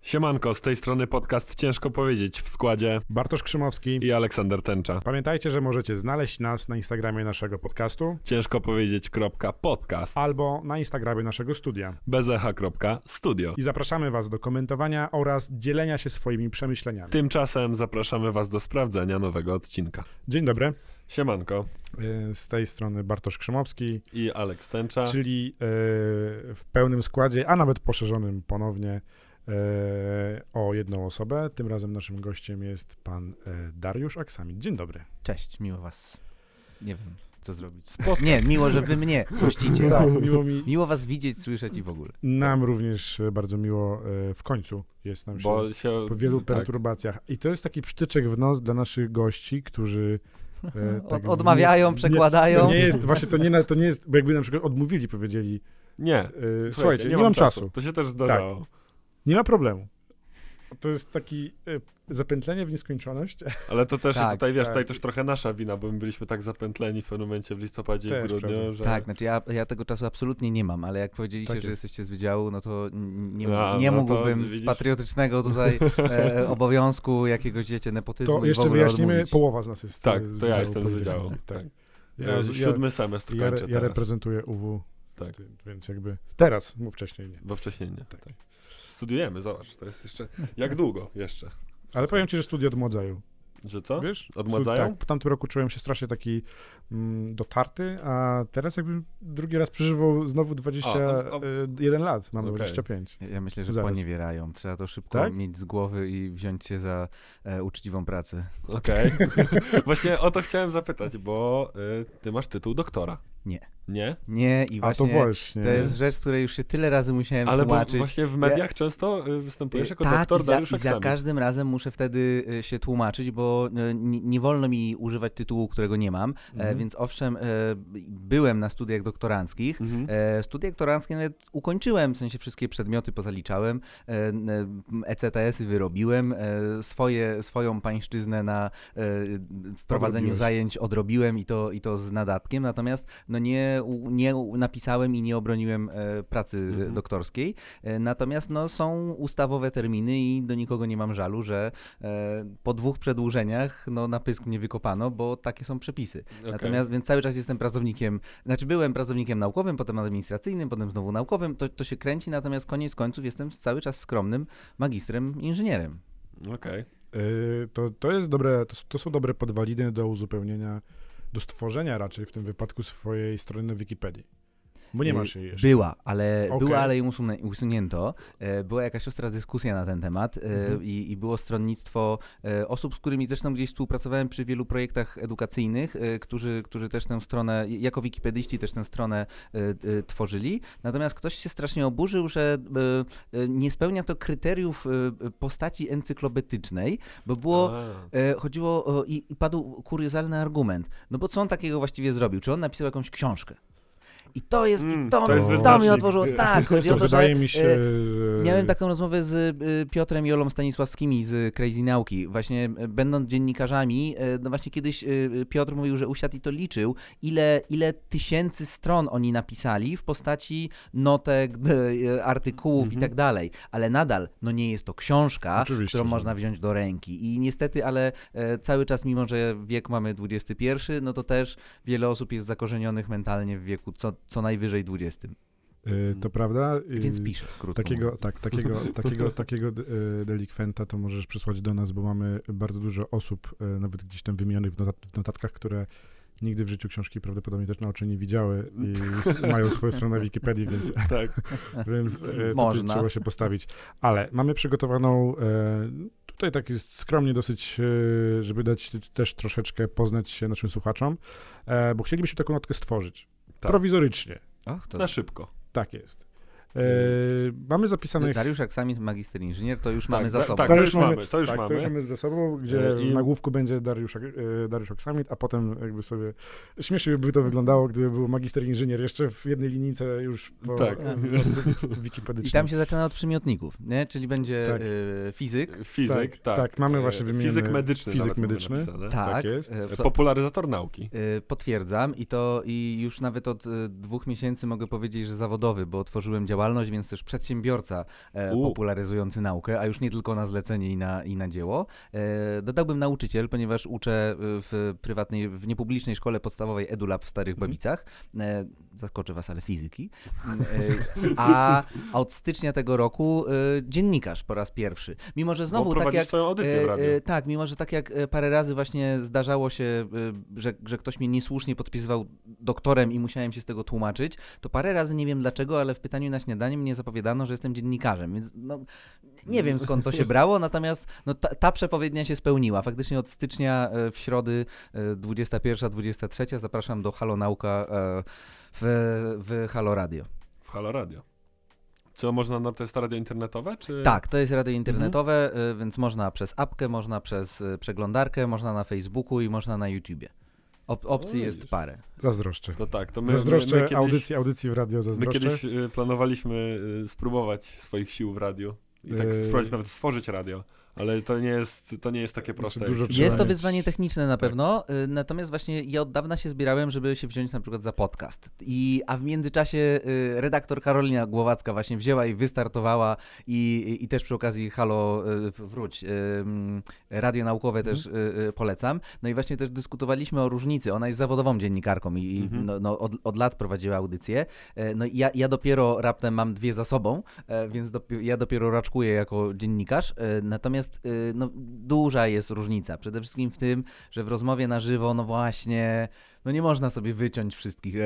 Siemanko, z tej strony podcast Ciężko Powiedzieć w składzie Bartosz Krzymowski i Aleksander Tęcza. Pamiętajcie, że możecie znaleźć nas na Instagramie naszego podcastu ciężkopowiedzieć.podcast albo na Instagramie naszego studia. bezecha.studio. I zapraszamy was do komentowania oraz dzielenia się swoimi przemyśleniami. Tymczasem zapraszamy was do sprawdzenia nowego odcinka. Dzień dobry, Siemanko z tej strony Bartosz Krzymowski, i Aleks Tęcza. czyli w pełnym składzie, a nawet poszerzonym ponownie o jedną osobę. Tym razem naszym gościem jest pan Dariusz Aksamit. Dzień dobry. Cześć, miło was. Nie wiem, co zrobić. Nie, miło, że wy mnie gościcie. Tak, Miło was widzieć, słyszeć i w ogóle. Nam również bardzo miło w końcu jest nam się po wielu perturbacjach. I to jest taki przytyczek w nos dla naszych gości, którzy odmawiają, przekładają. To nie jest, właśnie to nie jest, bo jakby na przykład odmówili, powiedzieli Nie, słuchajcie, nie mam czasu. To się też zdarzało. Tak. Nie ma problemu. To jest taki zapętlenie w nieskończoność. Ale to też Tak, tutaj, wiesz, tak. tutaj też trochę nasza wina, bo my byliśmy tak zapętleni w pewnym momencie w listopadzie Też, i w grudniu, prawda. że... Tak, znaczy ja tego czasu absolutnie nie mam, ale jak powiedzieliście, Tak że jest. jesteście z wydziału, no to nie No mógłbym to z widzisz. patriotycznego tutaj obowiązku jakiegoś, wiecie, nepotyzmu To i w jeszcze ogóle wyjaśnimy, odmówić. połowa z nas jest Tak, z to ja wydziału jestem z Polityki. wydziału. Tak. Tak. Ja, Siódmy semestr kończę ja teraz. reprezentuję UW, Tak. więc jakby teraz, mów wcześniej nie. Bo wcześniej nie. Tak. Tak. Studiujemy, zobacz, to jest jeszcze... Jak długo jeszcze? Ale powiem ci, że studia odmładzają. Że co? Wiesz? Odmładzają? Tak, po tamtym roku czułem się strasznie taki dotarty, a teraz jakbym drugi raz przeżywał znowu 21 lat, mam Okej. 25. Ja myślę, że Zaraz. poniewierają. Trzeba to szybko Tak? mieć z głowy i wziąć się za uczciwą pracę. Okej. Właśnie o to chciałem zapytać, bo ty masz tytuł doktora. Nie. Nie? Nie, i A to właśnie właśnie. to jest rzecz, której już się tyle razy musiałem Ale bo tłumaczyć. właśnie w mediach często występujesz jako Tak, doktor Dariusz i za Aksamit. każdym razem muszę wtedy się tłumaczyć, bo nie wolno mi używać tytułu, którego nie mam, więc owszem, byłem na studiach doktoranckich. Mhm. Studia doktoranckie nawet ukończyłem, w sensie wszystkie przedmioty pozaliczałem, ECTS-y wyrobiłem, swoją pańszczyznę na wprowadzeniu Odrobiłeś. zajęć odrobiłem i to z nadatkiem, natomiast no nie napisałem i nie obroniłem pracy doktorskiej. Natomiast no, są ustawowe terminy i do nikogo nie mam żalu, że po 2 przedłużeniach no, na pysk mnie wykopano, bo takie są przepisy. Okej. Natomiast więc cały czas jestem pracownikiem, znaczy byłem pracownikiem naukowym, potem administracyjnym, potem znowu naukowym, to się kręci, natomiast koniec końców jestem cały czas skromnym magistrem inżynierem. Okej. To jest dobre, to są dobre podwaliny do uzupełnienia, do stworzenia raczej w tym wypadku swojej strony na Wikipedii. Bo nie masz jej jeszcze. Była, ale Okej. ją usunięto. Była jakaś ostra dyskusja na ten temat i było stronnictwo osób, z którymi zresztą gdzieś współpracowałem przy wielu projektach edukacyjnych, którzy też tę stronę, jako wikipedyści też tę stronę tworzyli. Natomiast ktoś się strasznie oburzył, że nie spełnia to kryteriów postaci encyklopedycznej, bo było, chodziło i padł kuriozalny argument. No bo co on takiego właściwie zrobił? Czy on napisał jakąś książkę? I to jest, to jest to mi wyznacznik. otworzyło. Tak, chodzi To o to, że wydaje mi się, miałem taką rozmowę z Piotrem i Olą Stanisławskimi z Crazy Nauki. Właśnie będąc dziennikarzami, no właśnie kiedyś Piotr mówił, że usiadł i to liczył, ile tysięcy stron oni napisali w postaci notek, artykułów i tak dalej. Ale nadal, no nie jest to książka, Oczywiście, którą że można wziąć do ręki. I niestety, ale cały czas, mimo że wiek mamy XXI, no to też wiele osób jest zakorzenionych mentalnie w wieku co najwyżej 20. To prawda. Więc piszę, krótko mówiąc. Takiego delikwenta to możesz przysłać do nas, bo mamy bardzo dużo osób, nawet gdzieś tam wymienionych w notatkach, które nigdy w życiu książki prawdopodobnie też na oczy nie widziały i mają swoją stronę na Wikipedii, więc, Tak. więc tutaj Można. trzeba się postawić. Ale mamy przygotowaną, tutaj tak jest skromnie dosyć, żeby dać też troszeczkę poznać się naszym słuchaczom, bo chcielibyśmy taką notkę stworzyć. Tak. Prowizorycznie. Och, to Na szybko. Tak jest. Mamy zapisanych... Dariusz Aksamit, magister inżynier, to już Tak, mamy za sobą. tak. To to już już mamy. mamy, to już tak, mamy. to już mamy ze sobą, gdzie I- w nagłówku będzie Dariusz Aksamit, a potem jakby sobie... Śmiesznie by to wyglądało, gdyby był magister inżynier jeszcze w jednej linijce już po Tak. wikipedycznej. I tam się zaczyna od przymiotników, nie? Czyli będzie Tak. fizyk, Fizyk, tak. tak, mamy właśnie wymieniony Fizyk medyczny. fizyk nawet mamy medyczny. napisane. tak, jest. Popularyzator nauki. Potwierdzam i już nawet od 2 miesięcy mogę powiedzieć, że zawodowy, bo otworzyłem działalność działalność, więc też przedsiębiorca popularyzujący naukę, a już nie tylko na zlecenie i na dzieło. Dodałbym nauczyciel, ponieważ uczę w prywatnej, w niepublicznej szkole podstawowej EduLab w Starych Babicach. Zaskoczę was, ale fizyki. A od stycznia tego roku dziennikarz po raz pierwszy. Mimo, że znowu tak jak... swoją audycję w radiu. Tak, mimo, że tak jak parę razy właśnie zdarzało się, że ktoś mnie niesłusznie podpisywał doktorem i musiałem się z tego tłumaczyć, to parę razy, nie wiem dlaczego, ale w pytaniu na śniadanie mnie zapowiadano, że jestem dziennikarzem, więc no, nie wiem skąd to się brało, natomiast no, ta przepowiednia się spełniła. Faktycznie od stycznia w środy 21-23 zapraszam do Halo Nauka w Halo Radio. W Halo Radio. Co można, to jest to radio internetowe, czy? Tak, to jest radio internetowe, więc można przez apkę, można przez przeglądarkę, można na Facebooku i można na YouTubie. Opcji jest parę. Zazdroszczę. To tak, to my Zazdroszczę kiedyś, audycji w radio, zazdroszczę. My kiedyś planowaliśmy spróbować swoich sił w radiu i tak spróbować nawet stworzyć radio. Ale to nie jest takie proste. Dużo Jest to mieć. wyzwanie techniczne na Tak. pewno, natomiast właśnie ja od dawna się zbierałem, żeby się wziąć na przykład za podcast. A w międzyczasie redaktor Karolina Głowacka właśnie wzięła i wystartowała i też przy okazji Halo Wróć, radio naukowe też polecam. No i właśnie też dyskutowaliśmy o różnicy. Ona jest zawodową dziennikarką i od lat prowadziła audycję. No i ja dopiero raptem mam 2 za sobą, więc ja dopiero raczkuję jako dziennikarz, natomiast no, duża jest różnica. Przede wszystkim w tym, że w rozmowie na żywo, no właśnie, no nie można sobie wyciąć wszystkich.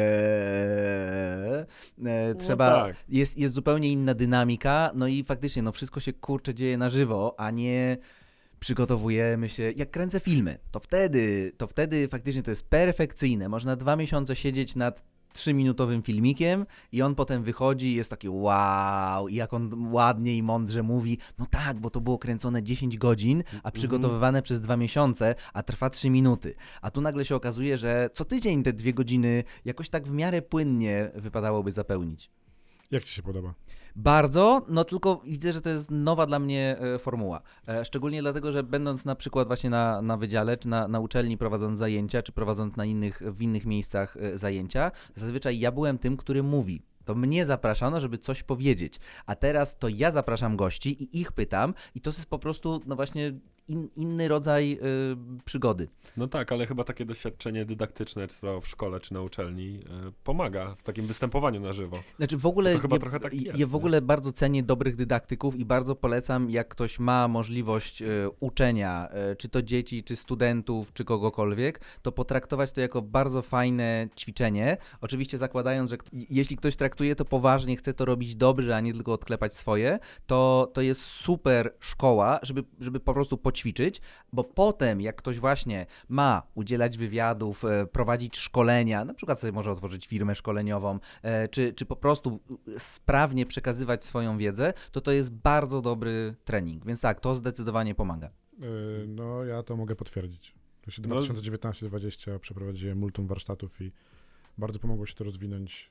Trzeba, No tak. jest zupełnie inna dynamika, no i faktycznie, no wszystko się kurczę dzieje na żywo, a nie przygotowujemy się. Jak kręcę filmy, to wtedy faktycznie to jest perfekcyjne. Można 2 miesiące siedzieć nad 3-minutowym filmikiem i on potem wychodzi i jest taki wow, i jak on ładnie i mądrze mówi, no tak, bo to było kręcone 10 godzin, a przygotowywane przez 2 miesiące, a trwa 3 minuty. A tu nagle się okazuje, że co tydzień te 2 godziny jakoś tak w miarę płynnie wypadałoby zapełnić. Jak ci się podoba? Bardzo, no tylko widzę, że to jest nowa dla mnie formuła. Szczególnie dlatego, że będąc na przykład właśnie na wydziale, czy na uczelni prowadząc zajęcia, czy prowadząc w innych miejscach zajęcia, zazwyczaj ja byłem tym, który mówi. To mnie zapraszano, żeby coś powiedzieć. A teraz to ja zapraszam gości i ich pytam i to jest po prostu, no właśnie inny rodzaj przygody. No tak, ale chyba takie doświadczenie dydaktyczne, czy to w szkole, czy na uczelni, pomaga w takim występowaniu na żywo. Znaczy w ogóle To chyba trochę tak jest, ja w ogóle bardzo cenię dobrych dydaktyków i bardzo polecam, jak ktoś ma możliwość uczenia, czy to dzieci, czy studentów, czy kogokolwiek, to potraktować to jako bardzo fajne ćwiczenie. Oczywiście zakładając, że jeśli ktoś traktuje to poważnie, chce to robić dobrze, a nie tylko odklepać swoje, to jest super szkoła, żeby po prostu poćwiczyć, bo potem jak ktoś właśnie ma udzielać wywiadów, prowadzić szkolenia, na przykład sobie może otworzyć firmę szkoleniową, czy po prostu sprawnie przekazywać swoją wiedzę, to jest bardzo dobry trening, więc tak, to zdecydowanie pomaga. No ja to mogę potwierdzić. To się 2019-2020 przeprowadziłem multum warsztatów i bardzo pomogło się to rozwinąć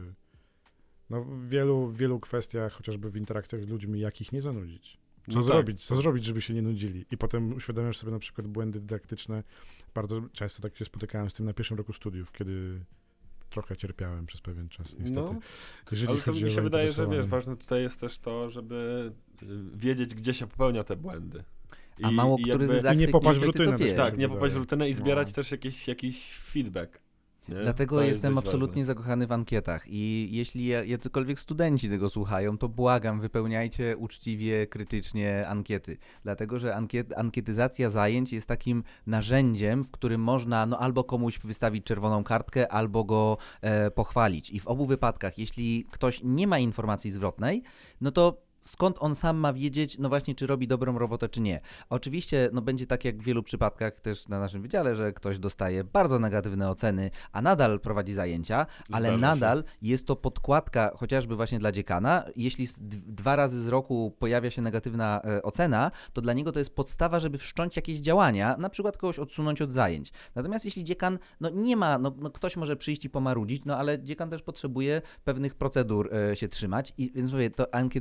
no, w wielu kwestiach, chociażby w interakcjach z ludźmi, jak ich nie zanudzić. Co zrobić, żeby się nie nudzili? I potem uświadamiasz sobie na przykład błędy dydaktyczne. Bardzo często tak się spotykałem z tym na pierwszym roku studiów, kiedy trochę cierpiałem przez pewien czas, niestety. No, ale to mi się wydaje, że wiesz, ważne tutaj jest też to, żeby wiedzieć, gdzie się popełnia te błędy. A mało który dydaktyk nie popaść w rutynę. Tak, nie popaść w rutynę i zbierać też jakiś feedback. Nie? Dlatego jestem absolutnie zakochany w ankietach i jeśli jacykolwiek studenci tego słuchają, to błagam, wypełniajcie uczciwie, krytycznie ankiety. Dlatego, że ankietyzacja zajęć jest takim narzędziem, w którym można albo komuś wystawić czerwoną kartkę, albo go pochwalić. I w obu wypadkach, jeśli ktoś nie ma informacji zwrotnej, no to skąd on sam ma wiedzieć, no właśnie, czy robi dobrą robotę, czy nie. Oczywiście, no będzie tak jak w wielu przypadkach też na naszym wydziale, że ktoś dostaje bardzo negatywne oceny, a nadal prowadzi zajęcia, ale nadal jest to podkładka chociażby właśnie dla dziekana. Jeśli 2 razy z roku pojawia się negatywna ocena, to dla niego to jest podstawa, żeby wszcząć jakieś działania, na przykład kogoś odsunąć od zajęć. Natomiast jeśli dziekan, nie ma, ktoś może przyjść i pomarudzić, ale dziekan też potrzebuje pewnych procedur się trzymać i więc mówię, to ankietyzacja jest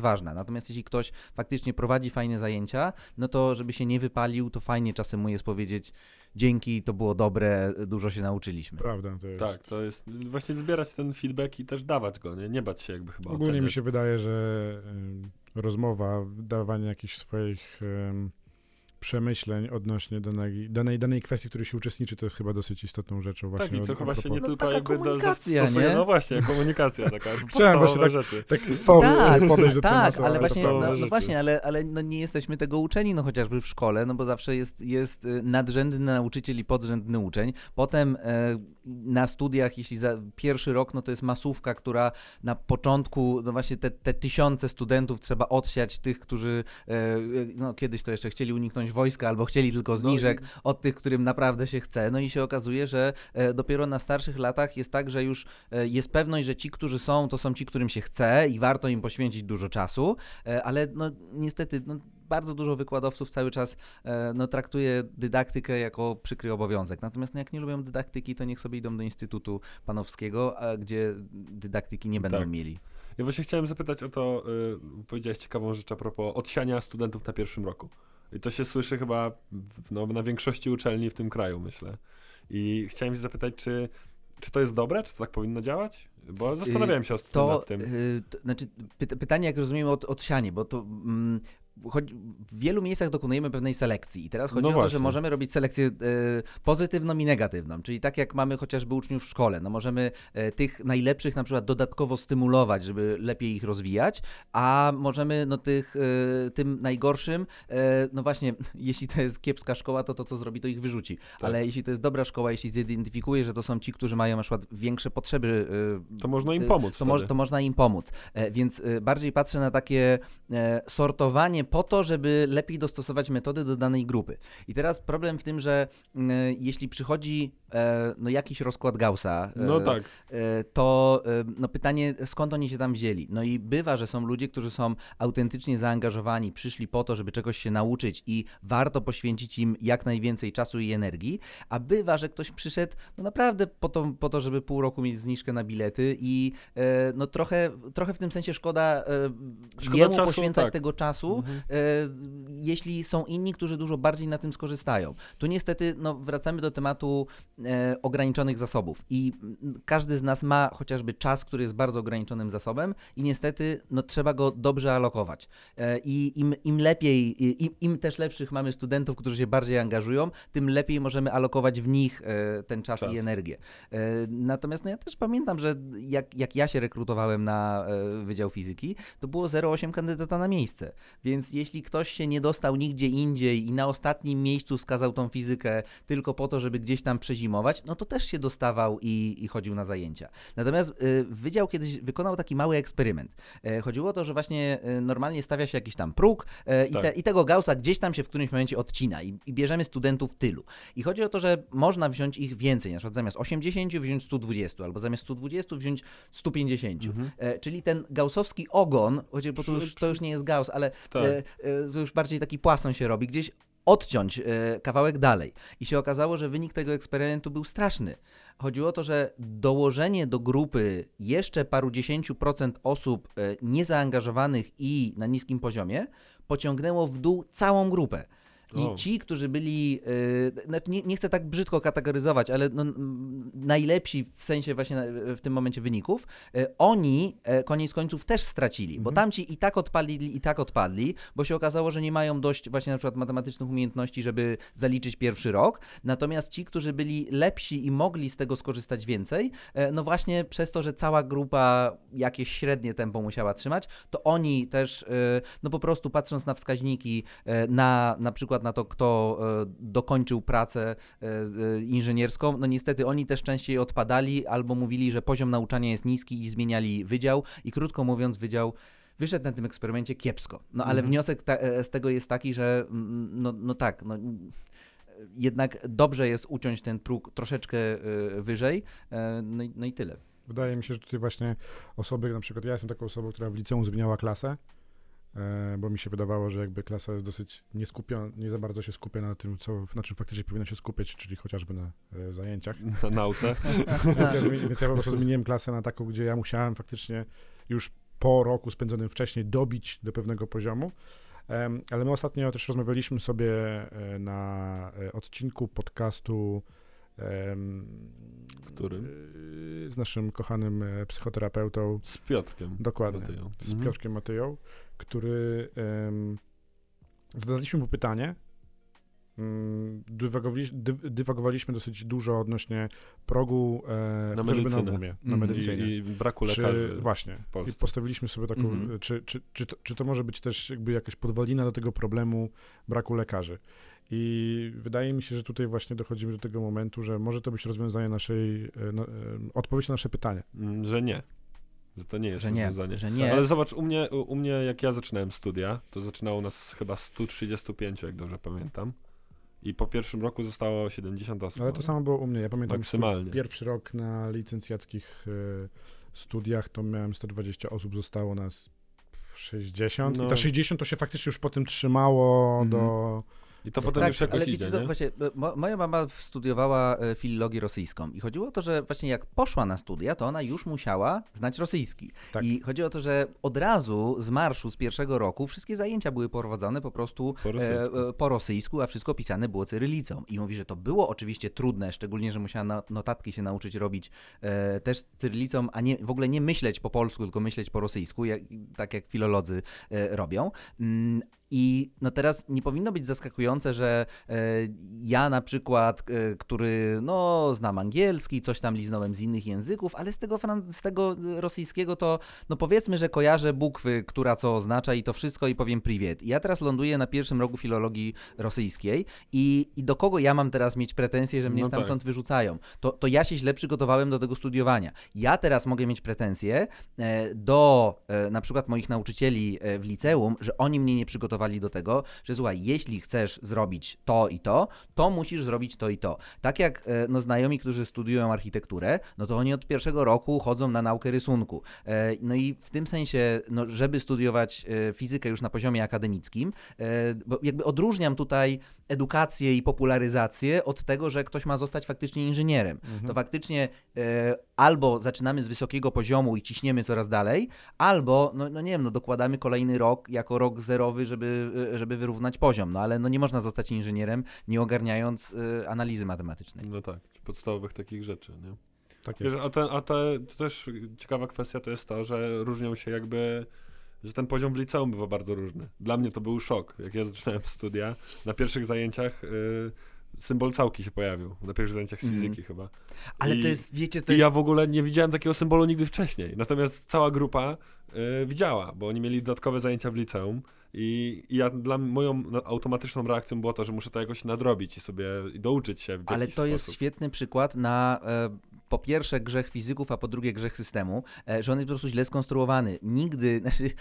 ważna. Natomiast jeśli ktoś faktycznie prowadzi fajne zajęcia, no to żeby się nie wypalił, to fajnie czasem mu jest powiedzieć dzięki, to było dobre, dużo się nauczyliśmy. Prawda, to jest... Tak, to jest właśnie zbierać ten feedback i też dawać go, nie bać się jakby chyba Ogólnie mi oceniać. się wydaje, że rozmowa, dawanie jakichś swoich przemyśleń odnośnie danej kwestii, w której się uczestniczy, to jest chyba dosyć istotną rzeczą właśnie. Tak, i to chyba się nie No, tylko taka jakby komunikacja, zastosuje, nie? no właśnie, komunikacja taka Chciałem właśnie podstawowe rzeczy. tak soft podejść do tak, tematu. ale to właśnie, prawda. no właśnie, ale no nie jesteśmy tego uczeni, no chociażby w szkole, no bo zawsze jest nadrzędny nauczyciel i podrzędny uczeń. Potem na studiach, jeśli za pierwszy rok, no to jest masówka, która na początku, no właśnie te tysiące studentów trzeba odsiać tych, którzy no kiedyś to jeszcze chcieli uniknąć wojska albo chcieli tylko zniżek od tych, którym naprawdę się chce. No i się okazuje, że dopiero na starszych latach jest tak, że już jest pewność, że ci, którzy są, to są ci, którym się chce i warto im poświęcić dużo czasu, ale no niestety bardzo dużo wykładowców cały czas traktuje dydaktykę jako przykry obowiązek. Natomiast jak nie lubią dydaktyki, to niech sobie idą do Instytutu Panowskiego, gdzie dydaktyki nie będą mieli. Ja właśnie chciałem zapytać o to, powiedziałeś ciekawą rzecz a propos odsiania studentów na pierwszym roku. I to się słyszy chyba na większości uczelni w tym kraju, myślę. I chciałem się zapytać, czy to jest dobre? Czy to tak powinno działać? Bo zastanawiałem się nad tym. Znaczy, pytanie, jak rozumiem, odsianie, bo to... w wielu miejscach dokonujemy pewnej selekcji i teraz chodzi o to, że możemy robić selekcję pozytywną i negatywną, czyli tak jak mamy chociażby uczniów w szkole, no możemy tych najlepszych na przykład dodatkowo stymulować, żeby lepiej ich rozwijać, a możemy tym najgorszym, no właśnie, jeśli to jest kiepska szkoła, to co zrobi, to ich wyrzuci, ale jeśli to jest dobra szkoła, jeśli zidentyfikuje, że to są ci, którzy mają na przykład większe potrzeby, to można im pomóc. To można im pomóc, więc bardziej patrzę na takie sortowanie po to, żeby lepiej dostosować metody do danej grupy. I teraz problem w tym, że jeśli przychodzi jakiś rozkład Gaussa, to pytanie, skąd oni się tam wzięli? No i bywa, że są ludzie, którzy są autentycznie zaangażowani, przyszli po to, żeby czegoś się nauczyć i warto poświęcić im jak najwięcej czasu i energii, a bywa, że ktoś przyszedł naprawdę po to, żeby pół roku mieć zniżkę na bilety i trochę w tym sensie szkoda jemu czasu, poświęcać tego czasu, jeśli są inni, którzy dużo bardziej na tym skorzystają. Tu niestety wracamy do tematu ograniczonych zasobów i każdy z nas ma chociażby czas, który jest bardzo ograniczonym zasobem i niestety trzeba go dobrze alokować. I im lepiej, im też lepszych mamy studentów, którzy się bardziej angażują, tym lepiej możemy alokować w nich ten czas i energię. Natomiast ja też pamiętam, że jak ja się rekrutowałem na Wydział Fizyki, to było 0,8 kandydata na miejsce. Więc jeśli ktoś się nie dostał nigdzie indziej i na ostatnim miejscu wskazał tą fizykę tylko po to, żeby gdzieś tam przezimować, no to też się dostawał i chodził na zajęcia. Natomiast Wydział kiedyś wykonał taki mały eksperyment. Chodziło o to, że właśnie normalnie stawia się jakiś tam próg i tego Gaussa gdzieś tam się w którymś momencie odcina i bierzemy studentów tylu. I chodzi o to, że można wziąć ich więcej, na przykład zamiast 80 wziąć 120, albo zamiast 120 wziąć 150. Czyli ten gaussowski ogon, bo to już nie jest Gauss, ale to już bardziej taki płason się robi, gdzieś odciąć kawałek dalej. I się okazało, że wynik tego eksperymentu był straszny. Chodziło o to, że dołożenie do grupy jeszcze paru 10% osób niezaangażowanych i na niskim poziomie pociągnęło w dół całą grupę. I ci, którzy byli, nie chcę tak brzydko kategoryzować, ale najlepsi w sensie właśnie w tym momencie wyników, oni koniec końców też stracili, bo tamci i tak odpadli, bo się okazało, że nie mają dość właśnie na przykład matematycznych umiejętności, żeby zaliczyć pierwszy rok, natomiast ci, którzy byli lepsi i mogli z tego skorzystać więcej, no właśnie przez to, że cała grupa jakieś średnie tempo musiała trzymać, to oni też, po prostu patrząc na wskaźniki, na przykład na to, kto dokończył pracę inżynierską, no niestety oni też częściej odpadali albo mówili, że poziom nauczania jest niski i zmieniali wydział i krótko mówiąc wydział wyszedł na tym eksperymencie kiepsko. Ale wniosek z tego jest taki, że jednak dobrze jest uciąć ten próg troszeczkę wyżej, no i tyle. Wydaje mi się, że tutaj właśnie osoby, na przykład ja jestem taką osobą, która w liceum zmieniała klasę, bo mi się wydawało, że jakby klasa jest dosyć nie za bardzo się skupia na tym, na czym faktycznie powinno się skupiać, czyli chociażby na zajęciach. Na nauce. Więc ja po prostu zmieniłem klasę na taką, gdzie ja musiałem faktycznie już po roku spędzonym wcześniej dobić do pewnego poziomu. Ale my ostatnio też rozmawialiśmy sobie na odcinku podcastu Którym? Z naszym kochanym psychoterapeutą. Z Piotrkiem. Dokładnie. Matyją. Z Piotrkiem Matyją, który zadaliśmy mu pytanie. Dywagowaliśmy dosyć dużo odnośnie progu Na chociażby medycynę. na WUM-ie, na medycynie. I braku lekarzy Właśnie. w Polsce. I postawiliśmy sobie taką, czy to może być też jakby jakaś podwalina do tego problemu braku lekarzy. I wydaje mi się, że tutaj właśnie dochodzimy do tego momentu, że może to być rozwiązanie odpowiedź na nasze pytanie. Że nie. Że to nie jest rozwiązanie. Że nie. Ale zobacz, u mnie jak ja zaczynałem studia, to zaczynało nas chyba 135, jak dobrze pamiętam. I po pierwszym roku zostało 70 osób. Ale to samo było u mnie. Ja pamiętam maksymalnie. Pierwszy rok na licencjackich studiach, to miałem 120 osób, zostało nas 60. I ta 60 to się faktycznie już potem trzymało do... I to potem tak, już jakoś ale idzie, wiecie, nie? właśnie, moja mama studiowała filologię rosyjską i chodziło o to, że właśnie jak poszła na studia, to ona już musiała znać rosyjski. Tak. I chodzi o to, że od razu z marszu z pierwszego roku wszystkie zajęcia były prowadzone po prostu po rosyjsku, a wszystko pisane było cyrylicą. I mówi, że to było oczywiście trudne, szczególnie, że musiała notatki się nauczyć robić też cyrylicą, a nie, w ogóle nie myśleć po polsku, tylko myśleć po rosyjsku, tak jak filolodzy robią. I no teraz nie powinno być zaskakujące, że ja na przykład, który znam angielski, coś tam liznąłem z innych języków, ale z tego rosyjskiego to no powiedzmy, że kojarzę bukwy, która co oznacza i to wszystko i powiem privet. I ja teraz ląduję na pierwszym roku filologii rosyjskiej i do kogo ja mam teraz mieć pretensje, że mnie stamtąd wyrzucają? To ja się źle przygotowałem do tego studiowania. Ja teraz mogę mieć pretensje do na przykład moich nauczycieli w liceum, że oni mnie nie przygotowali do tego, że słuchaj, jeśli chcesz zrobić to i to musisz zrobić to i to. Tak jak znajomi, którzy studiują architekturę, no to oni od pierwszego roku chodzą na naukę rysunku. No i w tym sensie, żeby studiować fizykę już na poziomie akademickim, bo jakby odróżniam tutaj edukację i popularyzację od tego, że ktoś ma zostać faktycznie inżynierem. To faktycznie albo zaczynamy z wysokiego poziomu i ciśniemy coraz dalej, albo, nie wiem, dokładamy kolejny rok jako rok zerowy, żeby wyrównać poziom. No ale nie można zostać inżynierem, nie ogarniając analizy matematycznej. No tak, podstawowych takich rzeczy, nie? Tak jest. To też ciekawa kwestia to jest to, że różnią się że ten poziom w liceum bywa bardzo różny. Dla mnie to był szok. Jak ja zaczynałem studia, na pierwszych zajęciach symbol całki się pojawił. Na pierwszych zajęciach z fizyki chyba. Ale to jest, wiecie, ja w ogóle nie widziałem takiego symbolu nigdy wcześniej. Natomiast cała grupa widziała, bo oni mieli dodatkowe zajęcia w liceum i moją automatyczną reakcją było to, że muszę to jakoś nadrobić i douczyć się w jakiś Ale to sposób. jest świetny przykład na po pierwsze grzech fizyków, a po drugie grzech systemu, że on jest po prostu źle skonstruowany. Nigdy,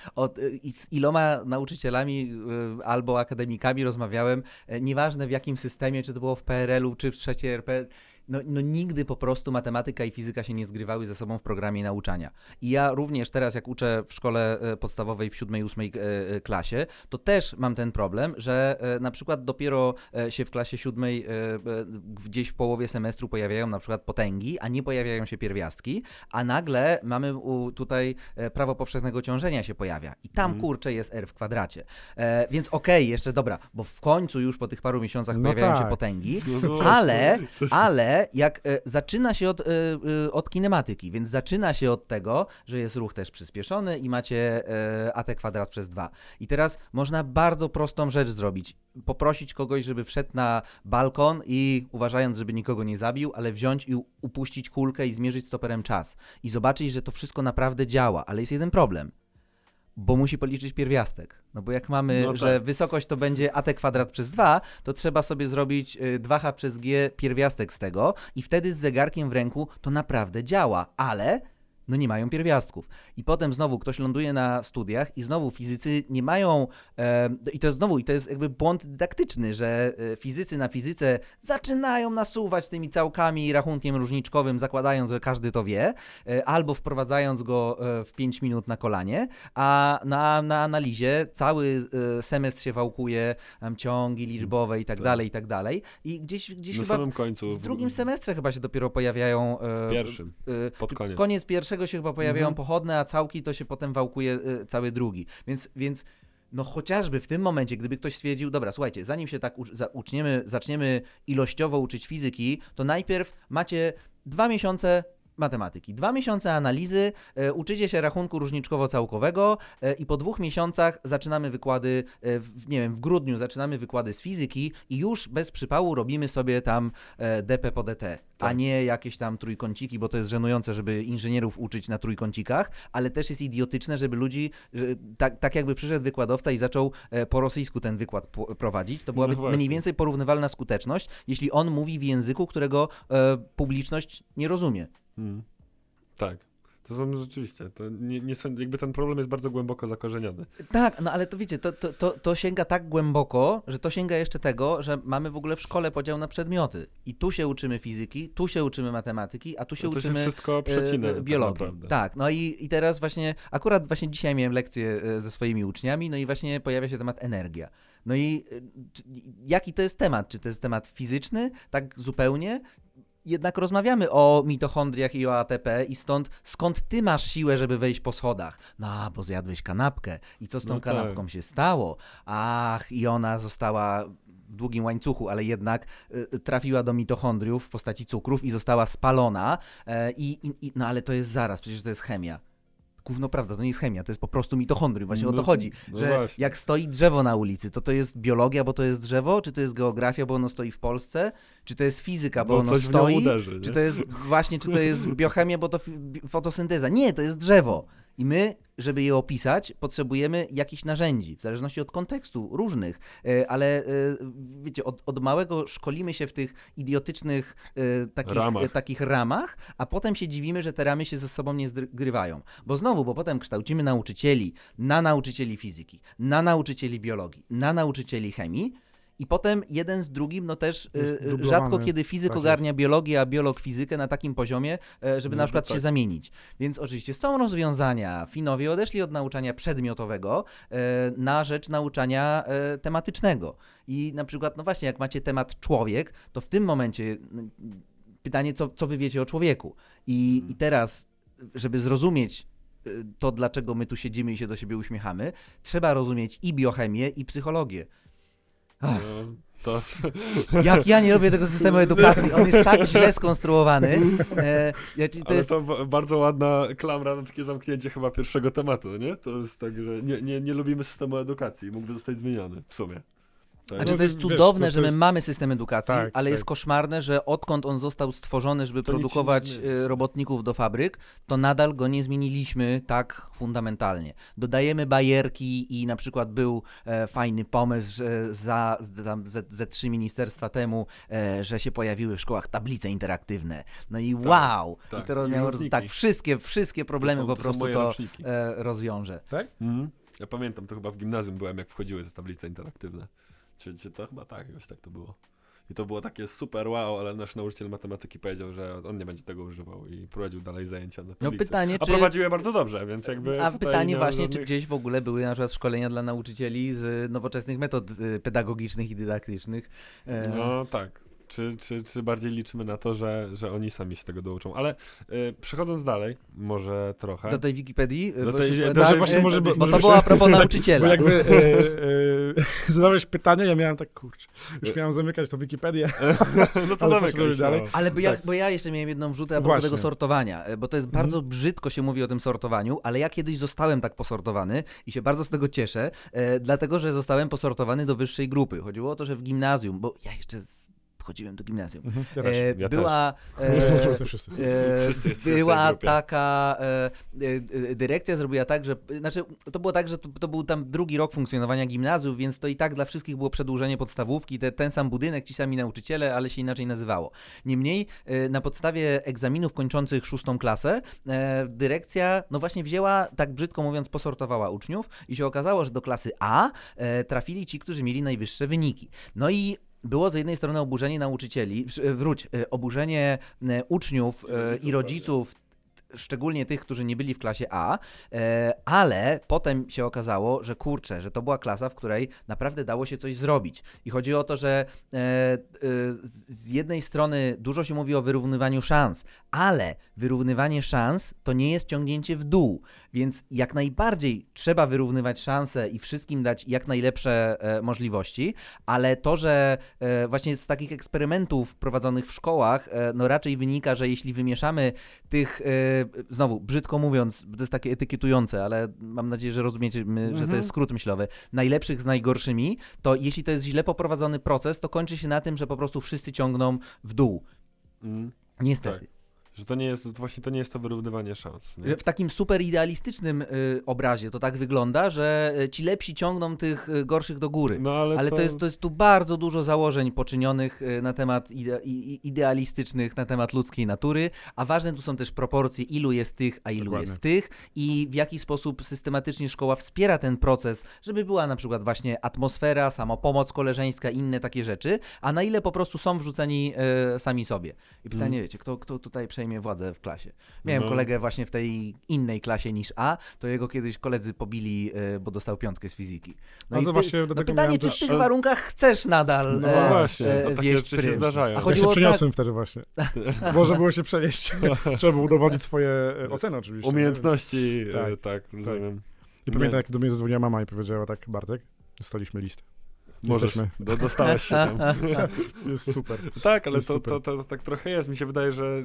z iloma nauczycielami albo akademikami rozmawiałem, nieważne w jakim systemie, czy to było w PRL-u, czy w trzeciej RP, nigdy po prostu matematyka i fizyka się nie zgrywały ze sobą w programie nauczania. I ja również teraz, jak uczę w szkole podstawowej w 7-8 klasie, to też mam ten problem, że na przykład dopiero się w klasie 7 gdzieś w połowie semestru pojawiają na przykład potęgi, a nie pojawiają się pierwiastki, a nagle mamy tutaj prawo powszechnego ciążenia się pojawia. I tam, kurczę, jest r w kwadracie. Więc jeszcze dobra, bo w końcu już po tych paru miesiącach pojawiają się potęgi, ale jak zaczyna się od kinematyki, więc zaczyna się od tego, że jest ruch też przyspieszony i macie at kwadrat przez 2. I teraz można bardzo prostą rzecz zrobić. Poprosić kogoś, żeby wszedł na balkon i uważając, żeby nikogo nie zabił, ale wziąć i upuścić kulkę i zmierzyć stoperem czas. I zobaczyć, że to wszystko naprawdę działa. Ale jest jeden problem. Bo musi policzyć pierwiastek. No bo jak mamy, że wysokość to będzie at kwadrat przez 2, to trzeba sobie zrobić 2h przez g pierwiastek z tego i wtedy z zegarkiem w ręku to naprawdę działa, ale nie mają pierwiastków. I potem znowu ktoś ląduje na studiach i znowu fizycy nie mają, i to jest jakby błąd dydaktyczny, że fizycy na fizyce zaczynają nasuwać tymi całkami i rachunkiem różniczkowym, zakładając, że każdy to wie, albo wprowadzając go w 5 minut na kolanie, a na analizie cały semestr się wałkuje, ciągi liczbowe i tak dalej. I gdzieś na chyba samym końcu, w drugim semestrze chyba się dopiero pojawiają pierwszym, pod koniec. Koniec pierwszego pierwszego się chyba pojawiają pochodne, a całki to się potem wałkuje cały drugi. Więc no chociażby w tym momencie, gdyby ktoś stwierdził, dobra, słuchajcie, zanim się tak zaczniemy ilościowo uczyć fizyki, to najpierw macie 2 miesiące matematyki, 2 miesiące analizy, uczycie się rachunku różniczkowo-całkowego i po 2 miesiącach zaczynamy wykłady, w grudniu zaczynamy wykłady z fizyki i już bez przypału robimy sobie tam DP po DT, a nie jakieś tam trójkąciki, bo to jest żenujące, żeby inżynierów uczyć na trójkącikach, ale też jest idiotyczne, żeby ludzi, tak jakby przyszedł wykładowca i zaczął po rosyjsku ten wykład prowadzić, to byłaby mniej więcej porównywalna skuteczność, jeśli on mówi w języku, którego publiczność nie rozumie. Tak. To są rzeczywiście, to nie są, jakby ten problem jest bardzo głęboko zakorzeniony. Tak, no ale to wiecie, to sięga tak głęboko, że to sięga jeszcze tego, że mamy w ogóle w szkole podział na przedmioty. I tu się uczymy fizyki, tu się uczymy matematyki, a tu się uczymy wszystko przecina, biologii. Tak, no i teraz akurat właśnie dzisiaj miałem lekcję ze swoimi uczniami, no i właśnie pojawia się temat energia. No i jaki to jest temat? Czy to jest temat fizyczny, tak zupełnie? Jednak rozmawiamy o mitochondriach i o ATP i skąd ty masz siłę, żeby wejść po schodach? No, bo zjadłeś kanapkę. I co z tą kanapką się stało? Ach, i ona została w długim łańcuchu, ale jednak trafiła do mitochondriów w postaci cukrów i została spalona. No ale to jest zaraz, przecież to jest chemia. Gówno prawda, to nie jest chemia, to jest po prostu mitochondrium. Właśnie o to chodzi, że właśnie. Jak stoi drzewo na ulicy, to jest biologia, bo to jest drzewo, czy to jest geografia, bo ono stoi w Polsce, czy to jest fizyka, bo ono stoi, uderzy, czy to jest biochemia, bo to fotosynteza. Nie, to jest drzewo. I my, żeby je opisać, potrzebujemy jakichś narzędzi, w zależności od kontekstu, różnych, ale wiecie, od małego szkolimy się w tych idiotycznych takich ramach, a potem się dziwimy, że te ramy się ze sobą nie zgrywają. Bo potem kształcimy nauczycieli na nauczycieli fizyki, na nauczycieli biologii, na nauczycieli chemii, i potem jeden z drugim, no też rzadko kiedy fizyk ogarnia biologię, a biolog fizykę na takim poziomie, żeby na przykład się zamienić. Więc oczywiście są rozwiązania. Finowie odeszli od nauczania przedmiotowego na rzecz nauczania tematycznego. I na przykład, no właśnie, jak macie temat człowiek, to w tym momencie pytanie, co wy wiecie o człowieku. I teraz, żeby zrozumieć to, dlaczego my tu siedzimy i się do siebie uśmiechamy, trzeba rozumieć i biochemię, i psychologię. Jak ja nie lubię tego systemu edukacji, on jest tak źle skonstruowany. To bardzo ładna klamra na takie zamknięcie chyba pierwszego tematu, nie? To jest tak, że nie lubimy systemu edukacji, mógłby zostać zmieniony w sumie. Tak. Znaczy to jest cudowne, że my mamy system edukacji, ale jest koszmarne, że odkąd on został stworzony, żeby produkować robotników do fabryk, to nadal go nie zmieniliśmy tak fundamentalnie. Dodajemy bajerki i na przykład był fajny pomysł, że ze 3 ministerstwa temu, że się pojawiły w szkołach tablice interaktywne. No i wow! I to miało wszystkie problemy po prostu to rozwiąże. Tak? Ja pamiętam, to chyba w gimnazjum byłem, jak wchodziły te tablice interaktywne. Czy to chyba jakoś tak to było. I to było takie super wow, ale nasz nauczyciel matematyki powiedział, że on nie będzie tego używał i prowadził dalej zajęcia na tablicy. No pytanie, prowadził je bardzo dobrze, więc jakby... A pytanie właśnie, czy gdzieś w ogóle były na przykład szkolenia dla nauczycieli z nowoczesnych metod pedagogicznych i dydaktycznych? No tak. Czy bardziej liczymy na to, że oni sami się tego douczą? Ale przechodząc dalej, może trochę... Do tej Wikipedii? Bo to było a propos nauczyciela. Bo jakby zadałeś pytanie, ja miałem tak, kurczę, już miałem zamykać tą Wikipedię. No to zamykaj dalej. Ale bo ja jeszcze miałem jedną wrzutę a propos tego sortowania, bo to jest bardzo brzydko się mówi o tym sortowaniu, ale ja kiedyś zostałem tak posortowany i się bardzo z tego cieszę, dlatego, że zostałem posortowany do wyższej grupy. Chodziło o to, że w gimnazjum, bo ja jeszcze chodziłem do gimnazjum. Była taka dyrekcja zrobiła tak, że to było tak, że to był tam drugi rok funkcjonowania gimnazjów, więc to i tak dla wszystkich było przedłużenie podstawówki, ten sam budynek, ci sami nauczyciele, ale się inaczej nazywało. Niemniej na podstawie egzaminów kończących 6. klasę dyrekcja no właśnie wzięła, tak brzydko mówiąc, posortowała uczniów i się okazało, że do klasy A trafili ci, którzy mieli najwyższe wyniki. No i było z jednej strony oburzenie nauczycieli, oburzenie uczniów i rodziców szczególnie tych, którzy nie byli w klasie A, ale potem się okazało, że kurczę, że to była klasa, w której naprawdę dało się coś zrobić. I chodzi o to, że z jednej strony dużo się mówi o wyrównywaniu szans, ale wyrównywanie szans to nie jest ciągnięcie w dół, więc jak najbardziej trzeba wyrównywać szanse i wszystkim dać jak najlepsze możliwości, ale to, że właśnie z takich eksperymentów prowadzonych w szkołach, no raczej wynika, że jeśli wymieszamy tych, znowu brzydko mówiąc, to jest takie etykietujące, ale mam nadzieję, że rozumiecie, że to jest skrót myślowy, najlepszych z najgorszymi, to jeśli to jest źle poprowadzony proces, to kończy się na tym, że po prostu wszyscy ciągną w dół. Niestety. Tak. Że to nie jest, właśnie to nie jest to wyrównywanie szans. Nie? Że w takim super idealistycznym obrazie to tak wygląda, że ci lepsi ciągną tych gorszych do góry. No, ale to jest tu bardzo dużo założeń poczynionych na temat idealistycznych, na temat ludzkiej natury, a ważne tu są też proporcje, ilu jest tych, a ilu Dokładnie. jest tych i w jaki sposób systematycznie szkoła wspiera ten proces, żeby była na przykład właśnie atmosfera, samopomoc koleżeńska, inne takie rzeczy, a na ile po prostu są wrzuceni sami sobie. I pytanie, wiecie, kto tutaj przejmie władzę w klasie? Miałem kolegę właśnie w tej innej klasie niż A, to jego kiedyś koledzy pobili, bo dostał 5 z fizyki. No to właśnie do tego pytanie, miałem czy w też- tych warunkach chcesz nadal No właśnie, to takie wieść rzeczy się prym? zdarzają. A Ja Ja się chodziło przeniosłem wtedy właśnie. Można było się przenieść. Trzeba było udowodnić swoje oceny oczywiście. Umiejętności, Tak, tak, rozumiem. I pamiętam, jak do mnie zadzwoniła mama i powiedziała tak, Bartek, dostaliśmy list. Możesz, Jesteśmy. dostałeś się tam. Jest super. Tak, ale Jest to super. tak trochę jest. Mi się wydaje, że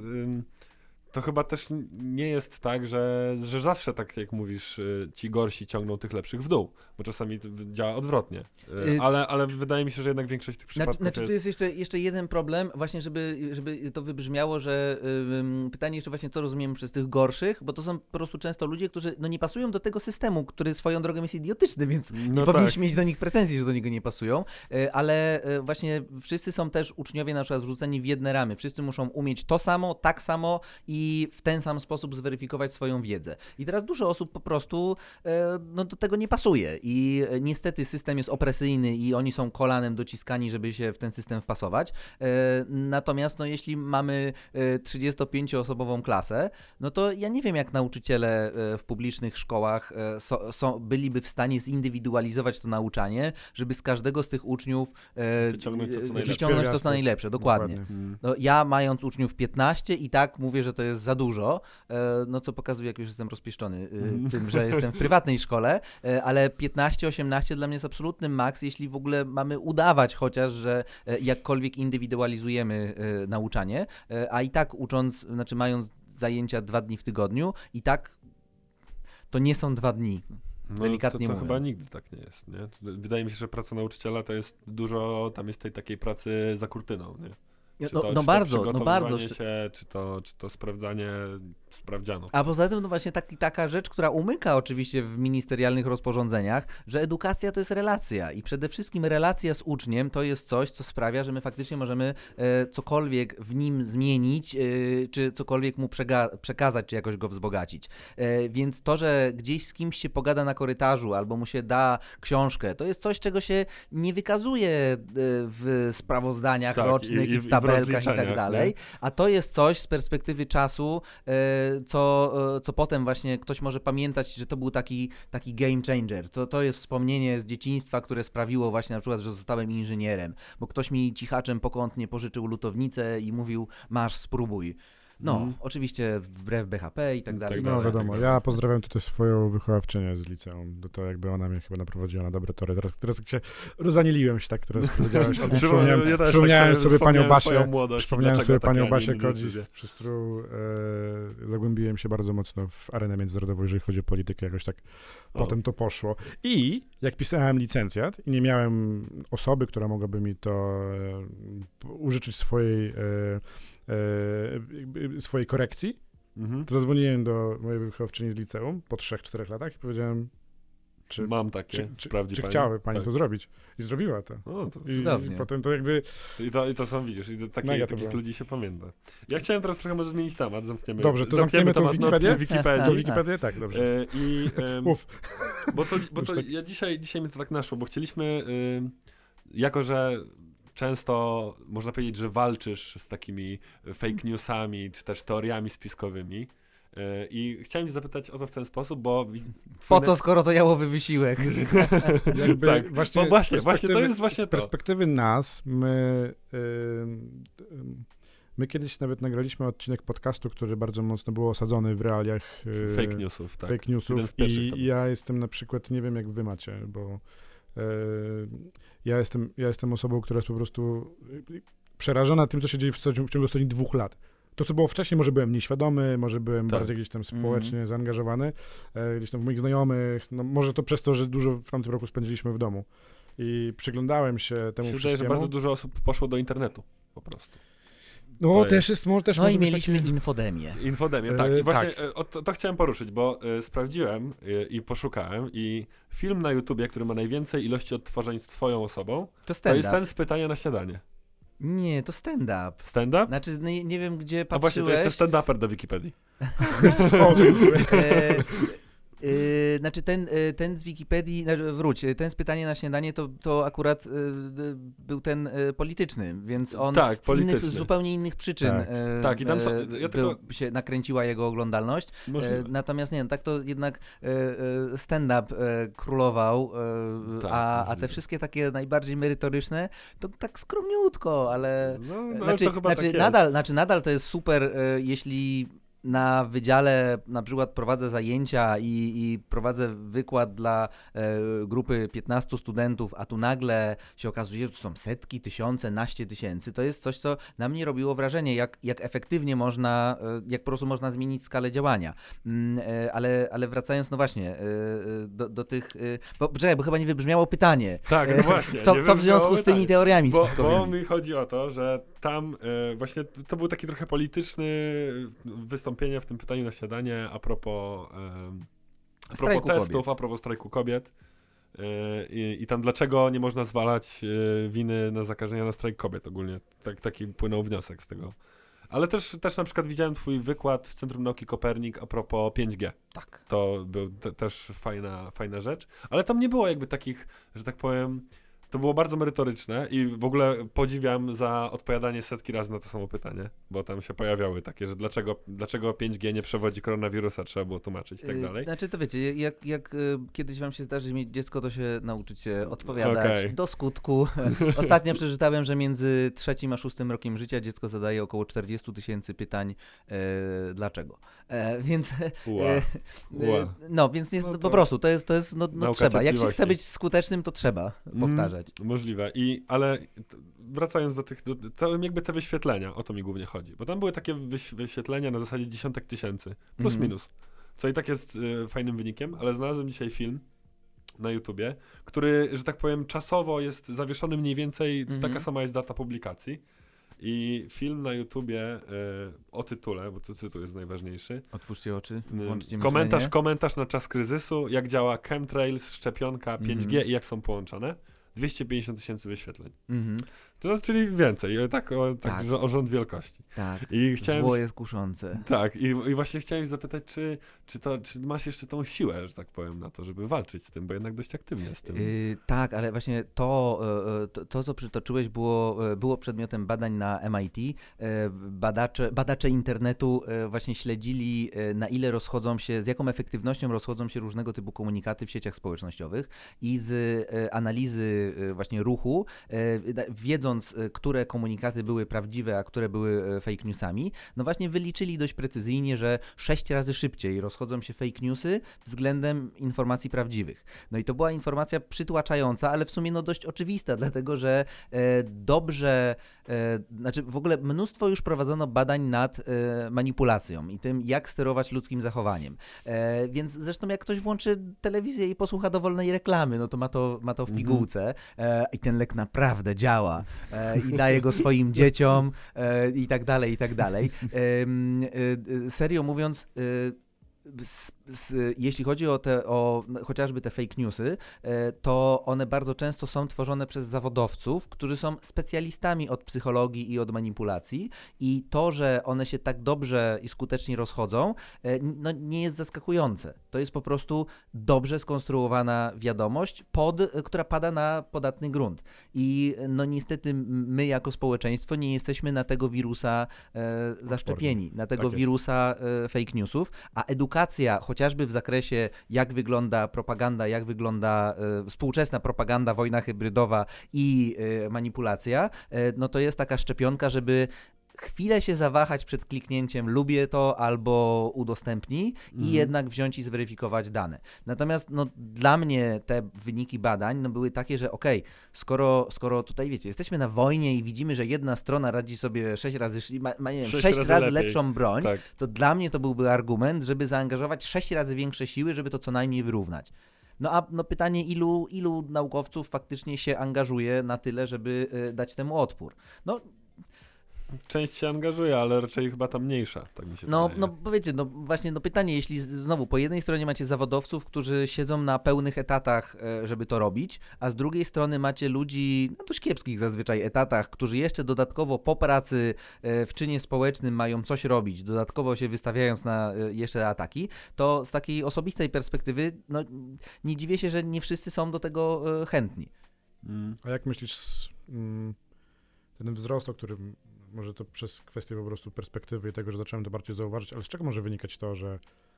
to chyba też nie jest tak, że zawsze tak jak mówisz, ci gorsi ciągną tych lepszych w dół, bo czasami to działa odwrotnie. Ale wydaje mi się, że jednak większość tych przypadków Znaczy, tu jest jeszcze jeden problem, właśnie żeby to wybrzmiało, że pytanie jeszcze właśnie, co rozumiemy przez tych gorszych, bo to są po prostu często ludzie, którzy no nie pasują do tego systemu, który swoją drogą jest idiotyczny, więc nie powinniśmy mieć do nich pretensji, że do niego nie pasują, ale właśnie wszyscy są też uczniowie na przykład wrzuceni w jedne ramy, wszyscy muszą umieć to samo, tak samo i w ten sam sposób zweryfikować swoją wiedzę. I teraz dużo osób po prostu no, do tego nie pasuje i niestety system jest opresyjny i oni są kolanem dociskani, żeby się w ten system wpasować. Natomiast no, jeśli mamy 35-osobową klasę, no to ja nie wiem, jak nauczyciele w publicznych szkołach byliby w stanie zindywidualizować to nauczanie, żeby z każdego z tych uczniów wyciągnąć to, co najlepsze. Dokładnie. No, ja mając uczniów 15 i tak mówię, że to jest za dużo, no co pokazuje, jak już jestem rozpieszczony tym, że jestem w prywatnej szkole, ale 15-18 dla mnie jest absolutnym maks, jeśli w ogóle mamy udawać chociaż, że jakkolwiek indywidualizujemy nauczanie, a i tak mając zajęcia 2 dni w tygodniu, i tak to nie są 2 dni. Delikatnie to mówiąc. chyba nigdy tak nie jest, nie? Wydaje mi się, że praca nauczyciela to jest dużo, tam jest tej takiej pracy za kurtyną, nie? No bardzo. Się, czy to sprawdzanie sprawdzianów. A poza tym, no właśnie taka rzecz, która umyka oczywiście w ministerialnych rozporządzeniach, że edukacja to jest relacja i przede wszystkim relacja z uczniem to jest coś, co sprawia, że my faktycznie możemy cokolwiek w nim zmienić, czy cokolwiek mu przekazać, czy jakoś go wzbogacić. Więc to, że gdzieś z kimś się pogada na korytarzu albo mu się da książkę, to jest coś, czego się nie wykazuje w sprawozdaniach rocznych i w tabelkach i tak dalej, nie? A to jest coś z perspektywy czasu, co potem właśnie ktoś może pamiętać, że to był taki game changer. To jest wspomnienie z dzieciństwa, które sprawiło właśnie na przykład, że zostałem inżynierem, bo ktoś mi cichaczem pokątnie pożyczył lutownicę i mówił, masz, spróbuj. No, oczywiście wbrew BHP i tak dalej. No wiadomo, ja pozdrawiam tutaj swoją wychowawczynię z liceum, to jakby ona mnie chyba naprowadziła na dobre tory. Teraz jak się rozaniliłem się tak, teraz powiedziałeś o tym, przypomniałem sobie panią Basię, Kodzi, przez którą zagłębiłem się bardzo mocno w arenę międzynarodową, jeżeli chodzi o politykę, jakoś tak potem to poszło. I jak pisałem licencjat i nie miałem osoby, która mogłaby mi to użyczyć swojej korekcji, to zadzwoniłem do mojej wychowawczyni z liceum po 3-4 latach i powiedziałem, czy mam takie, czy chciałaby pani to zrobić? I zrobiła to. O, to I potem to jakby... I to są, widzisz, takich ludzi się pamięta. Ja chciałem teraz trochę może zmienić temat, zamkniemy. Dobrze, to zamkniemy tą Wikipedię. To Wikipedię? Tak, dobrze. Bo to ja dzisiaj mi to tak naszło, bo chcieliśmy, jako że często można powiedzieć, że walczysz z takimi fake newsami, czy też teoriami spiskowymi, I chciałem cię zapytać o to w ten sposób, bo... Po co, skoro to jałowy wysiłek? Jakby Tak, właśnie, bo właśnie to jest właśnie z perspektywy nas, my kiedyś nawet nagraliśmy odcinek podcastu, który bardzo mocno był osadzony w realiach Fake newsów, tak. fake Jeden newsów z pierwszych to był. i ja jestem na przykład, nie wiem jak wy macie, bo ja jestem osobą, która jest po prostu przerażona tym, co się dzieje w ciągu ostatnich 2 lat. To, co było wcześniej, może byłem nieświadomy, może byłem Tak. bardziej gdzieś tam społecznie zaangażowany, gdzieś tam w moich znajomych, no może to przez to, że dużo w tamtym roku spędziliśmy w domu. I przyglądałem się temu Mi się wydaje, że wszystkiemu. bardzo dużo osób poszło do internetu po prostu. No to też jest, może też No może i być mieliśmy takie... infodemię. Infodemię, tak. I właśnie tak. to chciałem poruszyć, bo sprawdziłem i poszukałem i film na YouTubie, który ma najwięcej ilości odtworzeń z twoją osobą, To to jest stand-up. ten z pytania na śniadanie. Nie, to stand-up. Stand-up? Znaczy, nie wiem, gdzie A właśnie, to patrzyłeś. jeszcze stand-uper do Wikipedii. O, to jest... Znaczy ten z Wikipedii, ten z pytania na śniadanie to akurat był ten polityczny, więc on Tak, z polityczny. zupełnie innych przyczyn Tak. Tak, i tam są- ja tylko- się nakręciła jego oglądalność. Możliwe. Natomiast nie, tak to jednak stand-up królował, Tak, a możliwe. te wszystkie takie najbardziej merytoryczne, to tak skromniutko, ale... No, ale to chyba tak jest. Nadal to jest super, jeśli na wydziale na przykład prowadzę zajęcia i prowadzę wykład dla grupy 15 studentów, a tu nagle się okazuje, że tu są setki, tysiące, naście tysięcy. To jest coś, co na mnie robiło wrażenie, jak efektywnie można, jak po prostu można zmienić skalę działania. Ale wracając, no właśnie, do tych... Bo chyba nie wybrzmiało pytanie. Tak, no właśnie. Co nie w wiem, związku z tymi pytanie. teoriami Bo spiskowymi? mi chodzi o to, że tam właśnie to był taki trochę polityczny wystąpienie w tym pytaniu na śniadanie a propos Strajku testów, kobiet. a propos strajku kobiet. I tam dlaczego nie można zwalać winy na zakażenia na strajk kobiet ogólnie. Taki płynął wniosek z tego. Ale też na przykład widziałem twój wykład w Centrum Nauki Kopernik a propos 5G. Tak. To był też fajna rzecz. Ale tam nie było jakby takich, że tak powiem, to było bardzo merytoryczne i w ogóle podziwiam za odpowiadanie setki razy na to samo pytanie, bo tam się pojawiały takie, że dlaczego 5G nie przewodzi koronawirusa, trzeba było tłumaczyć i tak dalej. Znaczy to wiecie, jak kiedyś wam się zdarzy mieć dziecko, to się nauczycie odpowiadać Okej. do skutku. Ostatnio przeczytałem, że między 3. a 6. rokiem życia dziecko zadaje około 40 000 pytań dlaczego. Więc no, więc nie, No to po prostu to jest nauka trzeba. Jak się cierpliwości. chce być skutecznym, to trzeba powtarzać. Możliwe. Ale wracając do tych, to jakby te wyświetlenia, o to mi głównie chodzi, bo tam były takie wyświetlenia na zasadzie dziesiątek tysięcy, plus minus, co i tak jest fajnym wynikiem, ale znalazłem dzisiaj film na YouTubie, który, że tak powiem, czasowo jest zawieszony mniej więcej, taka sama jest data publikacji. I film na YouTubie o tytule, bo to tytuł jest najważniejszy. Otwórzcie oczy, włączcie Komentarz na czas kryzysu, jak działa chemtrails, szczepionka, 5G i jak są połączone. 250 000 wyświetleń. To znaczy, czyli więcej, tak. Że o rząd wielkości. Tak, I chciałem, zło jest kuszące. tak, i właśnie chciałem zapytać, czy masz jeszcze tą siłę, że tak powiem, na to, żeby walczyć z tym, bo jednak dość aktywnie z tym. Tak, ale właśnie to, co przytoczyłeś, było przedmiotem badań na MIT. Badacze internetu właśnie śledzili, na ile z jaką efektywnością rozchodzą się różnego typu komunikaty w sieciach społecznościowych i z analizy właśnie ruchu, wiedząc, które komunikaty były prawdziwe, a które były fake newsami, no właśnie wyliczyli dość precyzyjnie, że 6 razy szybciej rozchodzą się fake newsy względem informacji prawdziwych. No i to była informacja przytłaczająca, ale w sumie no dość oczywista, dlatego że znaczy w ogóle mnóstwo już prowadzono badań nad manipulacją i tym, jak sterować ludzkim zachowaniem. Więc zresztą jak ktoś włączy telewizję i posłucha dowolnej reklamy, no to ma to w pigułce i ten lek naprawdę działa i daje go swoim dzieciom i tak dalej, i tak dalej. Serio mówiąc, jeśli chodzi o chociażby te fake newsy, to one bardzo często są tworzone przez zawodowców, którzy są specjalistami od psychologii i od manipulacji i to, że one się tak dobrze i skutecznie rozchodzą, no nie jest zaskakujące. To jest po prostu dobrze skonstruowana wiadomość, która pada na podatny grunt. I no niestety my jako społeczeństwo nie jesteśmy na tego wirusa zaszczepieni, na tego wirusa fake newsów, a edukacja chociażby w zakresie jak wygląda propaganda, jak wygląda współczesna propaganda, wojna hybrydowa i manipulacja, no to jest taka szczepionka, żeby chwilę się zawahać przed kliknięciem lubię to albo udostępnij i jednak wziąć i zweryfikować dane. Natomiast no, dla mnie te wyniki badań no, były takie, że okej, skoro tutaj wiecie, jesteśmy na wojnie i widzimy, że jedna strona radzi sobie 6 razy, ma nie wiem, 6 razy lepszą broń, tak. To dla mnie to byłby argument, żeby zaangażować 6 razy większe siły, żeby to co najmniej wyrównać. No a no pytanie, ilu naukowców faktycznie się angażuje na tyle, żeby dać temu odpór? No część się angażuje, ale raczej chyba ta mniejsza, tak mi się wydaje. No powiecie, no właśnie, no pytanie, jeśli znowu po jednej stronie macie zawodowców, którzy siedzą na pełnych etatach, żeby to robić, a z drugiej strony macie ludzi na dość kiepskich zazwyczaj etatach, którzy jeszcze dodatkowo po pracy w czynie społecznym mają coś robić, dodatkowo się wystawiając na jeszcze ataki, to z takiej osobistej perspektywy, no nie dziwię się, że nie wszyscy są do tego chętni. A jak myślisz, ten wzrost, o którym może to przez kwestię po prostu perspektywy i tego, że zacząłem to bardziej zauważyć, ale z czego może wynikać to, że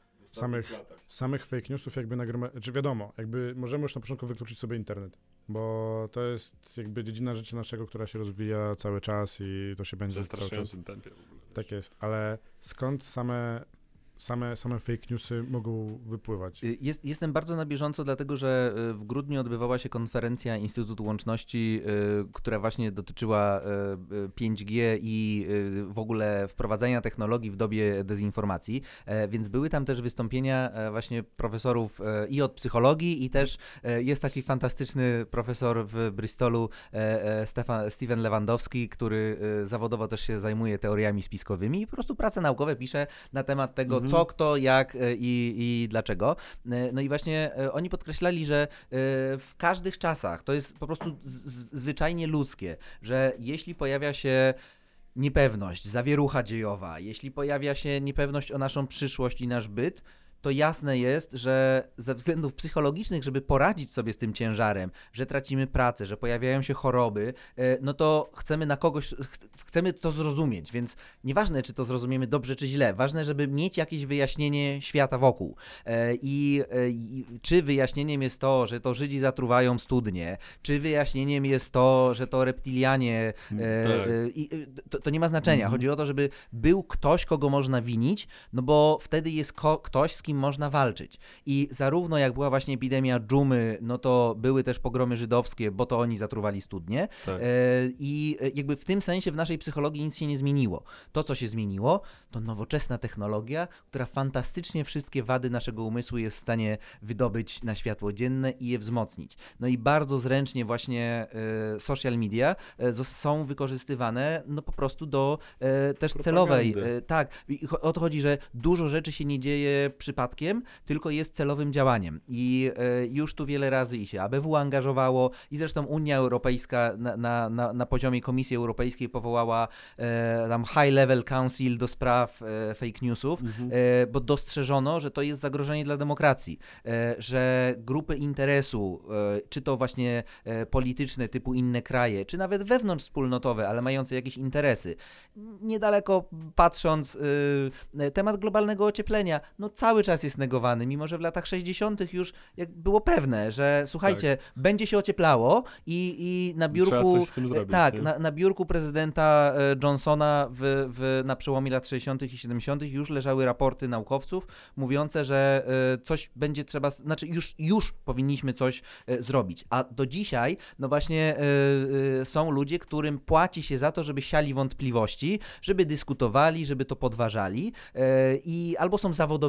samych fake newsów jakby czy wiadomo, jakby możemy już na początku wykluczyć sobie internet, bo to jest jakby dziedzina życia naszego, która się rozwija cały czas i to się będzie cały czas. Tempie w ogóle. Tak jest, ale skąd same fake newsy mogą wypływać? Jestem bardzo na bieżąco, dlatego że w grudniu odbywała się konferencja Instytutu Łączności, która właśnie dotyczyła 5G i w ogóle wprowadzania technologii w dobie dezinformacji, więc były tam też wystąpienia właśnie profesorów i od psychologii i też jest taki fantastyczny profesor w Bristolu, Steven Lewandowski, który zawodowo też się zajmuje teoriami spiskowymi i po prostu prace naukowe pisze na temat tego, co, kto, jak i dlaczego. No i właśnie oni podkreślali, że w każdych czasach to jest po prostu zwyczajnie ludzkie, że jeśli pojawia się niepewność, zawierucha dziejowa, jeśli pojawia się niepewność o naszą przyszłość i nasz byt, to jasne jest, że ze względów psychologicznych, żeby poradzić sobie z tym ciężarem, że tracimy pracę, że pojawiają się choroby, no to chcemy to zrozumieć, więc nieważne, czy to zrozumiemy dobrze, czy źle, ważne, żeby mieć jakieś wyjaśnienie świata wokół. I czy wyjaśnieniem jest to, że to Żydzi zatruwają studnie, czy wyjaśnieniem jest to, że to reptilianie, to nie ma znaczenia. Chodzi o to, żeby był ktoś, kogo można winić, no bo wtedy jest ktoś, z kim można walczyć. I zarówno jak była właśnie epidemia dżumy, no to były też pogromy żydowskie, bo to oni zatruwali studnie. Tak. I jakby w tym sensie w naszej psychologii nic się nie zmieniło. To, co się zmieniło, to nowoczesna technologia, która fantastycznie wszystkie wady naszego umysłu jest w stanie wydobyć na światło dzienne i je wzmocnić. No i bardzo zręcznie właśnie social media są wykorzystywane no po prostu do też celowej. Tak. I o to chodzi, że dużo rzeczy się nie dzieje przypadkiem, tylko jest celowym działaniem. I już tu wiele razy i się ABW angażowało i zresztą Unia Europejska na poziomie Komisji Europejskiej powołała tam High Level Council do spraw fake newsów, bo dostrzeżono, że to jest zagrożenie dla demokracji, że grupy interesu, czy to właśnie polityczne typu inne kraje, czy nawet wewnątrzwspólnotowe, ale mające jakieś interesy, niedaleko patrząc, temat globalnego ocieplenia, no cały czas jest negowany, mimo że w latach 60. już było pewne, że słuchajcie, będzie się ocieplało i na biurku zrobić, na biurku prezydenta Johnsona na przełomie lat 60. i 70. już leżały raporty naukowców mówiące, że coś będzie trzeba, znaczy już powinniśmy coś zrobić. A do dzisiaj, no właśnie są ludzie, którym płaci się za to, żeby siali wątpliwości, żeby dyskutowali, żeby to podważali i albo są zawodowymi gośćmi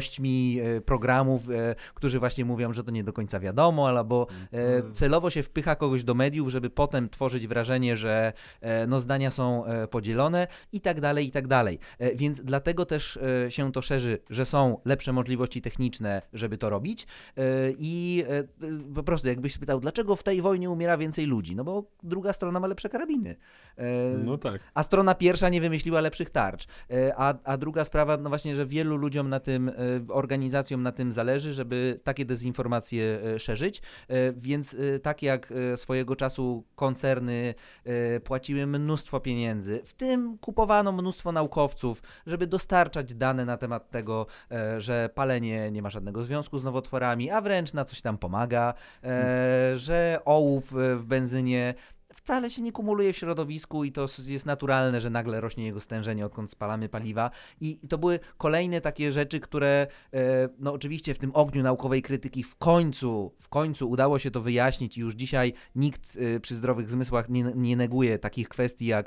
gośćmi programów, którzy właśnie mówią, że to nie do końca wiadomo, albo celowo się wpycha kogoś do mediów, żeby potem tworzyć wrażenie, że no, zdania są podzielone i tak dalej, i tak dalej. Więc dlatego też się to szerzy, że są lepsze możliwości techniczne, żeby to robić i po prostu jakbyś pytał, dlaczego w tej wojnie umiera więcej ludzi? No bo druga strona ma lepsze karabiny. No tak. A strona pierwsza nie wymyśliła lepszych tarcz. A druga sprawa, no właśnie, że wielu ludziom na tym, organizacjom na tym zależy, żeby takie dezinformacje szerzyć, więc tak jak swojego czasu koncerny płaciły mnóstwo pieniędzy, w tym kupowano mnóstwo naukowców, żeby dostarczać dane na temat tego, że palenie nie ma żadnego związku z nowotworami, a wręcz na coś tam pomaga, że ołów w benzynie wcale się nie kumuluje w środowisku i to jest naturalne, że nagle rośnie jego stężenie, odkąd spalamy paliwa. I to były kolejne takie rzeczy, które no oczywiście w tym ogniu naukowej krytyki w końcu udało się to wyjaśnić i już dzisiaj nikt przy zdrowych zmysłach nie neguje takich kwestii jak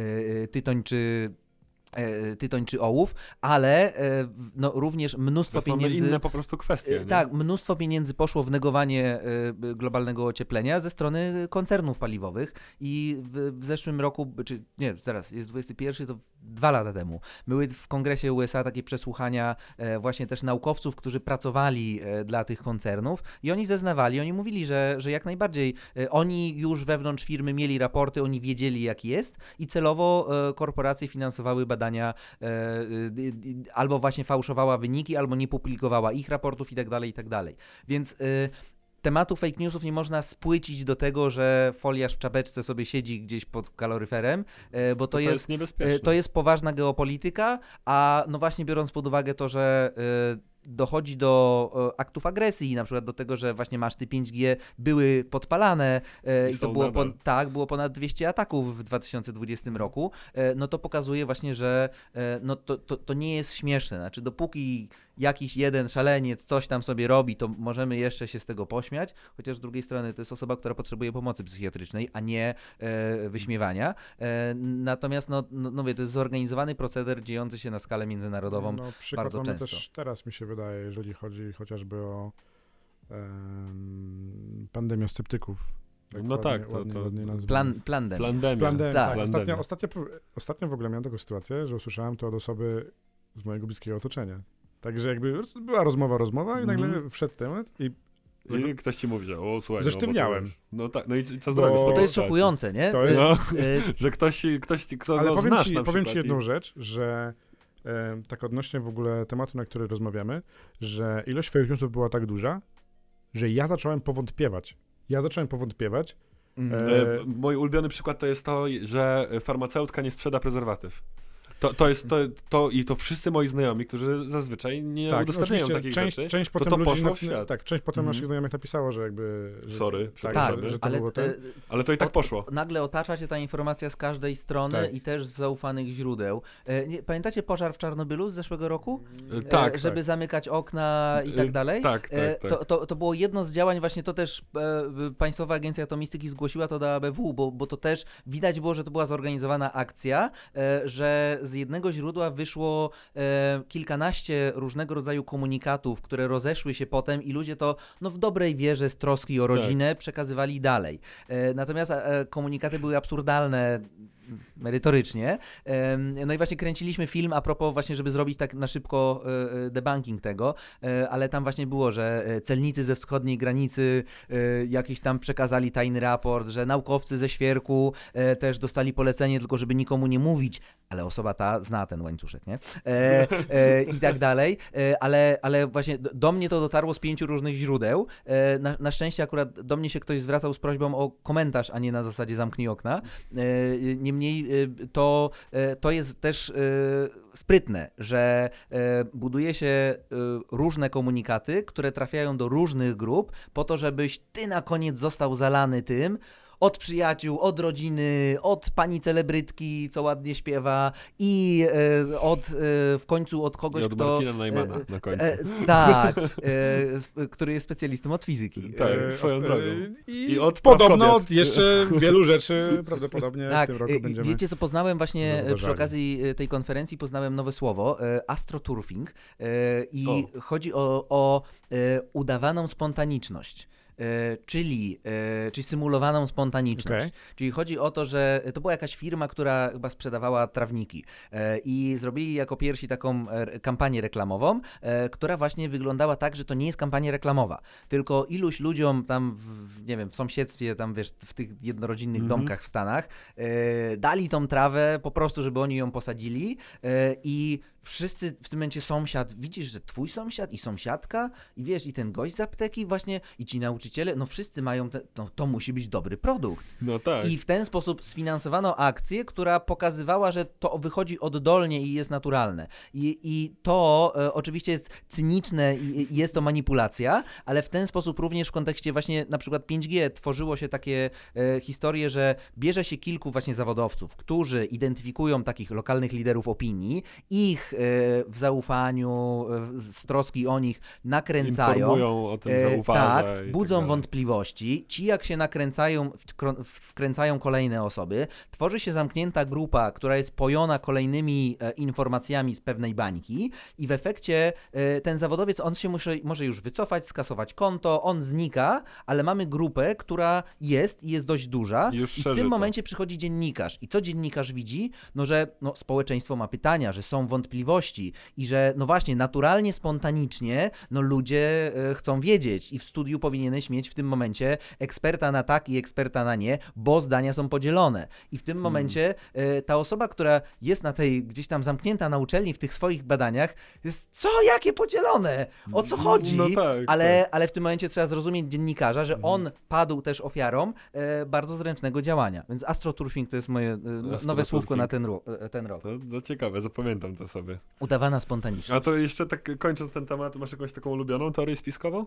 tytoń czy ołów, ale no, również mnóstwo pieniędzy... Mamy inne po prostu kwestie. Tak, mnóstwo pieniędzy poszło w negowanie globalnego ocieplenia ze strony koncernów paliwowych i w zeszłym roku, czy nie, zaraz, jest 21, to 2 lata temu, były w Kongresie USA takie przesłuchania właśnie też naukowców, którzy pracowali dla tych koncernów i oni zeznawali, oni mówili, że jak najbardziej oni już wewnątrz firmy mieli raporty, oni wiedzieli jak jest i celowo korporacje finansowały badania, albo właśnie fałszowała wyniki, albo nie publikowała ich raportów i tak dalej. Więc tematu fake newsów nie można spłycić do tego, że foliarz w czapeczce sobie siedzi gdzieś pod kaloryferem, bo to jest niebezpieczne. To jest poważna geopolityka, a no właśnie biorąc pod uwagę to, że dochodzi do aktów agresji, na przykład do tego, że właśnie maszty 5G były podpalane i to było, było ponad 200 ataków w 2020 roku, no to pokazuje właśnie, że no to nie jest śmieszne. Znaczy dopóki jakiś jeden szaleniec coś tam sobie robi, to możemy jeszcze się z tego pośmiać, chociaż z drugiej strony to jest osoba, która potrzebuje pomocy psychiatrycznej, a nie wyśmiewania. Natomiast no mówię, to jest zorganizowany proceder dziejący się na skalę międzynarodową bardzo często. Też teraz mi się wydaje, jeżeli chodzi chociażby o pandemię sceptyków. No tak, Plandemia. Tak. Ostatnio w ogóle miałem taką sytuację, że usłyszałem to od osoby z mojego bliskiego otoczenia. Także jakby była rozmowa i nagle wszedł temat i ktoś ci mówi, że słuchaj, zesztywniałem. No tak, no i co zrobisz? Bo to jest szokujące, nie? To jest... że ktoś kto ale go znasz na przykład. powiem ci jedną rzecz, że tak odnośnie w ogóle tematu, na który rozmawiamy, że ilość fake newsów była tak duża, że ja zacząłem powątpiewać. Mój ulubiony przykład to jest to, że farmaceutka nie sprzeda prezerwatyw. To wszyscy moi znajomi, którzy zazwyczaj nie udostępniają takich rzeczy, część to poszło w świat. Tak, część potem naszych znajomych napisało, że jakby... Sorry, że to było ale to i tak poszło. Nagle otacza się ta informacja z każdej strony i też z zaufanych źródeł. Pamiętacie pożar w Czarnobylu z zeszłego roku? Żeby zamykać okna i tak dalej? Tak. To było jedno z działań, właśnie to też Państwowa Agencja Atomistyki zgłosiła to do ABW, bo to też widać było, że to była zorganizowana akcja, że z jednego źródła wyszło kilkanaście różnego rodzaju komunikatów, które rozeszły się potem i ludzie to w dobrej wierze z troski o rodzinę przekazywali dalej. Natomiast komunikaty były absurdalne merytorycznie. No i właśnie kręciliśmy film a propos właśnie, żeby zrobić tak na szybko debunking tego, ale tam właśnie było, że celnicy ze wschodniej granicy jakiś tam przekazali tajny raport, że naukowcy ze Świerku też dostali polecenie, tylko żeby nikomu nie mówić, ale osoba ta zna ten łańcuszek, nie? I tak dalej. Ale właśnie do mnie to dotarło z 5 różnych źródeł. Na szczęście akurat do mnie się ktoś zwracał z prośbą o komentarz, a nie na zasadzie zamknij okna. Niemniej to jest też sprytne, że buduje się różne komunikaty, które trafiają do różnych grup po to, żebyś ty na koniec został zalany tym, od przyjaciół, od rodziny, od pani celebrytki, co ładnie śpiewa i w końcu od kogoś, I od kto... Marcina Najmana na końcu. Tak, który jest specjalistą od fizyki. Tak, swoją drogą. I od podobno praw od kobiet. jeszcze wielu rzeczy prawdopodobnie Tak, w tym roku będziemy... wiecie co poznałem właśnie przy zauważali. okazji tej konferencji, poznałem nowe słowo, astroturfing i chodzi o udawaną spontaniczność. Czyli symulowaną spontaniczność. Okej. Czyli chodzi o to, że to była jakaś firma, która chyba sprzedawała trawniki i zrobili jako pierwsi taką kampanię reklamową, która właśnie wyglądała tak, że to nie jest kampania reklamowa, tylko iluś ludziom tam nie wiem, w sąsiedztwie, tam wiesz, w tych jednorodzinnych domkach w Stanach dali tą trawę po prostu, żeby oni ją posadzili i wszyscy w tym momencie sąsiad, widzisz, że twój sąsiad i sąsiadka i wiesz, i ten gość z apteki właśnie i ci nauczyciele, no wszyscy mają, to musi być dobry produkt. No tak. I w ten sposób sfinansowano akcję, która pokazywała, że to wychodzi oddolnie i jest naturalne. I to oczywiście jest cyniczne i jest to manipulacja, ale w ten sposób również w kontekście właśnie na przykład 5G tworzyło się takie historie, że bierze się kilku właśnie zawodowców, którzy identyfikują takich lokalnych liderów opinii, ich w zaufaniu, z troski o nich nakręcają. Informują o tym, że uważa Tak, i budzą tak dalej. wątpliwości. Ci jak się nakręcają, wkręcają kolejne osoby, tworzy się zamknięta grupa, która jest pojona kolejnymi informacjami z pewnej bańki i w efekcie ten zawodowiec, on się może już wycofać, skasować konto, on znika, ale mamy grupę, która jest dość duża Już i w szerzy tym to. momencie przychodzi dziennikarz. I co dziennikarz widzi? No, że społeczeństwo ma pytania, że są wątpliwości i że no właśnie, naturalnie, spontanicznie, no ludzie chcą wiedzieć i w studiu powinieneś mieć w tym momencie eksperta na tak i eksperta na nie, bo zdania są podzielone. I w tym momencie ta osoba, która jest na tej gdzieś tam zamknięta na uczelni w tych swoich badaniach, jest co, jakie podzielone? O co chodzi? No tak, Ale w tym momencie trzeba zrozumieć dziennikarza, że on padł też ofiarą bardzo zręcznego działania. Więc astroturfing to jest moje nowe słówko na ten rok. To ciekawe, zapamiętam to sobie. Udawana spontaniczność. A to jeszcze tak kończąc ten temat, masz jakąś taką ulubioną teorię spiskową?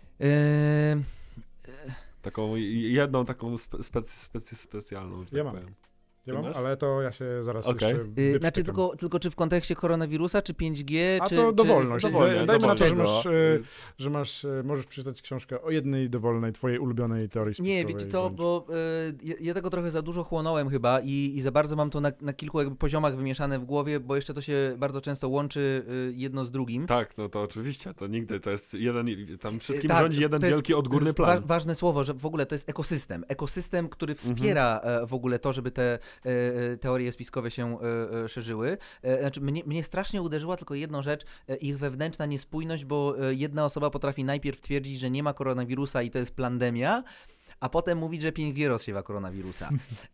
Taką jedną taką specjalną, że tak Ja mam. powiem. Ja mam, masz? ale to ja się zaraz Okej. jeszcze wyprztykam. Znaczy tylko czy w kontekście koronawirusa, czy 5G, A czy... to dowolność. dowolnie, Dajmy na to, że dowolnie. możesz przeczytać książkę o jednej dowolnej, twojej ulubionej teorii spiskowej. Nie, wiecie co, bądź- bo ja tego trochę za dużo chłonąłem chyba i za bardzo mam to na kilku jakby poziomach wymieszane w głowie, bo jeszcze to się bardzo często łączy jedno z drugim. Tak, no to oczywiście, to nigdy, to jest jeden, tam wszystkim Tak, rządzi jeden to jest- wielki odgórny to jest plan. Ważne słowo, że w ogóle to jest ekosystem. Ekosystem, który wspiera w ogóle to, żeby te teorie spiskowe się szerzyły. Znaczy, mnie strasznie uderzyła tylko jedną rzecz, ich wewnętrzna niespójność, bo jedna osoba potrafi najpierw twierdzić, że nie ma koronawirusa i to jest plandemia, a potem mówić, że 5G rozsiewa koronawirusa.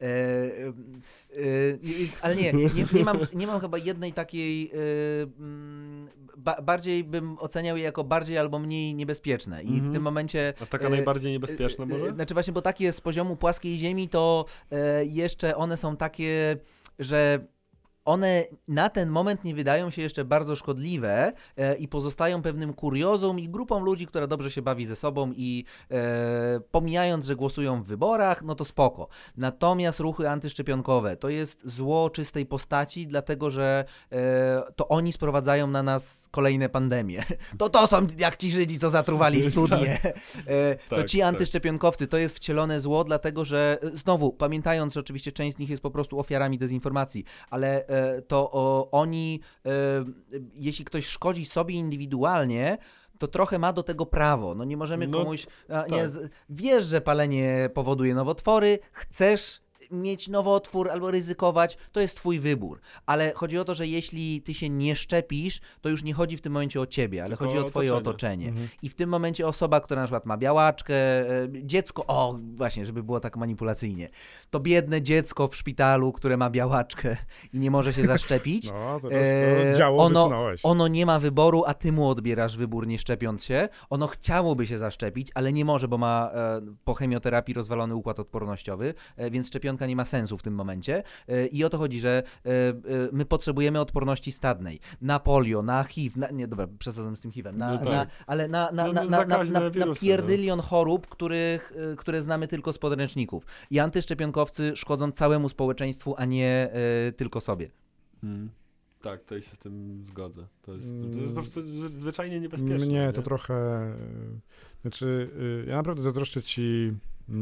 Ale nie mam chyba jednej takiej, bardziej bym oceniał je jako bardziej albo mniej niebezpieczne i w tym momencie... A taka najbardziej niebezpieczna może? Znaczy właśnie, bo takie z poziomu płaskiej ziemi, to jeszcze one są takie, że one na ten moment nie wydają się jeszcze bardzo szkodliwe i pozostają pewnym kuriozum i grupą ludzi, która dobrze się bawi ze sobą i pomijając, że głosują w wyborach, no to spoko. Natomiast ruchy antyszczepionkowe to jest zło czystej postaci, dlatego że to oni sprowadzają na nas kolejne pandemie. To są jak ci Żydzi, co zatruwali studnie. To Tak, ci tak. antyszczepionkowcy, to jest wcielone zło, dlatego że znowu, pamiętając, że oczywiście część z nich jest po prostu ofiarami dezinformacji, ale to oni, jeśli ktoś szkodzi sobie indywidualnie, to trochę ma do tego prawo. No nie możemy komuś... wiesz, że palenie powoduje nowotwory, chcesz mieć nowotwór albo ryzykować, to jest twój wybór. Ale chodzi o to, że jeśli ty się nie szczepisz, to już nie chodzi w tym momencie o ciebie, ale Tylko chodzi o twoje otoczenie. I w tym momencie osoba, która na przykład ma białaczkę, dziecko, właśnie, żeby było tak manipulacyjnie, to biedne dziecko w szpitalu, które ma białaczkę i nie może się zaszczepić, No, teraz to działo wysunąłeś. ono nie ma wyboru, a ty mu odbierasz wybór nie szczepiąc się. Ono chciałoby się zaszczepić, ale nie może, bo ma po chemioterapii rozwalony układ odpornościowy, więc szczepionka szczepionka nie ma sensu w tym momencie i o to chodzi, że my potrzebujemy odporności stadnej na polio, na HIV, nie dobra, przesadzam z tym HIV-em, ale na pierdylion chorób, które znamy tylko z podręczników. I antyszczepionkowcy szkodzą całemu społeczeństwu, a nie tylko sobie. Tak, to się z tym zgodzę. To jest po prostu zwyczajnie niebezpieczne. Mnie to trochę... Znaczy, ja naprawdę zazdroszczę ci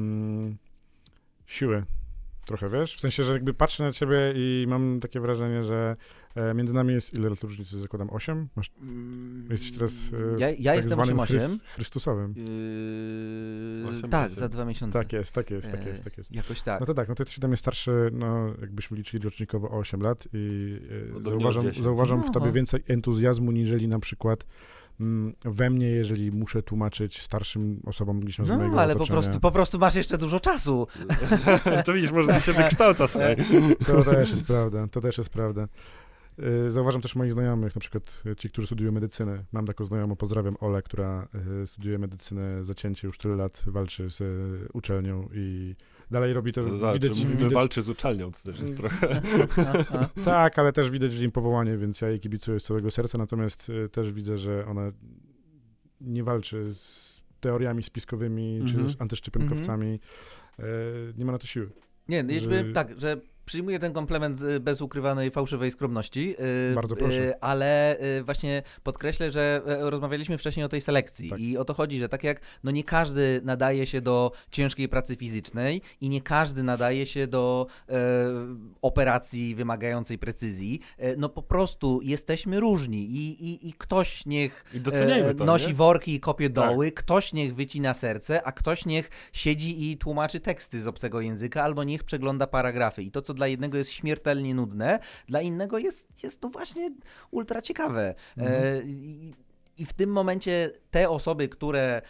siły trochę, wiesz? W sensie, że jakby patrzę na ciebie i mam takie wrażenie, że między nami jest ile lat różnicy? Zakładam 8? Jesteś teraz ja jestem 8-8. Chrystusowym. Tak, za 2 miesiące. Tak jest. Jakoś tak. No to tak, no to jesteś ode mnie starszy, no jakbyśmy liczyli rocznikowo o 8 lat i zauważam w tobie więcej entuzjazmu, niżeli na przykład we mnie, jeżeli muszę tłumaczyć starszym osobom gdzieś z mojego ale otoczenia. po prostu masz jeszcze dużo czasu. To widzisz, może ty się wykształca, słuchaj. To też jest prawda. Zauważam też moich znajomych, na przykład ci, którzy studiują medycynę. Mam taką znajomą, pozdrawiam Olę, która studiuje medycynę zacięcie, już tyle lat walczy z uczelnią i dalej robi to. Widać, walczy z uczelnią, to też jest trochę. Tak, ale też widać w nim powołanie, więc ja jej kibicuję z całego serca, natomiast też widzę, że ona nie walczy z teoriami spiskowymi czy z antyszczepionkowcami. Nie ma na to siły. Nie, tak, że przyjmuję ten komplement bez ukrywanej fałszywej skromności. Bardzo proszę. Ale właśnie podkreślę, że rozmawialiśmy wcześniej o tej selekcji i o to chodzi, że tak jak nie każdy nadaje się do ciężkiej pracy fizycznej i nie każdy nadaje się do operacji wymagającej precyzji, po prostu jesteśmy różni i ktoś niech nosi worki i kopie doły, ktoś niech wycina serce, a ktoś niech siedzi i tłumaczy teksty z obcego języka albo niech przegląda paragrafy. I to, co dla jednego jest śmiertelnie nudne, dla innego jest to właśnie ultra ciekawe. I w tym momencie te osoby, które,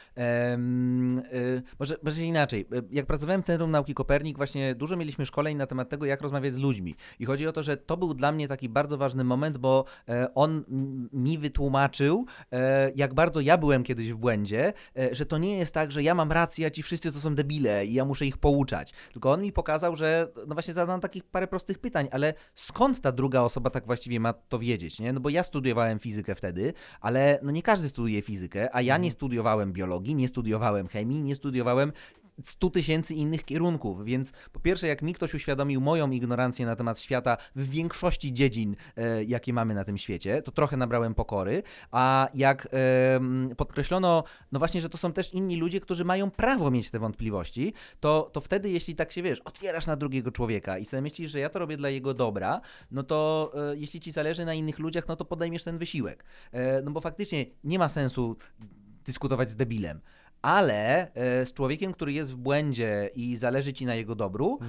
może inaczej, jak pracowałem w Centrum Nauki Kopernik, właśnie dużo mieliśmy szkoleń na temat tego, jak rozmawiać z ludźmi. I chodzi o to, że to był dla mnie taki bardzo ważny moment, bo on mi wytłumaczył, jak bardzo ja byłem kiedyś w błędzie, że to nie jest tak, że ja mam rację, a ci wszyscy to są debile i ja muszę ich pouczać. Tylko on mi pokazał, że właśnie zadam takich parę prostych pytań, ale skąd ta druga osoba tak właściwie ma to wiedzieć, nie? No bo ja studiowałem fizykę wtedy, ale nie każdy studiuje fizykę, a ja nie studiowałem biologii, nie studiowałem chemii, nie studiowałem 100 000 innych kierunków, więc po pierwsze, jak mi ktoś uświadomił moją ignorancję na temat świata w większości dziedzin, jakie mamy na tym świecie, to trochę nabrałem pokory, a jak podkreślono, właśnie, że to są też inni ludzie, którzy mają prawo mieć te wątpliwości, to wtedy, jeśli tak się, otwierasz na drugiego człowieka i sobie myślisz, że ja to robię dla jego dobra, no to jeśli ci zależy na innych ludziach, no to podejmiesz ten wysiłek. No bo faktycznie nie ma sensu dyskutować z debilem. Ale z człowiekiem, który jest w błędzie i zależy ci na jego dobru,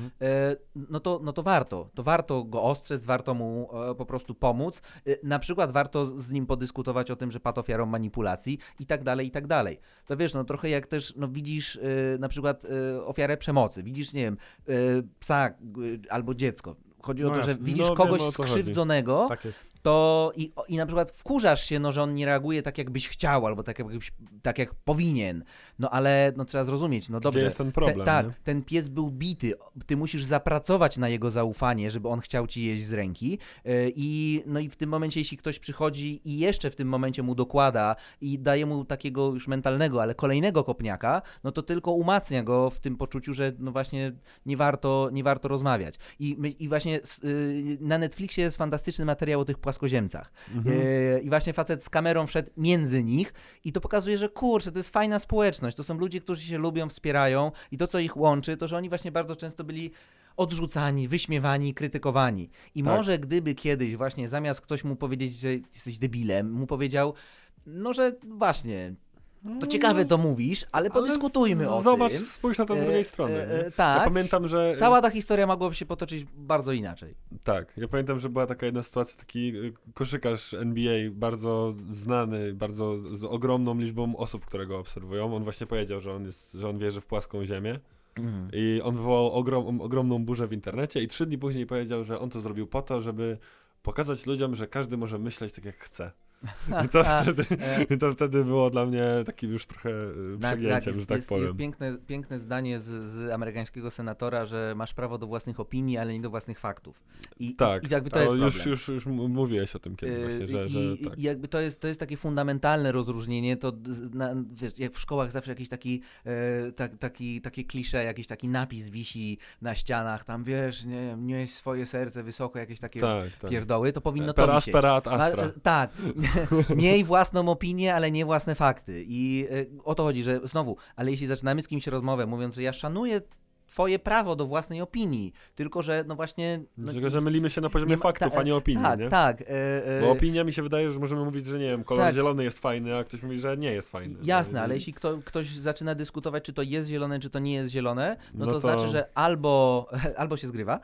no to warto. To warto go ostrzec, warto mu po prostu pomóc. Na przykład warto z nim podyskutować o tym, że padł ofiarą manipulacji i tak dalej, i tak dalej. To wiesz, trochę jak też widzisz na przykład ofiarę przemocy. Widzisz, nie wiem, psa albo dziecko. Chodzi o to, że widzisz kogoś skrzywdzonego, to i na przykład wkurzasz się, że on nie reaguje tak, jakbyś chciał, albo tak jak powinien. No ale trzeba zrozumieć, dobrze. Gdzie jest ten problem? Ten pies był bity. Ty musisz zapracować na jego zaufanie, żeby on chciał ci jeść z ręki. I w tym momencie, jeśli ktoś przychodzi i jeszcze w tym momencie mu dokłada i daje mu takiego już mentalnego, ale kolejnego kopniaka, no to tylko umacnia go w tym poczuciu, że właśnie nie warto rozmawiać. I właśnie na Netflixie jest fantastyczny materiał o tych płaskoziemcach. I właśnie facet z kamerą wszedł między nich i to pokazuje, że kurczę, to jest fajna społeczność. To są ludzie, którzy się lubią, wspierają i to, co ich łączy, to, że oni właśnie bardzo często byli odrzucani, wyśmiewani, krytykowani. I może gdyby kiedyś właśnie zamiast ktoś mu powiedzieć, że jesteś debilem, mu powiedział, że właśnie... To ciekawe to mówisz, ale podyskutujmy o zobacz, tym. Spójrz na to z drugiej strony. Tak. Ja pamiętam, że... Cała ta historia mogłaby się potoczyć bardzo inaczej. Tak. Ja pamiętam, że była taka jedna sytuacja, taki koszykarz NBA, bardzo znany, bardzo z ogromną liczbą osób, które go obserwują. On właśnie powiedział, że on wierzy w płaską ziemię. I on wywołał ogromną burzę w internecie i 3 dni później powiedział, że on to zrobił po to, żeby pokazać ludziom, że każdy może myśleć tak, jak chce. To wtedy było dla mnie takim już trochę przegięciem, że tak jest powiem. piękne zdanie z amerykańskiego senatora, że masz prawo do własnych opinii, ale nie do własnych faktów. I jakby to jest problem. Już mówiłeś o tym kiedyś właśnie, że tak. I jakby to jest takie fundamentalne rozróżnienie, to wiesz, jak w szkołach zawsze jakiś takie klisze, jakiś taki napis wisi na ścianach, tam wiesz, nie swoje serce wysoko, jakieś takie pierdoły, to powinno to wisieć. Per astra. Tak, miej własną opinię, ale nie własne fakty. I o to chodzi, że znowu, ale jeśli zaczynamy z kimś rozmowę, mówiąc, że ja szanuję twoje prawo do własnej opinii, tylko że no właśnie... Tylko, że mylimy się na poziomie faktów, a nie opinii, nie? Tak. Bo opinia mi się wydaje, że możemy mówić, że nie wiem, kolor zielony jest fajny, a ktoś mówi, że nie jest fajny. Jasne, ale jeśli ktoś zaczyna dyskutować, czy to jest zielone, czy to nie jest zielone, no to znaczy, że albo się zgrywa,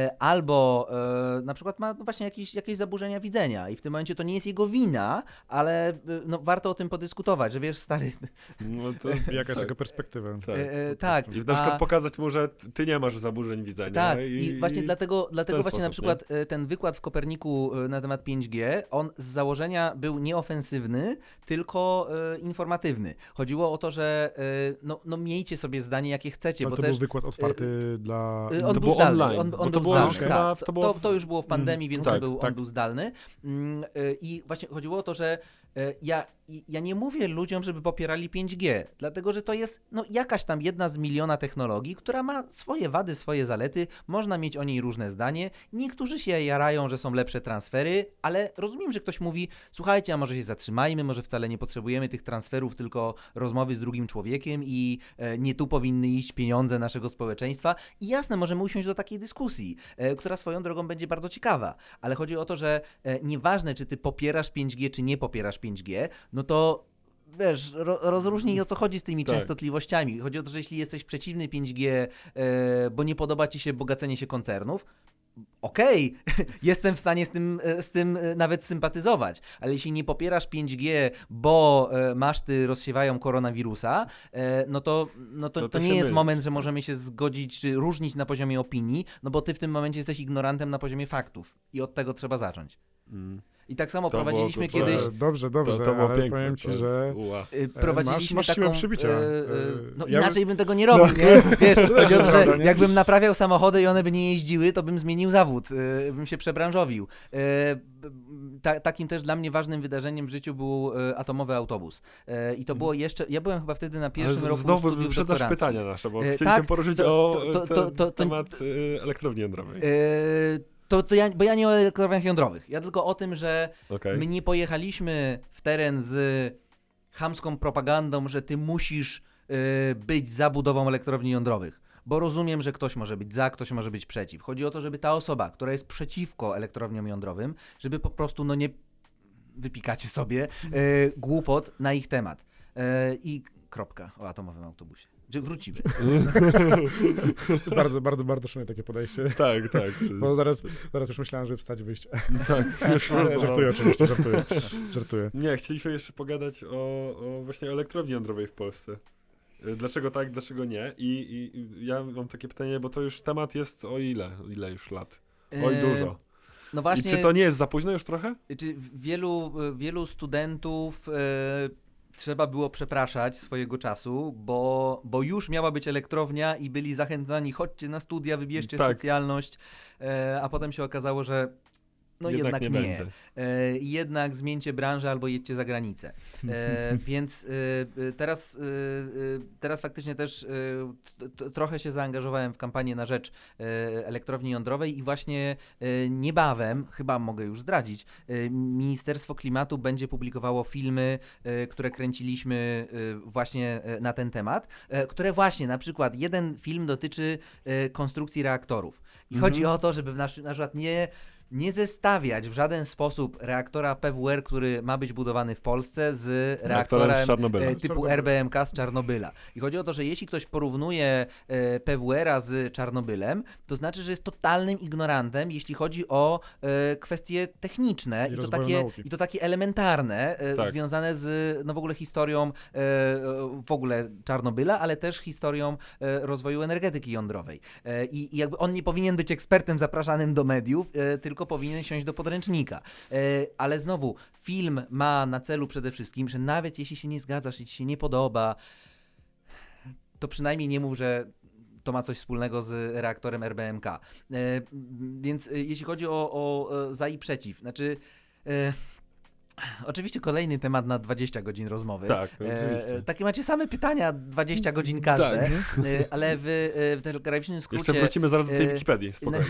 albo na przykład ma właśnie jakieś zaburzenia widzenia i w tym momencie to nie jest jego wina, ale no, warto o tym podyskutować, że wiesz, stary... No to jaka jest jego perspektywa. Tak. I na przykład pokazać mu, że ty nie masz zaburzeń widzenia. Tak, i właśnie dlatego właśnie na przykład ten wykład w Koperniku na temat 5G, on z założenia był nieofensywny, tylko informatywny. Chodziło o to, że no miejcie sobie zdanie, jakie chcecie. Ale bo to też, był wykład otwarty dla... On to był zdalny. Online, On był zdalny. Tak. To To już było w pandemii, więc tak, on był zdalny. I właśnie chodziło o to, że ja nie mówię ludziom, żeby popierali 5G, dlatego że to jest jakaś tam jedna z miliona technologii, która ma swoje wady, swoje zalety, można mieć o niej różne zdanie. Niektórzy się jarają, że są lepsze transfery, ale rozumiem, że ktoś mówi, słuchajcie, a może się zatrzymajmy, może wcale nie potrzebujemy tych transferów, tylko rozmowy z drugim człowiekiem i nie tu powinny iść pieniądze naszego społeczeństwa. I jasne, możemy usiąść do takiej dyskusji, która swoją drogą będzie bardzo ciekawa, ale chodzi o to, że nieważne, czy ty popierasz 5G, czy nie popierasz 5G, no to wiesz, rozróżnij o co chodzi z tymi częstotliwościami. Chodzi o to, że jeśli jesteś przeciwny 5G, bo nie podoba ci się bogacenie się koncernów, okej, jestem w stanie z tym nawet sympatyzować, ale jeśli nie popierasz 5G, bo maszty rozsiewają koronawirusa, no to nie jest moment, że możemy się zgodzić czy różnić na poziomie opinii, no bo ty w tym momencie jesteś ignorantem na poziomie faktów i od tego trzeba zacząć. I tak samo prowadziliśmy kiedyś... Dobrze, to było ale piękne, powiem ci, że prowadziliśmy masz siłę taką... przybicia. Inaczej bym tego nie robił, nie? Wiesz, chodzi o to, że jakbym naprawiał samochody i one by nie jeździły, to bym zmienił zawód, bym się przebranżowił. Takim też dla mnie ważnym wydarzeniem w życiu był atomowy autobus. I to było jeszcze... Ja byłem chyba wtedy na pierwszym roku znowu studiów doktoranckich. pytania nasze, bo chcieliśmy poruszyć temat elektrowni jądrowej. Bo ja nie o elektrowniach jądrowych. Ja tylko o tym, że my nie pojechaliśmy w teren z chamską propagandą, że ty musisz być za budową elektrowni jądrowych. Bo rozumiem, że ktoś może być za, ktoś może być przeciw. Chodzi o to, żeby ta osoba, która jest przeciwko elektrowniom jądrowym, żeby po prostu nie wypikacie sobie głupot na ich temat. I kropka o atomowym autobusie. Że wrócimy. bardzo szanuję takie podejście. Tak. Bo zaraz już myślałem, że wstać, wyjść. Tak, już żartuję oczywiście, żartuję. Nie, chcieliśmy jeszcze pogadać o właśnie elektrowni jądrowej w Polsce. Dlaczego tak, dlaczego nie? I ja mam takie pytanie, bo to już temat jest o ile już lat? Oj, dużo. No właśnie. I czy to nie jest za późno już trochę? Czy wielu studentów trzeba było przepraszać swojego czasu, bo już miała być elektrownia i byli zachęcani, chodźcie na studia, wybierzcie specjalność, a potem się okazało, że jednak nie. Jednak zmieńcie branżę albo jedźcie za granicę. Więc teraz faktycznie też trochę się zaangażowałem w kampanię na rzecz elektrowni jądrowej i właśnie niebawem, chyba mogę już zdradzić, Ministerstwo Klimatu będzie publikowało filmy, które kręciliśmy właśnie na ten temat, które właśnie, na przykład jeden film dotyczy konstrukcji reaktorów. I chodzi o to, żeby na przykład nie zestawiać w żaden sposób reaktora PWR, który ma być budowany w Polsce, z reaktorem typu RBMK z Czarnobyla. I chodzi o to, że jeśli ktoś porównuje PWR-a z Czarnobylem, to znaczy, że jest totalnym ignorantem, jeśli chodzi o kwestie techniczne i to takie elementarne, związane z w ogóle historią w ogóle Czarnobyla, ale też historią rozwoju energetyki jądrowej. I jakby on nie powinien być ekspertem zapraszanym do mediów, tylko tylko powinien siąść do podręcznika. Ale znowu, film ma na celu przede wszystkim, że nawet jeśli się nie zgadzasz, jeśli się nie podoba, to przynajmniej nie mów, że to ma coś wspólnego z reaktorem RBMK. Więc jeśli chodzi o za i przeciw, znaczy... Oczywiście kolejny temat na 20 godzin rozmowy. Tak, oczywiście. Takie macie same pytania, 20 godzin każde, Tak. Ale w telegraficznym skrócie... Jeszcze wrócimy zaraz do tej Wikipedii, spokojnie.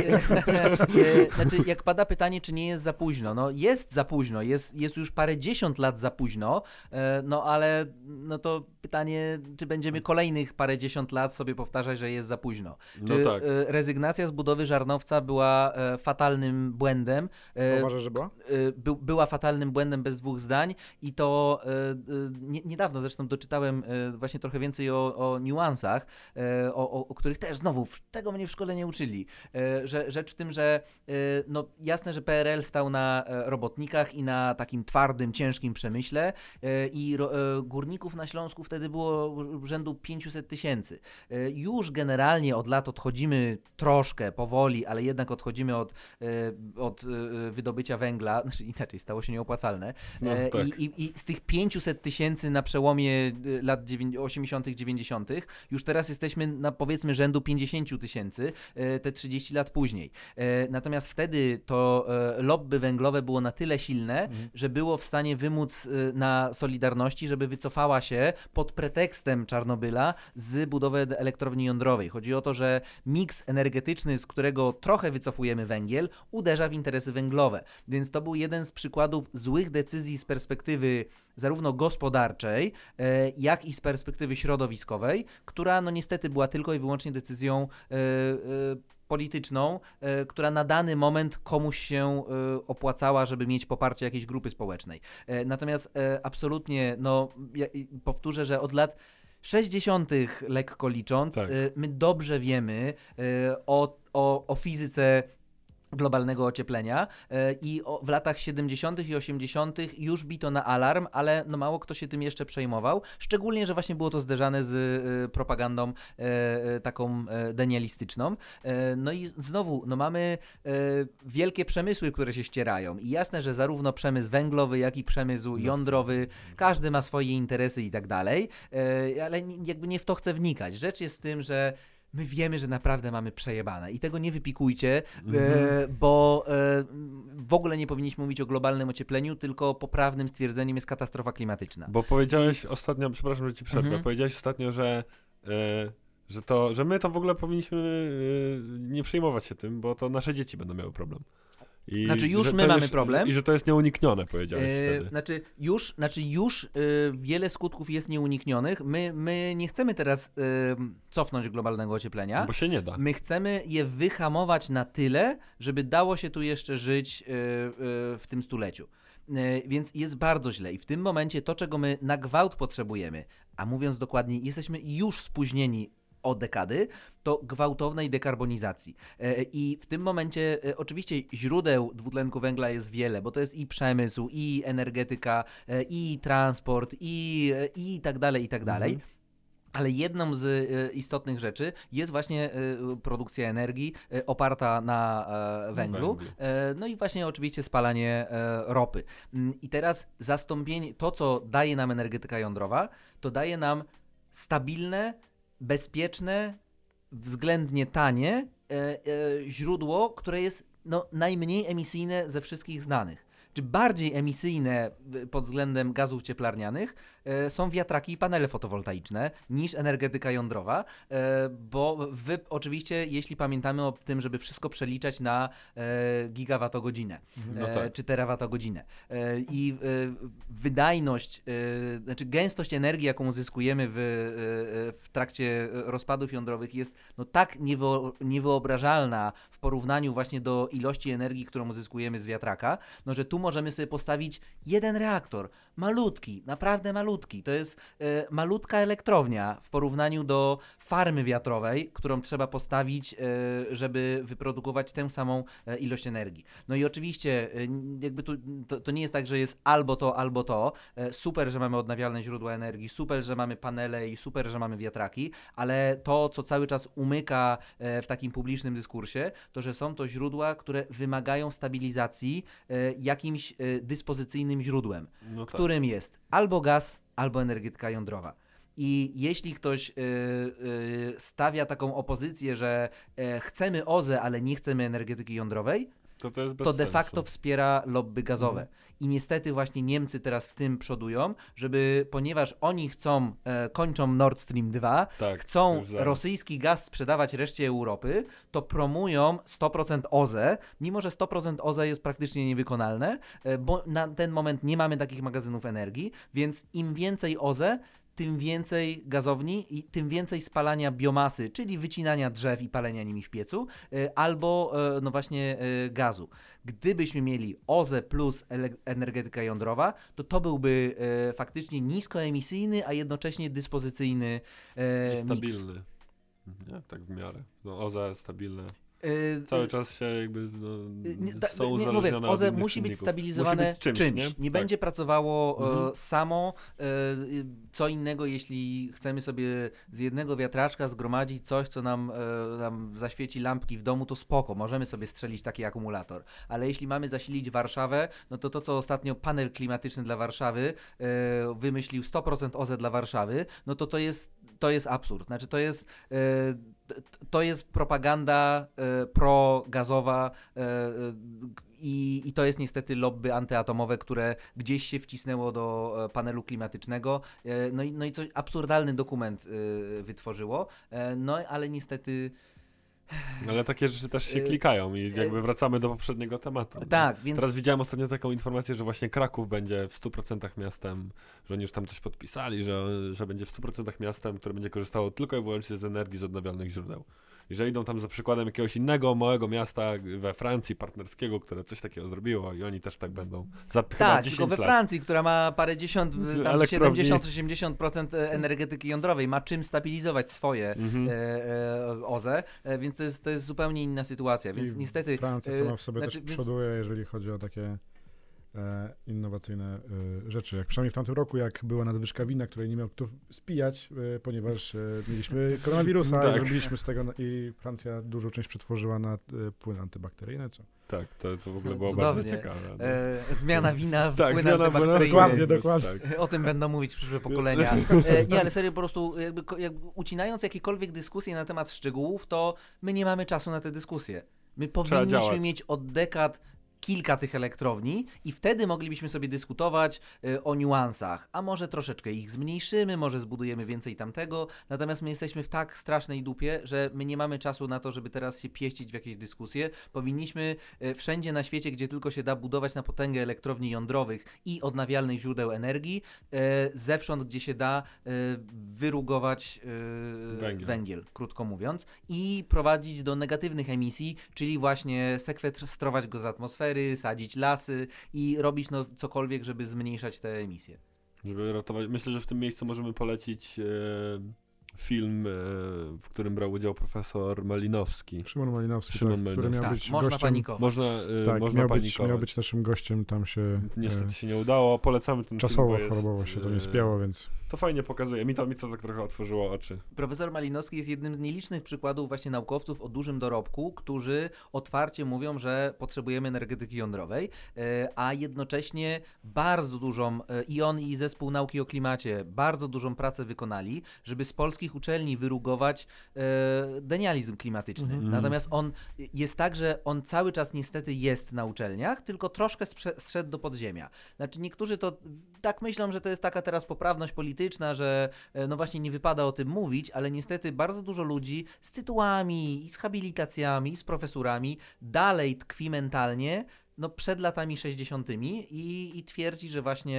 Znaczy, jak pada pytanie, czy nie jest za późno? No jest za późno, jest już parędziesiąt lat za późno, no ale no to pytanie, czy będziemy kolejnych parędziesiąt lat sobie powtarzać, że jest za późno. No Czy tak. rezygnacja z budowy Żarnowca była fatalnym błędem? Uważasz, że była? Była fatalnym błędem bez dwóch zdań i to niedawno zresztą doczytałem właśnie trochę więcej o niuansach, o których też znowu tego mnie w szkole nie uczyli. Że rzecz w tym, że no jasne, że PRL stał na robotnikach i na takim twardym, ciężkim przemyśle i górników na Śląsku wtedy było rzędu 500 tysięcy. Już generalnie od lat odchodzimy troszkę, powoli, ale jednak odchodzimy od wydobycia węgla, znaczy inaczej, stało się nieopłacalne. No, tak. I z tych 500 tysięcy na przełomie lat 80., 90., już teraz jesteśmy na powiedzmy rzędu 50 tysięcy, te 30 lat później. Natomiast wtedy to lobby węglowe było na tyle silne, że było w stanie wymóc na Solidarności, żeby wycofała się pod pretekstem Czarnobyla z budowy elektrowni jądrowej. Chodzi o to, że miks energetyczny, z którego trochę wycofujemy węgiel, uderza w interesy węglowe. Więc to był jeden z przykładów złych decyzji z perspektywy zarówno gospodarczej, jak i z perspektywy środowiskowej, która no niestety była tylko i wyłącznie decyzją polityczną, która na dany moment komuś się opłacała, żeby mieć poparcie jakiejś grupy społecznej. Natomiast absolutnie, no ja powtórzę, że od lat 60. lekko licząc, Tak. my dobrze wiemy o fizyce globalnego ocieplenia i w latach 70. i 80. już bito na alarm, ale no mało kto się tym jeszcze przejmował, szczególnie, że właśnie było to zderzane z propagandą taką denialistyczną. No i znowu, no mamy wielkie przemysły, które się ścierają i jasne, że zarówno przemysł węglowy, jak i przemysł jądrowy, każdy ma swoje interesy i tak dalej, ale jakby nie w to chcę wnikać. Rzecz jest w tym, że my wiemy, że naprawdę mamy przejebane i tego nie wypikujcie, bo w ogóle nie powinniśmy mówić o globalnym ociepleniu, tylko poprawnym stwierdzeniem jest katastrofa klimatyczna. Bo powiedziałeś ostatnio, przepraszam, że ci przerwę, powiedziałeś ostatnio, że my to w ogóle powinniśmy nie przejmować się tym, bo to nasze dzieci będą miały problem. Znaczy już my mamy problem. I że to jest nieuniknione, powiedziałeś wtedy. Znaczy już wiele skutków jest nieuniknionych. My nie chcemy teraz cofnąć globalnego ocieplenia. Bo się nie da. My chcemy je wyhamować na tyle, żeby dało się tu jeszcze żyć w tym stuleciu. Więc jest bardzo źle i w tym momencie to, czego my na gwałt potrzebujemy, a mówiąc dokładniej, jesteśmy już spóźnieni o dekady, to gwałtownej dekarbonizacji. I w tym momencie oczywiście źródeł dwutlenku węgla jest wiele, bo to jest i przemysł, i energetyka, i transport, i tak dalej, i tak dalej. Ale jedną z istotnych rzeczy jest właśnie produkcja energii oparta na węglu. No i właśnie oczywiście spalanie ropy. I teraz zastąpienie, to co daje nam energetyka jądrowa, to daje nam stabilne, bezpieczne, względnie tanie źródło, które jest najmniej emisyjne ze wszystkich znanych. Czy bardziej emisyjne pod względem gazów cieplarnianych są wiatraki i panele fotowoltaiczne niż energetyka jądrowa, bo oczywiście, jeśli pamiętamy o tym, żeby wszystko przeliczać na gigawatogodzinę czy terawatogodzinę i wydajność, znaczy gęstość energii, jaką uzyskujemy w trakcie rozpadów jądrowych jest tak niewyobrażalna w porównaniu właśnie do ilości energii, którą uzyskujemy z wiatraka, że tu możemy sobie postawić jeden reaktor, malutki, naprawdę malutki. To jest malutka elektrownia w porównaniu do farmy wiatrowej, którą trzeba postawić, żeby wyprodukować tę samą ilość energii. No i oczywiście jakby to nie jest tak, że jest albo to. Super, że mamy odnawialne źródła energii, super, że mamy panele i super, że mamy wiatraki, ale to, co cały czas umyka w takim publicznym dyskursie, to, że są to źródła, które wymagają stabilizacji jakimś dyspozycyjnym źródłem, No tak. którym jest albo gaz, albo energetyka jądrowa. I jeśli ktoś stawia taką opozycję, że chcemy OZE, ale nie chcemy energetyki jądrowej, To jest bez to de sensu. facto wspiera lobby gazowe. I niestety właśnie Niemcy teraz w tym przodują, ponieważ oni kończą Nord Stream 2, Tak, chcą już zaraz. rosyjski gaz sprzedawać reszcie Europy, to promują 100% OZE, mimo że 100% OZE jest praktycznie niewykonalne, bo na ten moment nie mamy takich magazynów energii, więc im więcej OZE, tym więcej gazowni i tym więcej spalania biomasy, czyli wycinania drzew i palenia nimi w piecu, albo no właśnie gazu. Gdybyśmy mieli OZE plus energetyka jądrowa, to byłby faktycznie niskoemisyjny, a jednocześnie dyspozycyjny I miks. stabilny. Nie? Tak w miarę. No OZE stabilne. Y, Cały czas się jakby są mówię, uzależnione od OZE innych musi być czynników. stabilizowane Musi być czymś, czymś. Nie Tak. będzie pracowało Mhm. samo. Co innego, jeśli chcemy sobie z jednego wiatraczka zgromadzić coś, co nam zaświeci lampki w domu, to spoko, możemy sobie strzelić taki akumulator. Ale jeśli mamy zasilić Warszawę, no to co ostatnio panel klimatyczny dla Warszawy wymyślił 100% OZE dla Warszawy, no to jest absurd. Znaczy to jest propaganda progazowa i to jest niestety lobby antyatomowe, które gdzieś się wcisnęło do panelu klimatycznego, no i coś absurdalny dokument wytworzyło, no ale niestety... Ale takie rzeczy też się klikają i jakby wracamy do poprzedniego tematu. Tak, więc... Teraz widziałem ostatnio taką informację, że właśnie Kraków będzie w 100% miastem, że oni już tam coś podpisali, że będzie w 100% miastem, które będzie korzystało tylko i wyłącznie z energii z odnawialnych źródeł. I że idą tam za przykładem jakiegoś innego małego miasta we Francji partnerskiego, które coś takiego zrobiło i oni też tak będą za chyba Tak, 10 tylko we lat. Francji, która ma parędziesiąt, tam Elektrowni. 70-80% energetyki jądrowej, ma czym stabilizować swoje OZE, więc to jest zupełnie inna sytuacja, więc I niestety... Francja sama w sobie znaczy, też przoduje, jeżeli chodzi o takie innowacyjne rzeczy. Jak przynajmniej w tamtym roku, jak była nadwyżka wina, której nie miał kto spijać, ponieważ mieliśmy koronawirusa Tak. i zrobiliśmy z tego, i Francja dużą część przetworzyła na płyny antybakteryjne, co? Tak, to w ogóle było Cudownie. bardzo ciekawe. No. Zmiana wina w Tak, płyn zmiana antybakteryjny. Dokładnie. Tak. O tym będą mówić przyszłe pokolenia. Nie, ale serio, po prostu jakby ucinając jakiekolwiek dyskusje na temat szczegółów, to my nie mamy czasu na te dyskusje. My powinniśmy działać. mieć od dekad kilka tych elektrowni i wtedy moglibyśmy sobie dyskutować o niuansach, a może troszeczkę ich zmniejszymy, może zbudujemy więcej tamtego, natomiast my jesteśmy w tak strasznej dupie, że my nie mamy czasu na to, żeby teraz się pieścić w jakieś dyskusje. Powinniśmy wszędzie na świecie, gdzie tylko się da, budować na potęgę elektrowni jądrowych i odnawialnych źródeł energii, zewsząd, gdzie się da, wyrugować węgiel, krótko mówiąc, i prowadzić do negatywnych emisji, czyli właśnie sekwestrować go z atmosfery, sadzić lasy i robić cokolwiek, żeby zmniejszać te emisje. Żeby ratować. Myślę, że w tym miejscu możemy polecić film, w którym brał udział profesor Malinowski. Szymon Malinowski, Szymon który Malinowski. miał Tak, być można gościem. panikować. Można miał panikować. być naszym gościem, tam się Niestety się nie udało. Polecamy ten czasowo, film, bo jest, chorobowo się to nie spięło, więc To fajnie pokazuje. Mi to tak trochę otworzyło oczy. Profesor Malinowski jest jednym z nielicznych przykładów właśnie naukowców o dużym dorobku, którzy otwarcie mówią, że potrzebujemy energetyki jądrowej, a jednocześnie bardzo dużą, i on i Zespół Nauki o Klimacie, bardzo dużą pracę wykonali, żeby z polskich uczelni wyrugować denializm klimatyczny. Natomiast on jest tak, że on cały czas niestety jest na uczelniach, tylko troszkę zszedł do podziemia. Znaczy niektórzy to tak myślą, że to jest taka teraz poprawność polityczna, że no właśnie nie wypada o tym mówić, ale niestety bardzo dużo ludzi z tytułami i z habilitacjami i z profesurami dalej tkwi mentalnie przed latami 60. i twierdzi, że właśnie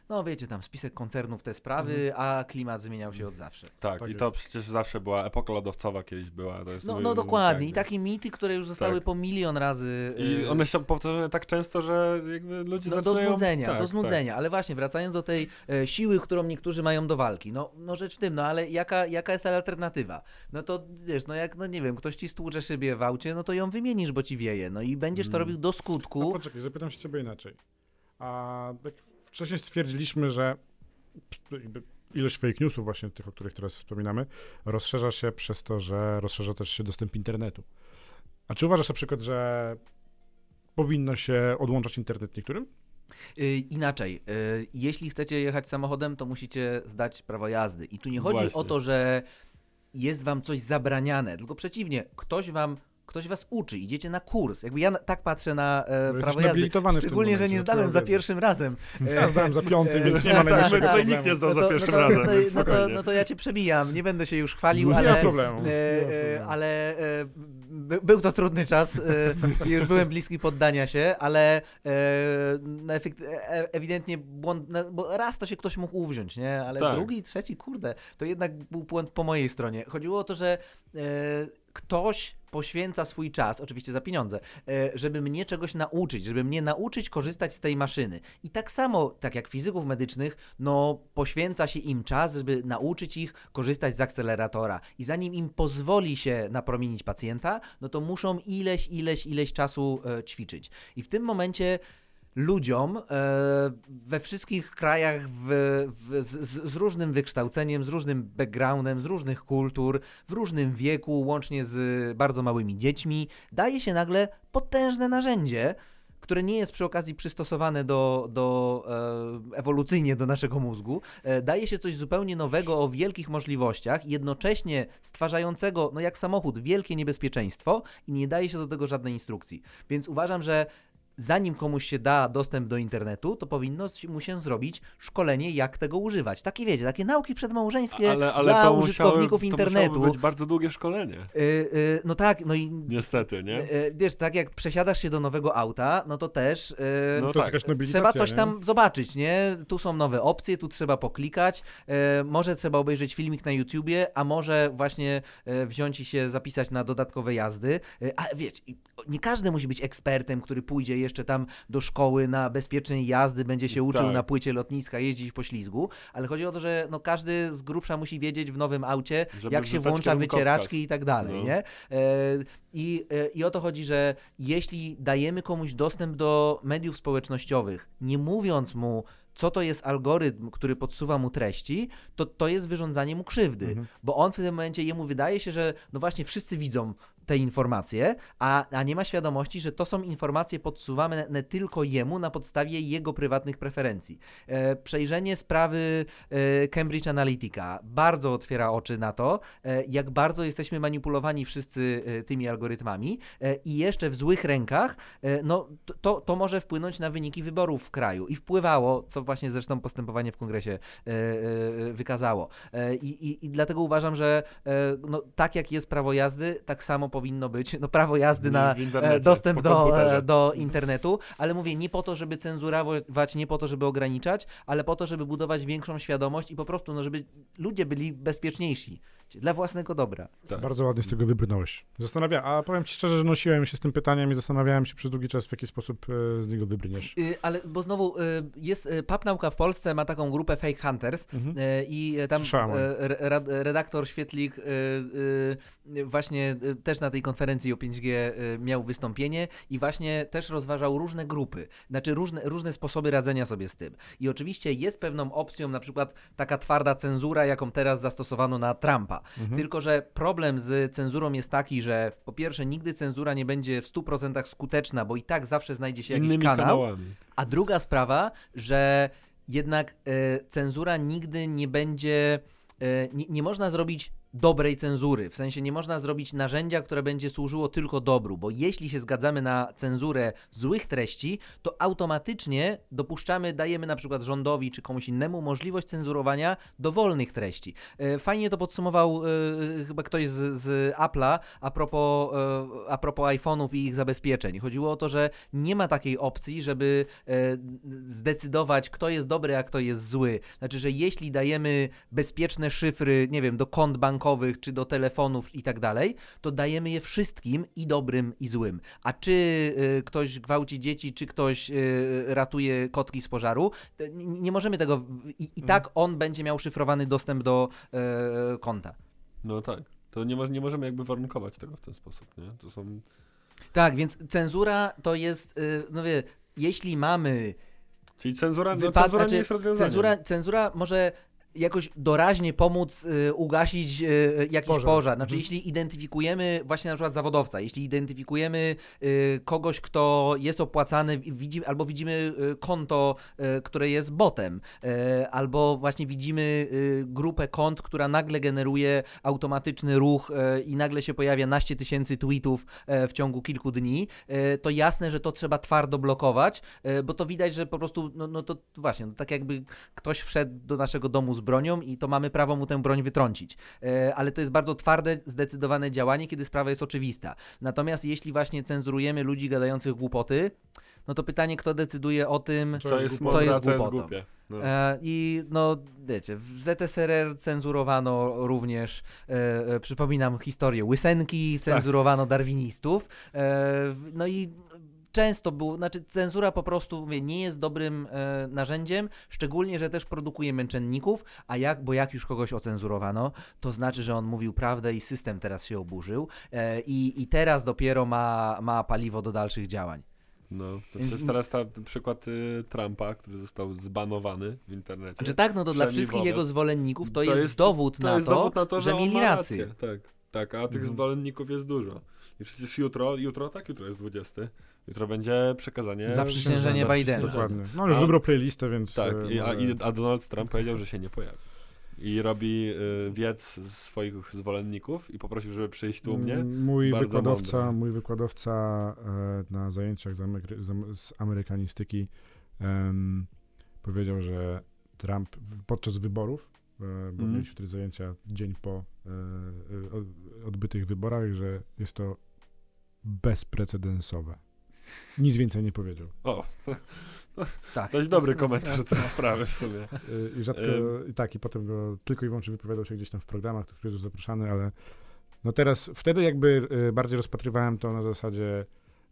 no wiecie, tam spisek koncernów, te sprawy, a klimat zmieniał się od zawsze. Tak, Tak i jest. to przecież zawsze była epoka lodowcowa kiedyś była. To jest No dokładnie. tak, I takie mity, które już zostały Tak. po milion razy... I one są powtarzane tak często, że jakby ludzie do zaczynają... znudzenia, tak, do znudzenia. Ale właśnie, wracając do tej siły, którą niektórzy mają do walki. No rzecz w tym, no ale jaka jest alternatywa? No to wiesz, no jak, no nie wiem, ktoś ci stłucze szybie w aucie, no to ją wymienisz, bo ci wieje. No i będziesz to robił do No skutku. poczekaj, zapytam się ciebie inaczej. A jak wcześniej stwierdziliśmy, że jakby ilość fake newsów właśnie tych, o których teraz wspominamy, rozszerza się przez to, że rozszerza też się dostęp internetu. A czy uważasz na przykład, że powinno się odłączać internet niektórym? Inaczej, jeśli chcecie jechać samochodem, to musicie zdać prawo jazdy. I tu nie chodzi Właśnie. o to, że jest wam coś zabraniane, tylko przeciwnie, ktoś was uczy, idziecie na kurs. Jakby ja tak patrzę na jesteś prawo jazdy. habilitowany w tym Szczególnie, że momencie, nie na zdałem twoją za wiedzę. pierwszym razem. Ja zdałem za piątym, więc nie ma Tak, najmniejszego tutaj problemu. nikt nie zdał za pierwszym razem, więc spokojnie. No to ja cię przebijam, nie będę się już chwalił, Nie ma ale... problemu. Nie ma problemu. Ale był to trudny czas i już byłem bliski poddania się, ale ewidentnie błąd, bo raz to się ktoś mógł uwziąć, nie? Ale Tak. drugi, trzeci, kurde, to jednak był błąd po mojej stronie. Chodziło o to, że ktoś poświęca swój czas, oczywiście za pieniądze, żeby mnie czegoś nauczyć, żeby mnie nauczyć korzystać z tej maszyny. I tak samo, tak jak fizyków medycznych, no poświęca się im czas, żeby nauczyć ich korzystać z akceleratora. I zanim im pozwoli się napromienić pacjenta, no to muszą ileś czasu ćwiczyć. I w tym momencie ludziom we wszystkich krajach z różnym wykształceniem, z różnym backgroundem, z różnych kultur, w różnym wieku, łącznie z bardzo małymi dziećmi, daje się nagle potężne narzędzie, które nie jest przy okazji przystosowane ewolucyjnie do naszego mózgu, daje się coś zupełnie nowego o wielkich możliwościach, jednocześnie stwarzającego, no jak samochód, wielkie niebezpieczeństwo i nie daje się do tego żadnej instrukcji. Więc uważam, że zanim komuś się da dostęp do internetu, to powinno mu się zrobić szkolenie, jak tego używać. Takie wiecie, takie nauki przedmałżeńskie Ale dla to użytkowników to internetu. musiało być bardzo długie szkolenie. No tak, no i Niestety, nie? wiesz, tak jak przesiadasz się do nowego auta, no to też No To jest tak. jakaś nobilitacja, trzeba coś nie? tam zobaczyć, nie? Tu są nowe opcje, tu trzeba poklikać, może trzeba obejrzeć filmik na YouTubie, a może właśnie wziąć i się zapisać na dodatkowe jazdy. A wiecie, nie każdy musi być ekspertem, który pójdzie jeszcze tam do szkoły na bezpiecznej jazdy, będzie się uczył Tak. na płycie lotniska, jeździć po ślizgu, ale chodzi o to, że no każdy z grubsza musi wiedzieć w nowym aucie, Żeby jak się wrzucać włącza kierunkowskaz. wycieraczki i tak dalej, No. nie? I o to chodzi, że jeśli dajemy komuś dostęp do mediów społecznościowych, nie mówiąc mu, co to jest algorytm, który podsuwa mu treści, to jest wyrządzanie mu krzywdy, bo on w tym momencie, jemu wydaje się, że no właśnie wszyscy widzą te informacje, a nie ma świadomości, że to są informacje podsuwane tylko jemu na podstawie jego prywatnych preferencji. Przejrzenie sprawy Cambridge Analytica bardzo otwiera oczy na to, jak bardzo jesteśmy manipulowani wszyscy tymi algorytmami i jeszcze w złych rękach, no to może wpłynąć na wyniki wyborów w kraju i wpływało, co właśnie zresztą postępowanie w kongresie wykazało. I dlatego uważam, że no, tak jak jest prawo jazdy, tak samo powinno być prawo jazdy na W internecie, dostęp po komputerze. do internetu, ale mówię nie po to, żeby cenzurować, nie po to, żeby ograniczać, ale po to, żeby budować większą świadomość i po prostu, no, żeby ludzie byli bezpieczniejsi dla własnego dobra. Tak. Bardzo ładnie z tego wybrnąłeś. A powiem ci szczerze, że nosiłem się z tym pytaniem i zastanawiałem się przez długi czas, w jaki sposób z niego wybrniesz. Ale bo znowu jest PAP Nauka w Polsce ma taką grupę Fake Hunters i tam Słyszałem. redaktor Świetlik właśnie też na tej konferencji o 5G miał wystąpienie i właśnie też rozważał różne grupy, znaczy różne sposoby radzenia sobie z tym. I oczywiście jest pewną opcją na przykład taka twarda cenzura, jaką teraz zastosowano na Trumpa. Tylko że problem z cenzurą jest taki, że po pierwsze nigdy cenzura nie będzie w 100% skuteczna, bo i tak zawsze znajdzie się jakiś Innymi kanał. kanałami. A druga sprawa, że jednak cenzura nigdy nie będzie, nie można zrobić dobrej cenzury. W sensie nie można zrobić narzędzia, które będzie służyło tylko dobru, bo jeśli się zgadzamy na cenzurę złych treści, to automatycznie dajemy na przykład rządowi czy komuś innemu możliwość cenzurowania dowolnych treści. Fajnie to podsumował chyba ktoś z Apple'a a propos iPhone'ów i ich zabezpieczeń. Chodziło o to, że nie ma takiej opcji, żeby zdecydować, kto jest dobry, a kto jest zły. Znaczy, że jeśli dajemy bezpieczne szyfry, nie wiem, do kont bankowych, czy do telefonów i tak dalej, to dajemy je wszystkim, i dobrym, i złym. A czy ktoś gwałci dzieci, czy ktoś ratuje kotki z pożaru, nie możemy tego... I tak on będzie miał szyfrowany dostęp do konta. No tak. To nie możemy jakby warunkować tego w ten sposób, nie? To są... Tak, więc cenzura to jest, jeśli mamy... Czyli cenzura nie jest rozwiązaniem. Cenzura może jakoś doraźnie pomóc ugasić jakiś pożar. Znaczy, jeśli identyfikujemy właśnie na przykład zawodowca, jeśli identyfikujemy kogoś, kto jest opłacany, albo widzimy konto, które jest botem, albo właśnie widzimy grupę kont, która nagle generuje automatyczny ruch i nagle się pojawia naście tysięcy tweetów w ciągu kilku dni, to jasne, że to trzeba twardo blokować, bo to widać, że po prostu, to właśnie, tak jakby ktoś wszedł do naszego domu z bronią i to mamy prawo mu tę broń wytrącić. Ale to jest bardzo twarde, zdecydowane działanie, kiedy sprawa jest oczywista. Natomiast jeśli właśnie cenzurujemy ludzi gadających głupoty, no to pytanie, kto decyduje o tym, co jest głupotą. No. I wiecie, w ZSRR cenzurowano również, przypominam historię Łysenki, cenzurowano darwinistów, no i często cenzura po prostu, nie jest dobrym narzędziem, szczególnie, że też produkuje męczenników, bo jak już kogoś ocenzurowano, to znaczy, że on mówił prawdę i system teraz się oburzył i teraz dopiero ma paliwo do dalszych działań. No, to jest teraz przykład Trumpa, który został zbanowany w internecie. Znaczy tak, to dla wszystkich jego zwolenników to jest dowód na to, że mieli rację. Tak, a tych zwolenników jest dużo. I przecież jutro jest 20. Jutro będzie przekazanie... Zaprzysiężenie Bidena. Dokładnie. No już dobrą playlistę, więc... Tak, a Donald Trump powiedział, że się nie pojawi. I robi wiec swoich zwolenników i poprosił, żeby przyjść tu u mnie. Mój wykładowca na zajęciach z amerykanistyki powiedział, że Trump podczas wyborów, bo mieliśmy wtedy zajęcia dzień po odbytych wyborach, że jest to bezprecedensowe. Nic więcej nie powiedział. O, tak. Dość dobry komentarz do tej sprawy w sumie. I potem go tylko i wyłącznie wypowiadał się gdzieś tam w programach, do których jest zapraszany, ale wtedy jakby bardziej rozpatrywałem to na zasadzie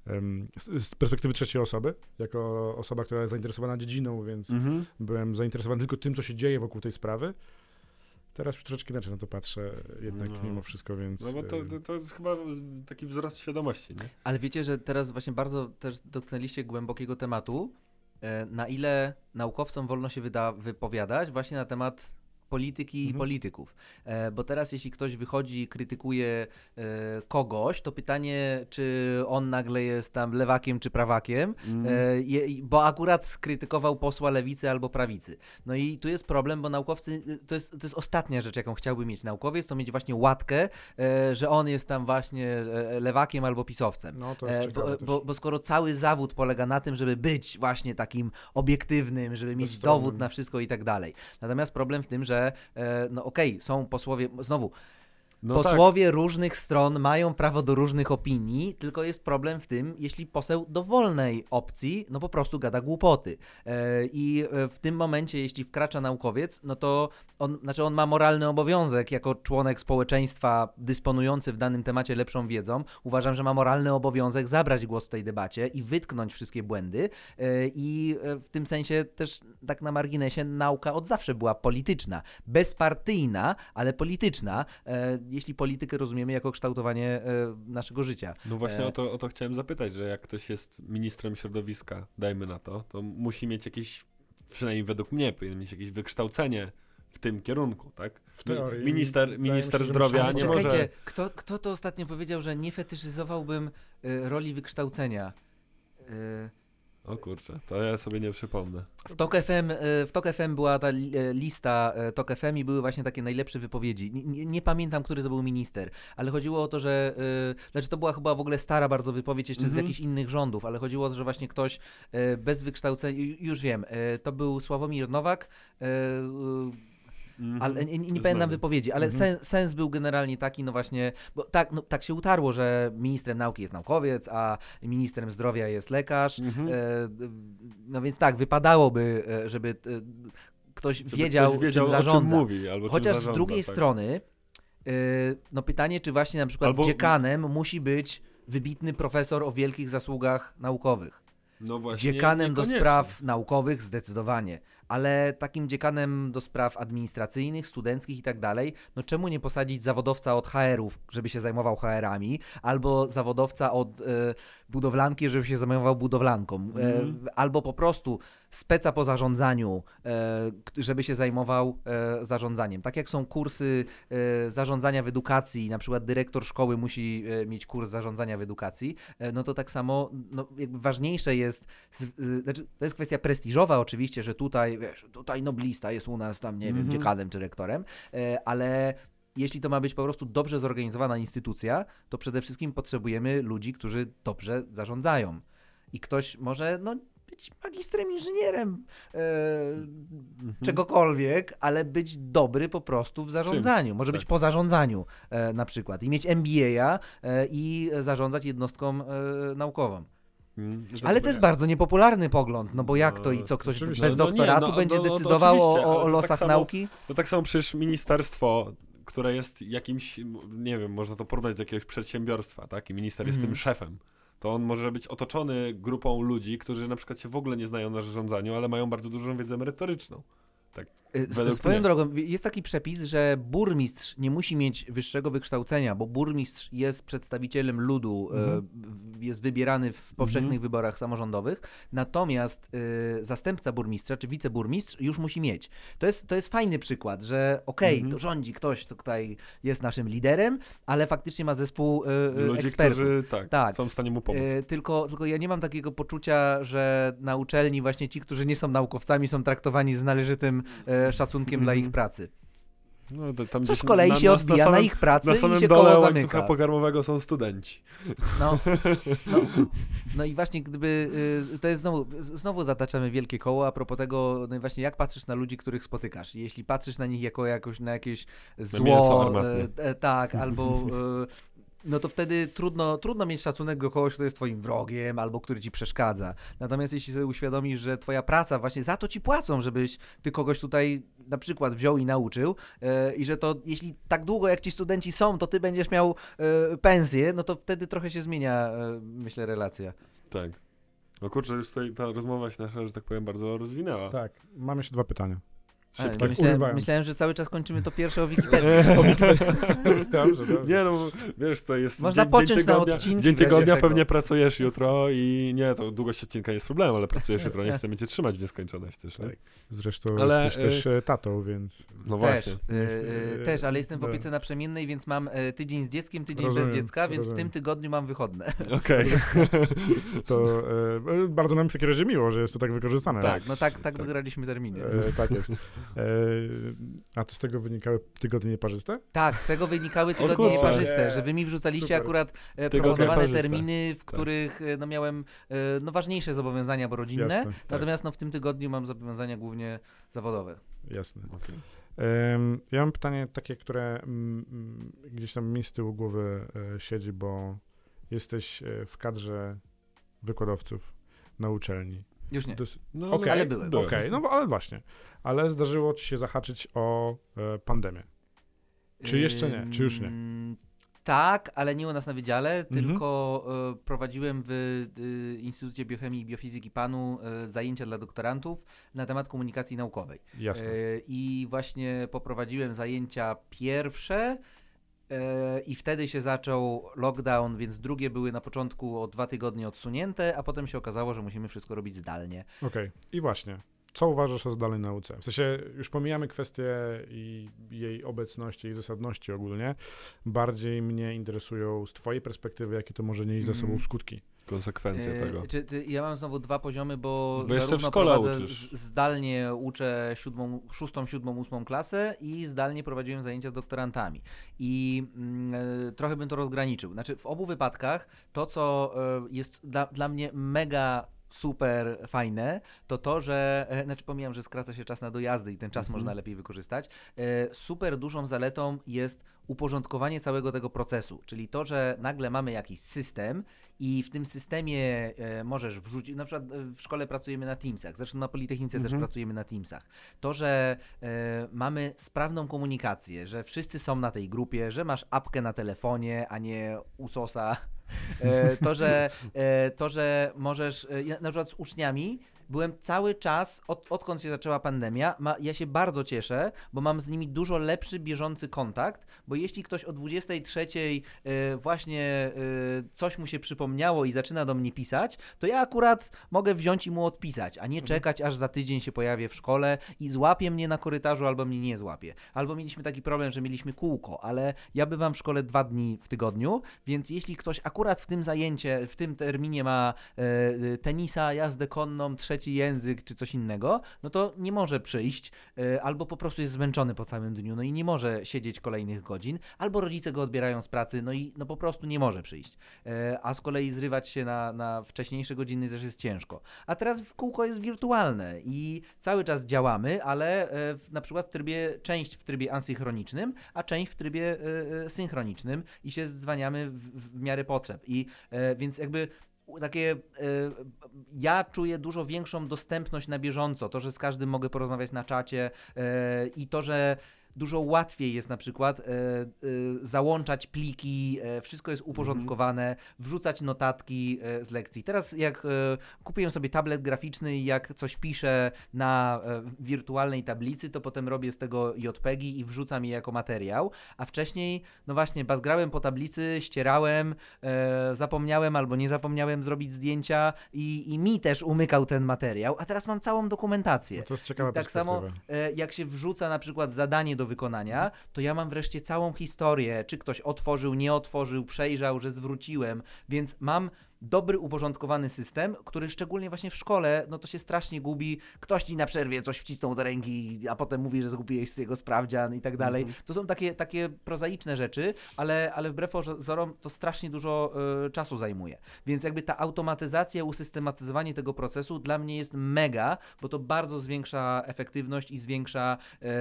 z perspektywy trzeciej osoby, jako osoba, która jest zainteresowana dziedziną, więc byłem zainteresowany tylko tym, co się dzieje wokół tej sprawy. Teraz już troszeczkę inaczej na to patrzę, jednak mimo wszystko, więc... No bo to jest chyba taki wzrost świadomości, nie? Ale wiecie, że teraz właśnie bardzo też dotknęliście głębokiego tematu, na ile naukowcom wolno się wypowiadać właśnie na temat polityki i polityków. Bo teraz jeśli ktoś wychodzi i krytykuje kogoś, to pytanie, czy on nagle jest tam lewakiem czy prawakiem, bo akurat skrytykował posła lewicy albo prawicy. No i tu jest problem, bo naukowcy, to jest ostatnia rzecz, jaką chciałby mieć naukowiec, to mieć właśnie łatkę, że on jest tam właśnie lewakiem albo pisowcem. No, to jest ciekawe bo skoro cały zawód polega na tym, żeby być właśnie takim obiektywnym, żeby mieć dowód na wszystko i tak dalej. Natomiast problem w tym, że są posłowie, posłowie różnych stron mają prawo do różnych opinii, tylko jest problem w tym, jeśli poseł dowolnej opcji, po prostu gada głupoty. I w tym momencie, jeśli wkracza naukowiec, to on ma moralny obowiązek jako członek społeczeństwa dysponujący w danym temacie lepszą wiedzą. Uważam, że ma moralny obowiązek zabrać głos w tej debacie i wytknąć wszystkie błędy. I w tym sensie też tak na marginesie nauka od zawsze była polityczna. Bezpartyjna, ale polityczna. Jeśli politykę rozumiemy jako kształtowanie naszego życia. No właśnie o to chciałem zapytać, że jak ktoś jest ministrem środowiska, dajmy na to musi mieć jakieś, przynajmniej według mnie, powinien mieć jakieś wykształcenie w tym kierunku, tak? W teorii. Minister zdrowia nie może... Czekajcie, kto to ostatnio powiedział, że nie fetyszyzowałbym roli wykształcenia? O kurczę, to ja sobie nie przypomnę. W Tok FM była ta lista Tok FM i były właśnie takie najlepsze wypowiedzi. Nie pamiętam, który to był minister, ale chodziło o to, że znaczy to była chyba w ogóle stara bardzo wypowiedź jeszcze z jakichś innych rządów, ale chodziło o to, że właśnie ktoś bez wykształcenia, już wiem, to był Sławomir Nowak, ale nie pamiętam wypowiedzi, ale sens był generalnie taki, no właśnie, bo tak się utarło, że ministrem nauki jest naukowiec, a ministrem zdrowia jest lekarz, no więc tak, wypadałoby, żeby ktoś wiedział, czym zarządza. O czym mówi, albo chociaż czym zarządza, z drugiej strony, no pytanie, czy właśnie na przykład dziekanem musi być wybitny profesor o wielkich zasługach naukowych. No właśnie, Dziekanem do spraw naukowych zdecydowanie, ale takim dziekanem do spraw administracyjnych, studenckich i tak dalej, no czemu nie posadzić zawodowca od HR-ów, żeby się zajmował HR-ami, albo zawodowca od budowlanki, żeby się zajmował budowlanką, albo po prostu speca po zarządzaniu, żeby się zajmował zarządzaniem. Tak jak są kursy zarządzania w edukacji, na przykład dyrektor szkoły musi mieć kurs zarządzania w edukacji, no to tak samo no, jakby ważniejsze jest, znaczy to jest kwestia prestiżowa oczywiście, że tutaj, wiesz, tutaj noblista jest u nas tam, nie wiem, dziekanem czy rektorem, ale jeśli to ma być po prostu dobrze zorganizowana instytucja, to przede wszystkim potrzebujemy ludzi, którzy dobrze zarządzają. I ktoś może, no, być magistrem, inżynierem, czegokolwiek, ale być dobry po prostu w zarządzaniu. Może być po zarządzaniu na przykład. I mieć MBA i zarządzać jednostką naukową. Ale to jest bardzo niepopularny pogląd, no bo jak to i co ktoś bez doktoratu będzie decydował o losach nauki? To tak samo przecież ministerstwo, które jest jakimś, nie wiem, można to porównać do jakiegoś przedsiębiorstwa, tak? I minister jest tym szefem. To on może być otoczony grupą ludzi, którzy na przykład się w ogóle nie znają na zarządzaniu, ale mają bardzo dużą wiedzę merytoryczną. Tak, swoją drogą, jest taki przepis, że burmistrz nie musi mieć wyższego wykształcenia, bo burmistrz jest przedstawicielem ludu, jest wybierany w powszechnych wyborach samorządowych, natomiast zastępca burmistrza czy wiceburmistrz już musi mieć. To jest fajny przykład, że to rządzi ktoś, kto tutaj jest naszym liderem, ale faktycznie ma zespół ludzi, ekspertów. którzy są w stanie mu pomóc. Tylko ja nie mam takiego poczucia, że na uczelni właśnie ci, którzy nie są naukowcami, są traktowani z należytym szacunkiem dla ich pracy. No, tam co z kolei się odbija na ich pracy na samym i się dole koło łańcucha zamyka. pokarmowego są studenci. No i właśnie gdyby, to jest znowu zataczamy wielkie koło a propos tego, no i właśnie jak patrzysz na ludzi, których spotykasz. Jeśli patrzysz na nich jako na jakieś zło, tak, albo no to wtedy trudno mieć szacunek do kogoś, kto jest twoim wrogiem albo który ci przeszkadza. Natomiast jeśli sobie uświadomisz, że twoja praca właśnie za to ci płacą, żebyś ty kogoś tutaj na przykład wziął i nauczył i że to jeśli tak długo jak ci studenci są, to ty będziesz miał pensję, no to wtedy trochę się zmienia, myślę, relacja. Tak. No kurczę, już tutaj ta rozmowa się nasza, że tak powiem, bardzo rozwinęła. Tak, mam jeszcze 2 pytania. Myślałem, że cały czas kończymy to pierwsze o Wikipedii. Dobrze. Nie no, wiesz, to jest można począć na odcinki. Dzień tygodnia pewnie pracujesz jutro i nie, to długość odcinka nie jest problemem, ale pracujesz jutro, nie chcemy cię trzymać w nieskończoność też. Tak. Zresztą jesteś też tatą, więc... No właśnie. Też, ale jestem w opiece naprzemiennej, więc mam tydzień z dzieckiem, tydzień bez dziecka, więc w tym tygodniu mam wychodne. Okej. To bardzo nam w takim razie miło, że jest to tak wykorzystane. Tak, no tak wygraliśmy terminy. Tak jest. A to z tego wynikały tygodnie nieparzyste? Tak, z tego wynikały tygodnie nieparzyste, że wy mi wrzucaliście akurat proponowane terminy, w których no, miałem ważniejsze zobowiązania, bo rodzinne, Jasne, natomiast w tym tygodniu mam zobowiązania głównie zawodowe. Jasne. Okay. Ja mam pytanie takie, które gdzieś tam mi z tyłu głowy siedzi, bo jesteś w kadrze wykładowców na uczelni. Już nie. Ale byłem. No ale właśnie. Ale zdarzyło ci się zahaczyć o pandemię. Czy jeszcze nie? Czy już nie? Tak, ale nie u nas na wydziale, tylko prowadziłem w Instytucie Biochemii i Biofizyki PAN-u zajęcia dla doktorantów na temat komunikacji naukowej. Jasne. I właśnie poprowadziłem zajęcia pierwsze i wtedy się zaczął lockdown, więc drugie były na początku o 2 tygodnie odsunięte, a potem się okazało, że musimy wszystko robić zdalnie. Okej. I właśnie. Co uważasz o zdalnej nauce? W sensie już pomijamy kwestię i jej obecności, jej zasadności ogólnie. Bardziej mnie interesują z twojej perspektywy, jakie to może nieść za sobą skutki. Konsekwencje tego. Ja mam znowu 2 poziomy, bo jeszcze w zarówno szkole prowadzę uczysz. zdalnie uczę 6., 7., 8. klasę i zdalnie prowadziłem zajęcia z doktorantami. I trochę bym to rozgraniczył. Znaczy w obu wypadkach to, co jest dla mnie mega super fajne, to, że, znaczy pomijam, że skraca się czas na dojazdy i ten czas można lepiej wykorzystać. Super dużą zaletą jest uporządkowanie całego tego procesu, czyli to, że nagle mamy jakiś system i w tym systemie możesz wrzucić, na przykład w szkole pracujemy na Teamsach, zresztą na Politechnice też pracujemy na Teamsach. To, że mamy sprawną komunikację, że wszyscy są na tej grupie, że masz apkę na telefonie, a nie USOS-a, to, że możesz, ja na przykład z uczniami byłem cały czas, odkąd się zaczęła pandemia, ja się bardzo cieszę, bo mam z nimi dużo lepszy, bieżący kontakt, bo jeśli ktoś o 23:00 właśnie coś mu się przypomniało i zaczyna do mnie pisać, to ja akurat mogę wziąć i mu odpisać, a nie czekać, aż za tydzień się pojawię w szkole i złapie mnie na korytarzu albo mnie nie złapie. Albo mieliśmy taki problem, że mieliśmy kółko, ale ja bywam w szkole 2 dni w tygodniu, więc jeśli ktoś akurat w tym terminie ma tenisa, jazdę konną, 3. język czy coś innego, no to nie może przyjść, albo po prostu jest zmęczony po całym dniu, no i nie może siedzieć kolejnych godzin, albo rodzice go odbierają z pracy, no i po prostu nie może przyjść. A z kolei zrywać się na wcześniejsze godziny też jest ciężko. A teraz w kółko jest wirtualne i cały czas działamy, ale na przykład część w trybie asynchronicznym, a część w trybie synchronicznym i się dzwaniamy w miarę potrzeb. I więc jakby ja czuję dużo większą dostępność na bieżąco, to, że z każdym mogę porozmawiać na czacie i to, że dużo łatwiej jest na przykład załączać pliki, wszystko jest uporządkowane, wrzucać notatki z lekcji. Teraz jak kupiłem sobie tablet graficzny i jak coś piszę na wirtualnej tablicy, to potem robię z tego JPEGi i wrzucam je jako materiał, a wcześniej, no właśnie, bazgrałem po tablicy, ścierałem, zapomniałem albo nie zapomniałem zrobić zdjęcia i mi też umykał ten materiał, a teraz mam całą dokumentację. No to jest ciekawa Tak samo perspektywa. jak się wrzuca na przykład zadanie do wykonania, to ja mam wreszcie całą historię, czy ktoś otworzył, nie otworzył, przejrzał, że zwróciłem, więc mam dobry, uporządkowany system, który szczególnie właśnie w szkole, no to się strasznie gubi. Ktoś ci na przerwie coś wcisnął do ręki, a potem mówi, że zgubiłeś z jego sprawdzian i tak dalej. To są takie prozaiczne rzeczy, ale wbrew pozorom to strasznie dużo czasu zajmuje. Więc jakby ta automatyzacja, usystematyzowanie tego procesu dla mnie jest mega, bo to bardzo zwiększa efektywność i zwiększa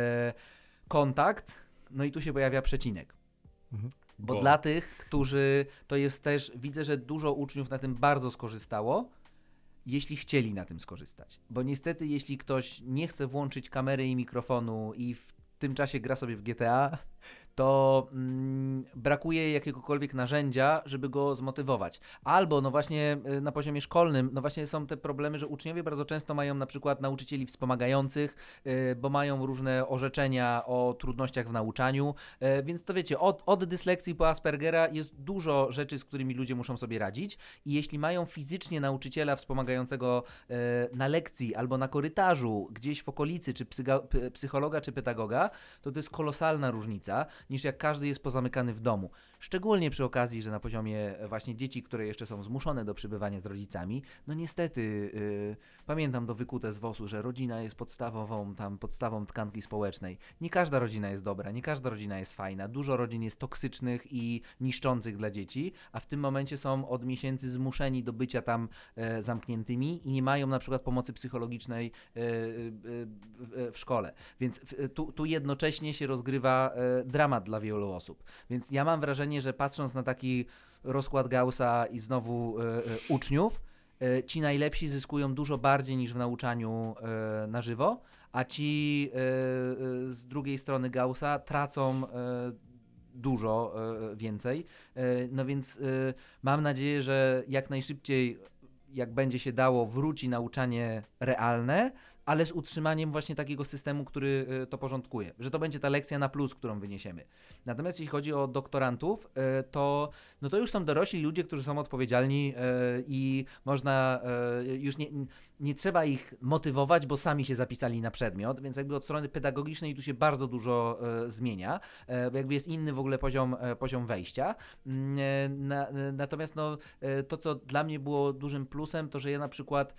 kontakt. No i tu się pojawia przecinek. Bo dla tych, którzy to jest też, widzę, że dużo uczniów na tym bardzo skorzystało, jeśli chcieli na tym skorzystać. Bo niestety, jeśli ktoś nie chce włączyć kamery i mikrofonu i w tym czasie gra sobie w GTA, to brakuje jakiegokolwiek narzędzia, żeby go zmotywować. Albo no właśnie na poziomie szkolnym, no właśnie są te problemy, że uczniowie bardzo często mają na przykład nauczycieli wspomagających, bo mają różne orzeczenia o trudnościach w nauczaniu, więc to wiecie, od dyslekcji po Aspergera jest dużo rzeczy, z którymi ludzie muszą sobie radzić i jeśli mają fizycznie nauczyciela wspomagającego na lekcji albo na korytarzu, gdzieś w okolicy, czy psychologa, czy pedagoga, to jest kolosalna różnica, niż jak każdy jest pozamykany w domu. Szczególnie przy okazji, że na poziomie właśnie dzieci, które jeszcze są zmuszone do przebywania z rodzicami, no niestety pamiętam to wykute z WOS-u, że rodzina jest podstawą tkanki społecznej. Nie każda rodzina jest dobra, nie każda rodzina jest fajna. Dużo rodzin jest toksycznych i niszczących dla dzieci, a w tym momencie są od miesięcy zmuszeni do bycia tam zamkniętymi i nie mają na przykład pomocy psychologicznej w szkole. Więc tu jednocześnie się rozgrywa dramat dla wielu osób. Więc ja mam wrażenie, że patrząc na taki rozkład Gaussa i znowu uczniów, ci najlepsi zyskują dużo bardziej niż w nauczaniu na żywo, a ci z drugiej strony Gaussa tracą dużo więcej. No więc mam nadzieję, że jak najszybciej, jak będzie się dało, wróci nauczanie realne, ale z utrzymaniem właśnie takiego systemu, który to porządkuje, że to będzie ta lekcja na plus, którą wyniesiemy. Natomiast jeśli chodzi o doktorantów, to już są dorośli ludzie, którzy są odpowiedzialni i można już nie trzeba ich motywować, bo sami się zapisali na przedmiot, więc jakby od strony pedagogicznej tu się bardzo dużo zmienia, jakby jest inny w ogóle poziom wejścia. Natomiast to, co dla mnie było dużym plusem, to że ja na przykład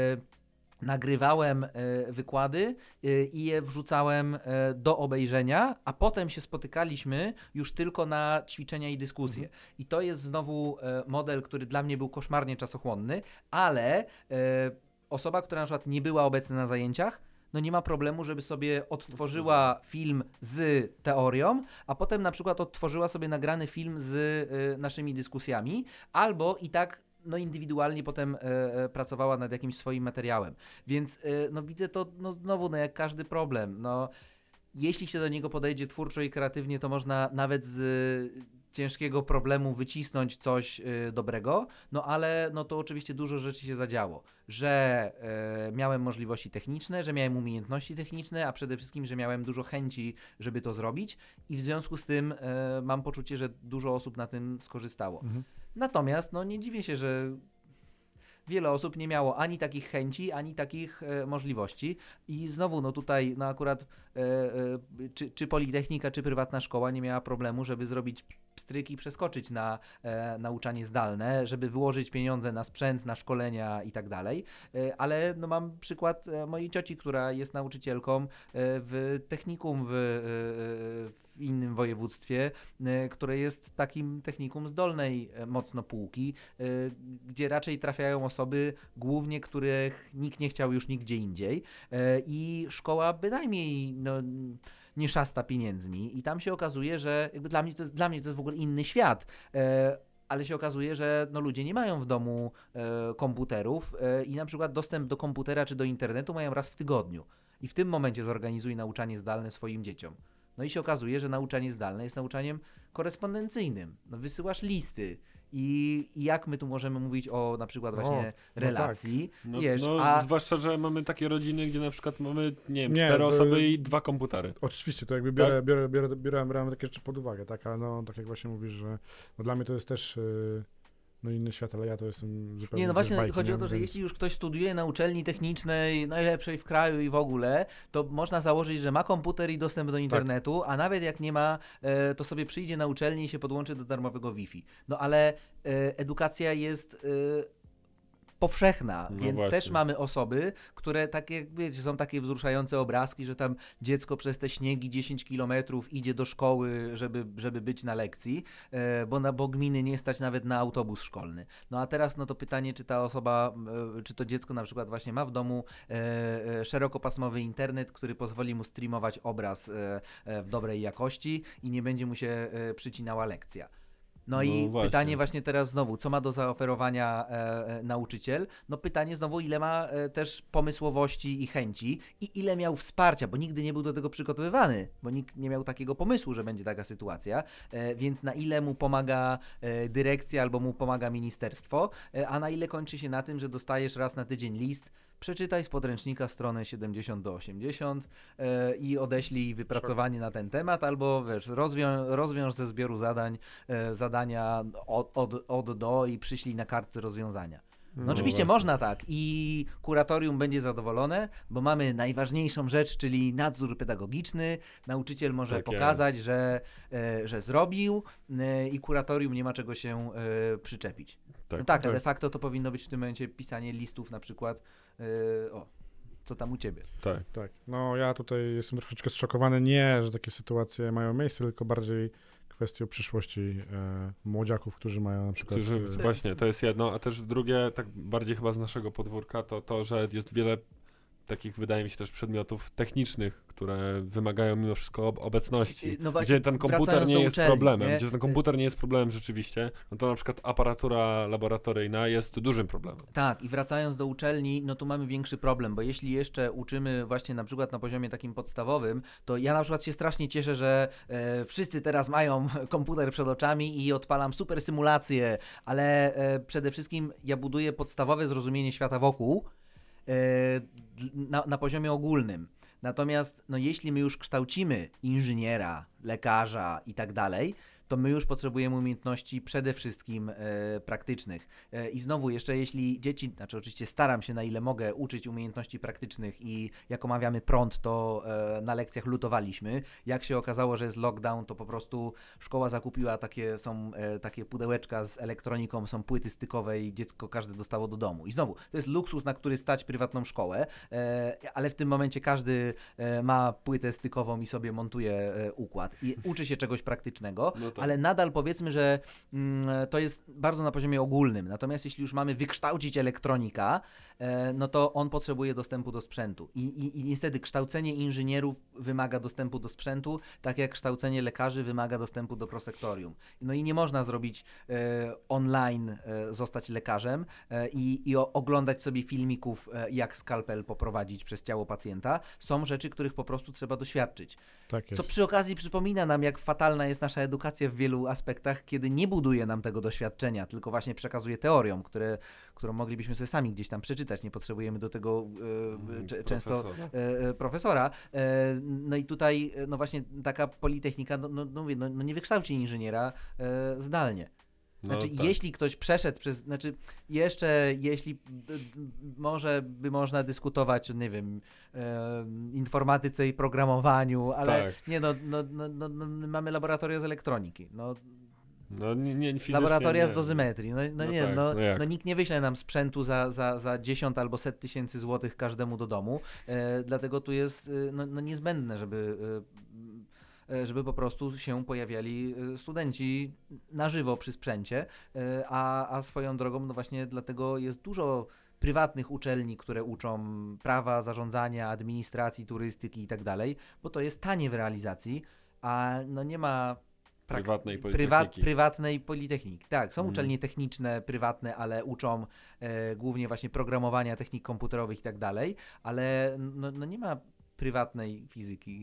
nagrywałem wykłady i je wrzucałem do obejrzenia, a potem się spotykaliśmy już tylko na ćwiczenia i dyskusje. I to jest znowu model, który dla mnie był koszmarnie czasochłonny, ale osoba, która na przykład nie była obecna na zajęciach, nie ma problemu, żeby sobie odtworzyła film z teorią, a potem na przykład odtworzyła sobie nagrany film z naszymi dyskusjami, albo i tak indywidualnie potem pracowała nad jakimś swoim materiałem. Więc widzę to znowu jak każdy problem. Jeśli się do niego podejdzie twórczo i kreatywnie, to można nawet z ciężkiego problemu wycisnąć coś dobrego, ale to oczywiście dużo rzeczy się zadziało, że miałem możliwości techniczne, że miałem umiejętności techniczne, a przede wszystkim, że miałem dużo chęci, żeby to zrobić i w związku z tym mam poczucie, że dużo osób na tym skorzystało. Natomiast nie dziwię się, że wiele osób nie miało ani takich chęci, ani takich możliwości i znowu tutaj akurat czy Politechnika, czy prywatna szkoła nie miała problemu, żeby zrobić pstryk i przeskoczyć na nauczanie zdalne, żeby wyłożyć pieniądze na sprzęt, na szkolenia i tak dalej, ale mam przykład mojej cioci, która jest nauczycielką w technikum w innym województwie, które jest takim technikum z dolnej mocno półki, gdzie raczej trafiają osoby głównie, których nikt nie chciał już nigdzie indziej i szkoła bynajmniej nie szasta pieniędzmi i tam się okazuje, że jakby dla mnie to jest w ogóle inny świat. Ale się okazuje, że ludzie nie mają w domu komputerów i na przykład dostęp do komputera czy do internetu mają raz w tygodniu. I w tym momencie zorganizuj nauczanie zdalne swoim dzieciom. I się okazuje, że nauczanie zdalne jest nauczaniem korespondencyjnym. Wysyłasz listy i jak my tu możemy mówić o na przykład właśnie relacji. Tak. Zwłaszcza, że mamy takie rodziny, gdzie na przykład mamy, 4 osoby i 2 komputery. Oczywiście, to jakby biorę takie rzeczy pod uwagę, tak, ale tak jak właśnie mówisz, że dla mnie to jest też inny świat, ale ja to jestem zupełnie... Nie, właśnie chodzi o to, że jeśli już ktoś studiuje na uczelni technicznej, najlepszej w kraju i w ogóle, to można założyć, że ma komputer i dostęp do internetu, a nawet jak nie ma, to sobie przyjdzie na uczelnię i się podłączy do darmowego Wi-Fi. Ale edukacja jest powszechna, więc właśnie. też mamy osoby, które tak jak wiecie, są takie wzruszające obrazki, że tam dziecko przez te śniegi 10 kilometrów idzie do szkoły, żeby być na lekcji, bo gminy nie stać nawet na autobus szkolny. A teraz to pytanie, czy ta osoba, czy to dziecko na przykład właśnie ma w domu szerokopasmowy internet, który pozwoli mu streamować obraz w dobrej jakości i nie będzie mu się przycinała lekcja. I właśnie. pytanie właśnie teraz znowu, co ma do zaoferowania nauczyciel? Pytanie znowu, ile ma też pomysłowości i chęci i ile miał wsparcia, bo nigdy nie był do tego przygotowywany, bo nikt nie miał takiego pomysłu, że będzie taka sytuacja, więc na ile mu pomaga dyrekcja albo mu pomaga ministerstwo, a na ile kończy się na tym, że dostajesz raz na tydzień list, przeczytaj z podręcznika stronę 70 do 80 i odeślij wypracowanie na ten temat, albo rozwiąż ze zbioru zadania od do i przyślij na kartce rozwiązania. Oczywiście można tak i kuratorium będzie zadowolone, bo mamy najważniejszą rzecz, czyli nadzór pedagogiczny. Nauczyciel może pokazać, że zrobił i kuratorium nie ma czego się przyczepić. Tak, a de facto to powinno być w tym momencie pisanie listów na przykład co tam u ciebie. Tak. Ja tutaj jestem troszeczkę zszokowany, nie, że takie sytuacje mają miejsce, tylko bardziej kwestią przyszłości młodziaków, którzy mają na przykład... Właśnie, to jest jedno, a też drugie, tak bardziej chyba z naszego podwórka, to, że jest wiele takich, wydaje mi się, też przedmiotów technicznych, które wymagają mimo wszystko obecności, gdzie ten komputer nie jest problemem, gdzie ten komputer nie jest problemem rzeczywiście, to na przykład aparatura laboratoryjna jest dużym problemem. Tak, i wracając do uczelni, tu mamy większy problem, bo jeśli jeszcze uczymy właśnie na przykład na poziomie takim podstawowym, to ja na przykład się strasznie cieszę, że wszyscy teraz mają komputer przed oczami i odpalam super symulacje, ale przede wszystkim ja buduję podstawowe zrozumienie świata wokół, na poziomie ogólnym. Natomiast no, jeśli my już kształcimy inżyniera, lekarza i tak dalej, to my już potrzebujemy umiejętności przede wszystkim praktycznych. I znowu jeszcze jeśli dzieci, znaczy oczywiście staram się na ile mogę uczyć umiejętności praktycznych i jak omawiamy prąd, to na lekcjach lutowaliśmy. Jak się okazało, że jest lockdown, to po prostu szkoła zakupiła takie pudełeczka z elektroniką, są płyty stykowe i dziecko każde dostało do domu. I znowu, to jest luksus, na który stać prywatną szkołę, ale w tym momencie każdy ma płytę stykową i sobie montuje układ i uczy się czegoś praktycznego. No tak. Ale nadal powiedzmy, że to jest bardzo na poziomie ogólnym. Natomiast jeśli już mamy wykształcić elektronika, no to on potrzebuje dostępu do sprzętu. I niestety kształcenie inżynierów wymaga dostępu do sprzętu, tak jak kształcenie lekarzy wymaga dostępu do prosektorium. No i nie można zrobić online, zostać lekarzem i oglądać sobie filmików, jak skalpel poprowadzić przez ciało pacjenta. Są rzeczy, których po prostu trzeba doświadczyć. Tak jest. Co przy okazji przypomina nam, jak fatalna jest nasza edukacja w wielu aspektach, kiedy nie buduje nam tego doświadczenia, tylko właśnie przekazuje teorią, którą moglibyśmy sobie sami gdzieś tam przeczytać. Nie potrzebujemy do tego często profesora. No i tutaj no właśnie taka politechnika no nie wykształci inżyniera zdalnie. Znaczy, tak. Jeśli ktoś przeszedł przez, jeśli może by można dyskutować o, nie wiem, informatyce i programowaniu, ale tak. Nie, mamy laboratoria z elektroniki, laboratoria z dozymetrii, nikt nie wyśle nam sprzętu za 10 albo 100 tysięcy złotych każdemu do domu, dlatego tu jest niezbędne, żeby po prostu się pojawiali studenci na żywo przy sprzęcie, a swoją drogą, no właśnie dlatego jest dużo prywatnych uczelni, które uczą prawa, zarządzania, administracji, turystyki i tak dalej, bo to jest tanie w realizacji, a no nie ma prywatnej politechniki. Tak, są uczelnie techniczne, prywatne, ale uczą głównie właśnie programowania, technik komputerowych i tak dalej, ale no nie ma prywatnej fizyki.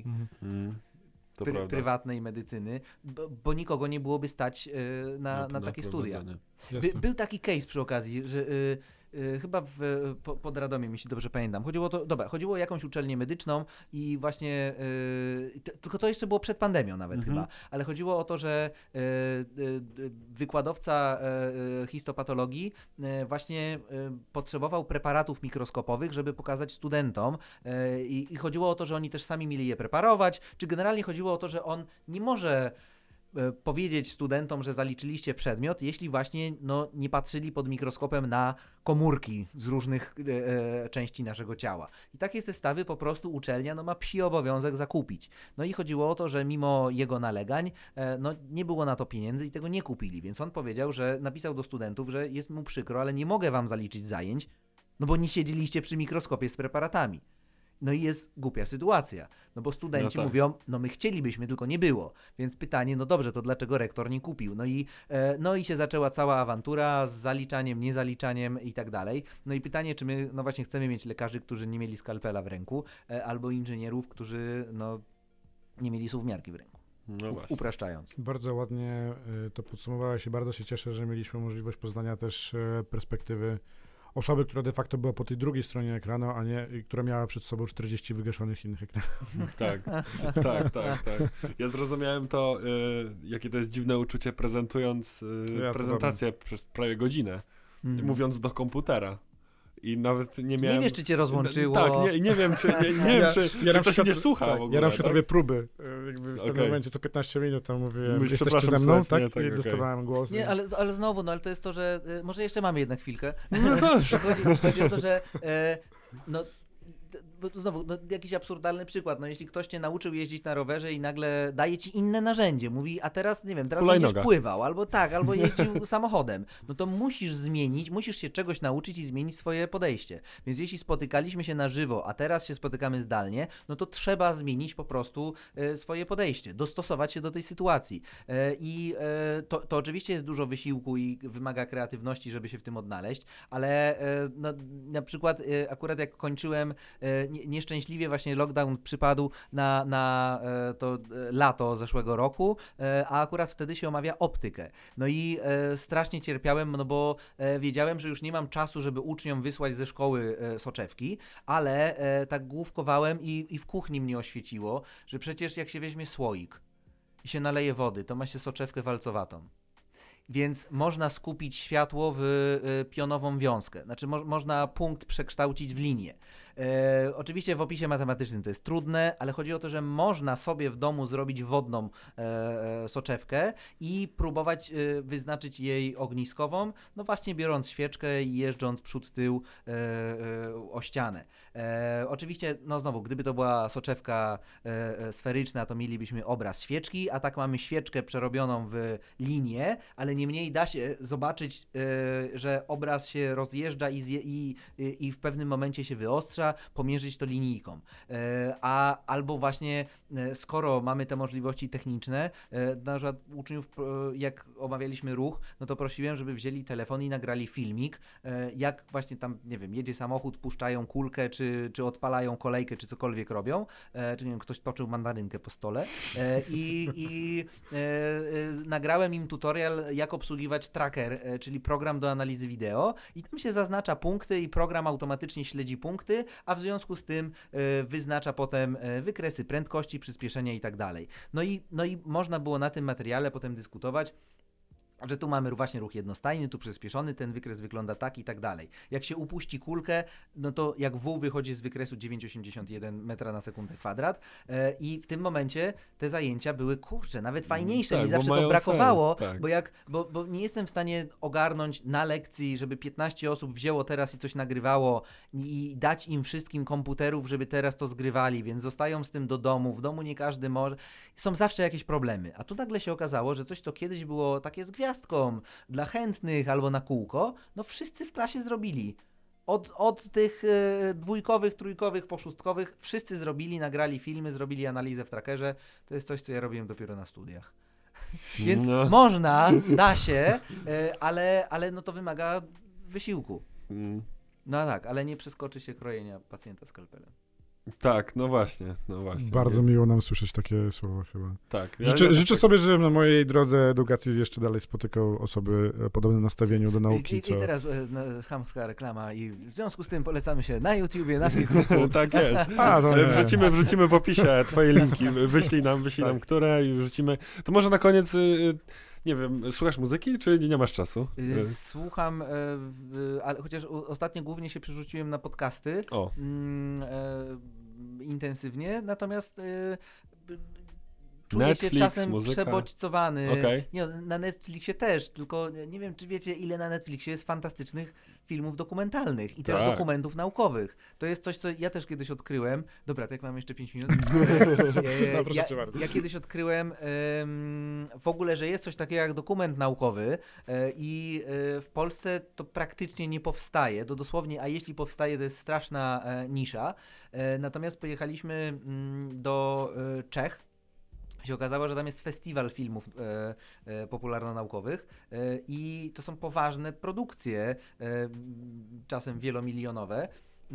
Prywatnej medycyny, bo nikogo nie byłoby stać na takie studia. Był taki case przy okazji, że chyba pod Radomiem, jeśli dobrze pamiętam. Chodziło o jakąś uczelnię medyczną i właśnie, tylko to jeszcze było przed pandemią nawet chyba, ale chodziło o to, że wykładowca histopatologii właśnie potrzebował preparatów mikroskopowych, żeby pokazać studentom i chodziło o to, że oni też sami mieli je preparować, czy generalnie chodziło o to, że on nie może powiedzieć studentom, że zaliczyliście przedmiot, jeśli właśnie nie patrzyli pod mikroskopem na komórki z różnych części naszego ciała. I takie zestawy po prostu uczelnia ma psi obowiązek zakupić. No i chodziło o to, że mimo jego nalegań nie było na to pieniędzy i tego nie kupili, więc on powiedział, że napisał do studentów, że jest mu przykro, ale nie mogę wam zaliczyć zajęć, bo nie siedzieliście przy mikroskopie z preparatami. No i jest głupia sytuacja, bo studenci mówią, my chcielibyśmy, tylko nie było. Więc pytanie, dobrze, to dlaczego rektor nie kupił? No i się zaczęła cała awantura z zaliczaniem, niezaliczaniem i tak dalej. No i pytanie, czy my właśnie chcemy mieć lekarzy, którzy nie mieli skalpela w ręku, albo inżynierów, którzy nie mieli suwmiarki w ręku. Upraszczając. Bardzo ładnie to podsumowałeś i bardzo się cieszę, że mieliśmy możliwość poznania też perspektywy osoby, która de facto była po tej drugiej stronie ekranu, a nie, która miała przed sobą 40 wygaszonych innych ekranów. Tak. Ja zrozumiałem to, jakie to jest dziwne uczucie prezentując prezentację przez prawie godzinę, mówiąc do komputera. I nawet nie miałem... Nie wiesz, czy cię rozłączyło. Tak, nie wiem, czy to się nie słucha w ogóle. Ja na przykład robię próby. W pewnym momencie co 15 minut tam mówiłem, jesteście ze mną, tak? I dostawałem głos. Nie, ale znowu, ale to jest to, że może jeszcze mamy jednak chwilkę. No dobrze. Chodzi o to, że znowu, jakiś absurdalny przykład. Jeśli ktoś cię nauczył jeździć na rowerze i nagle daje ci inne narzędzie, mówi, a teraz, nie wiem, teraz będziesz pływał, albo jeździł samochodem, to musisz się czegoś nauczyć i zmienić swoje podejście. Więc jeśli spotykaliśmy się na żywo, a teraz się spotykamy zdalnie, to trzeba zmienić po prostu swoje podejście, dostosować się do tej sytuacji. I to oczywiście jest dużo wysiłku i wymaga kreatywności, żeby się w tym odnaleźć, ale na przykład akurat jak kończyłem nieszczęśliwie właśnie lockdown przypadł na to lato zeszłego roku, a akurat wtedy się omawia optykę. No i strasznie cierpiałem, no bo wiedziałem, że już nie mam czasu, żeby uczniom wysłać ze szkoły soczewki, ale tak główkowałem i w kuchni mnie oświeciło, że przecież jak się weźmie słoik i się naleje wody, to ma się soczewkę walcowatą. Więc można skupić światło w pionową wiązkę. Znaczy można punkt przekształcić w linię. Oczywiście w opisie matematycznym to jest trudne, ale chodzi o to, że można sobie w domu zrobić wodną soczewkę i próbować wyznaczyć jej ogniskową, no właśnie biorąc świeczkę i jeżdżąc przód, tył o ścianę. Oczywiście, no znowu, gdyby to była soczewka sferyczna, to mielibyśmy obraz świeczki, a tak mamy świeczkę przerobioną w linię, ale niemniej da się zobaczyć, że obraz się rozjeżdża i w pewnym momencie się wyostrza, pomierzyć to linijką. Albo właśnie, skoro mamy te możliwości techniczne, na przykład uczniów, jak omawialiśmy ruch, no to prosiłem, żeby wzięli telefon i nagrali filmik, jak właśnie tam, nie wiem, jedzie samochód, puszczają kulkę, czy odpalają kolejkę, czy cokolwiek robią, czy nie wiem, ktoś toczył mandarynkę po stole i nagrałem im tutorial, jak obsługiwać tracker, czyli program do analizy wideo i tam się zaznacza punkty i program automatycznie śledzi punkty, a w związku z tym wyznacza potem wykresy prędkości, przyspieszenia i tak dalej. No i można było na tym materiale potem dyskutować, że tu mamy właśnie ruch jednostajny, tu przyspieszony, ten wykres wygląda tak i tak dalej. Jak się upuści kulkę, no to jak W wychodzi z wykresu 9,81 metra na sekundę kwadrat i w tym momencie te zajęcia były, kurczę, nawet fajniejsze, tak, mi zawsze to brakowało, sens, tak. bo nie jestem w stanie ogarnąć na lekcji, żeby 15 osób wzięło teraz i coś nagrywało i dać im wszystkim komputerów, żeby teraz to zgrywali, więc zostają z tym do domu, w domu nie każdy może, są zawsze jakieś problemy, a tu nagle się okazało, że coś, co kiedyś było takie z gwiazdką dla chętnych albo na kółko, no wszyscy w klasie zrobili. Od tych dwójkowych, trójkowych, poszóstkowych, wszyscy zrobili, nagrali filmy, zrobili analizę w trackerze. To jest coś, co ja robiłem dopiero na studiach. Więc można, da się, ale no to wymaga wysiłku. No tak, ale nie przeskoczy się krojenia pacjenta skalpelem. Tak, no właśnie. Bardzo miło nam słyszeć takie słowa chyba. Tak. Życzę sobie, żebym na mojej drodze edukacji jeszcze dalej spotykał osoby o podobnym nastawieniu do nauki. I teraz chamska reklama i w związku z tym polecamy się na YouTubie, na Facebooku. Tak jest. Wrzucimy w opisie twoje linki, wyślij nam, które i wrzucimy. To może na koniec... Nie wiem, słuchasz muzyki, czy nie masz czasu? Słucham, ale chociaż ostatnio głównie się przerzuciłem na podcasty intensywnie, natomiast czuję Netflix, się czasem muzyka. przebodźcowany. Okay. Nie, na Netflixie też, tylko nie wiem, czy wiecie, ile na Netflixie jest fantastycznych filmów dokumentalnych i też dokumentów naukowych. To jest coś, co ja też kiedyś odkryłem. Dobra, to jak mam jeszcze 5 minut? No, proszę cię bardzo. Ja kiedyś odkryłem w ogóle, że jest coś takiego jak dokument naukowy i w Polsce to praktycznie nie powstaje. To dosłownie, a jeśli powstaje, to jest straszna nisza. Natomiast pojechaliśmy do Czech. Się okazało, że tam jest festiwal filmów popularno-naukowych i to są poważne produkcje, czasem wielomilionowe.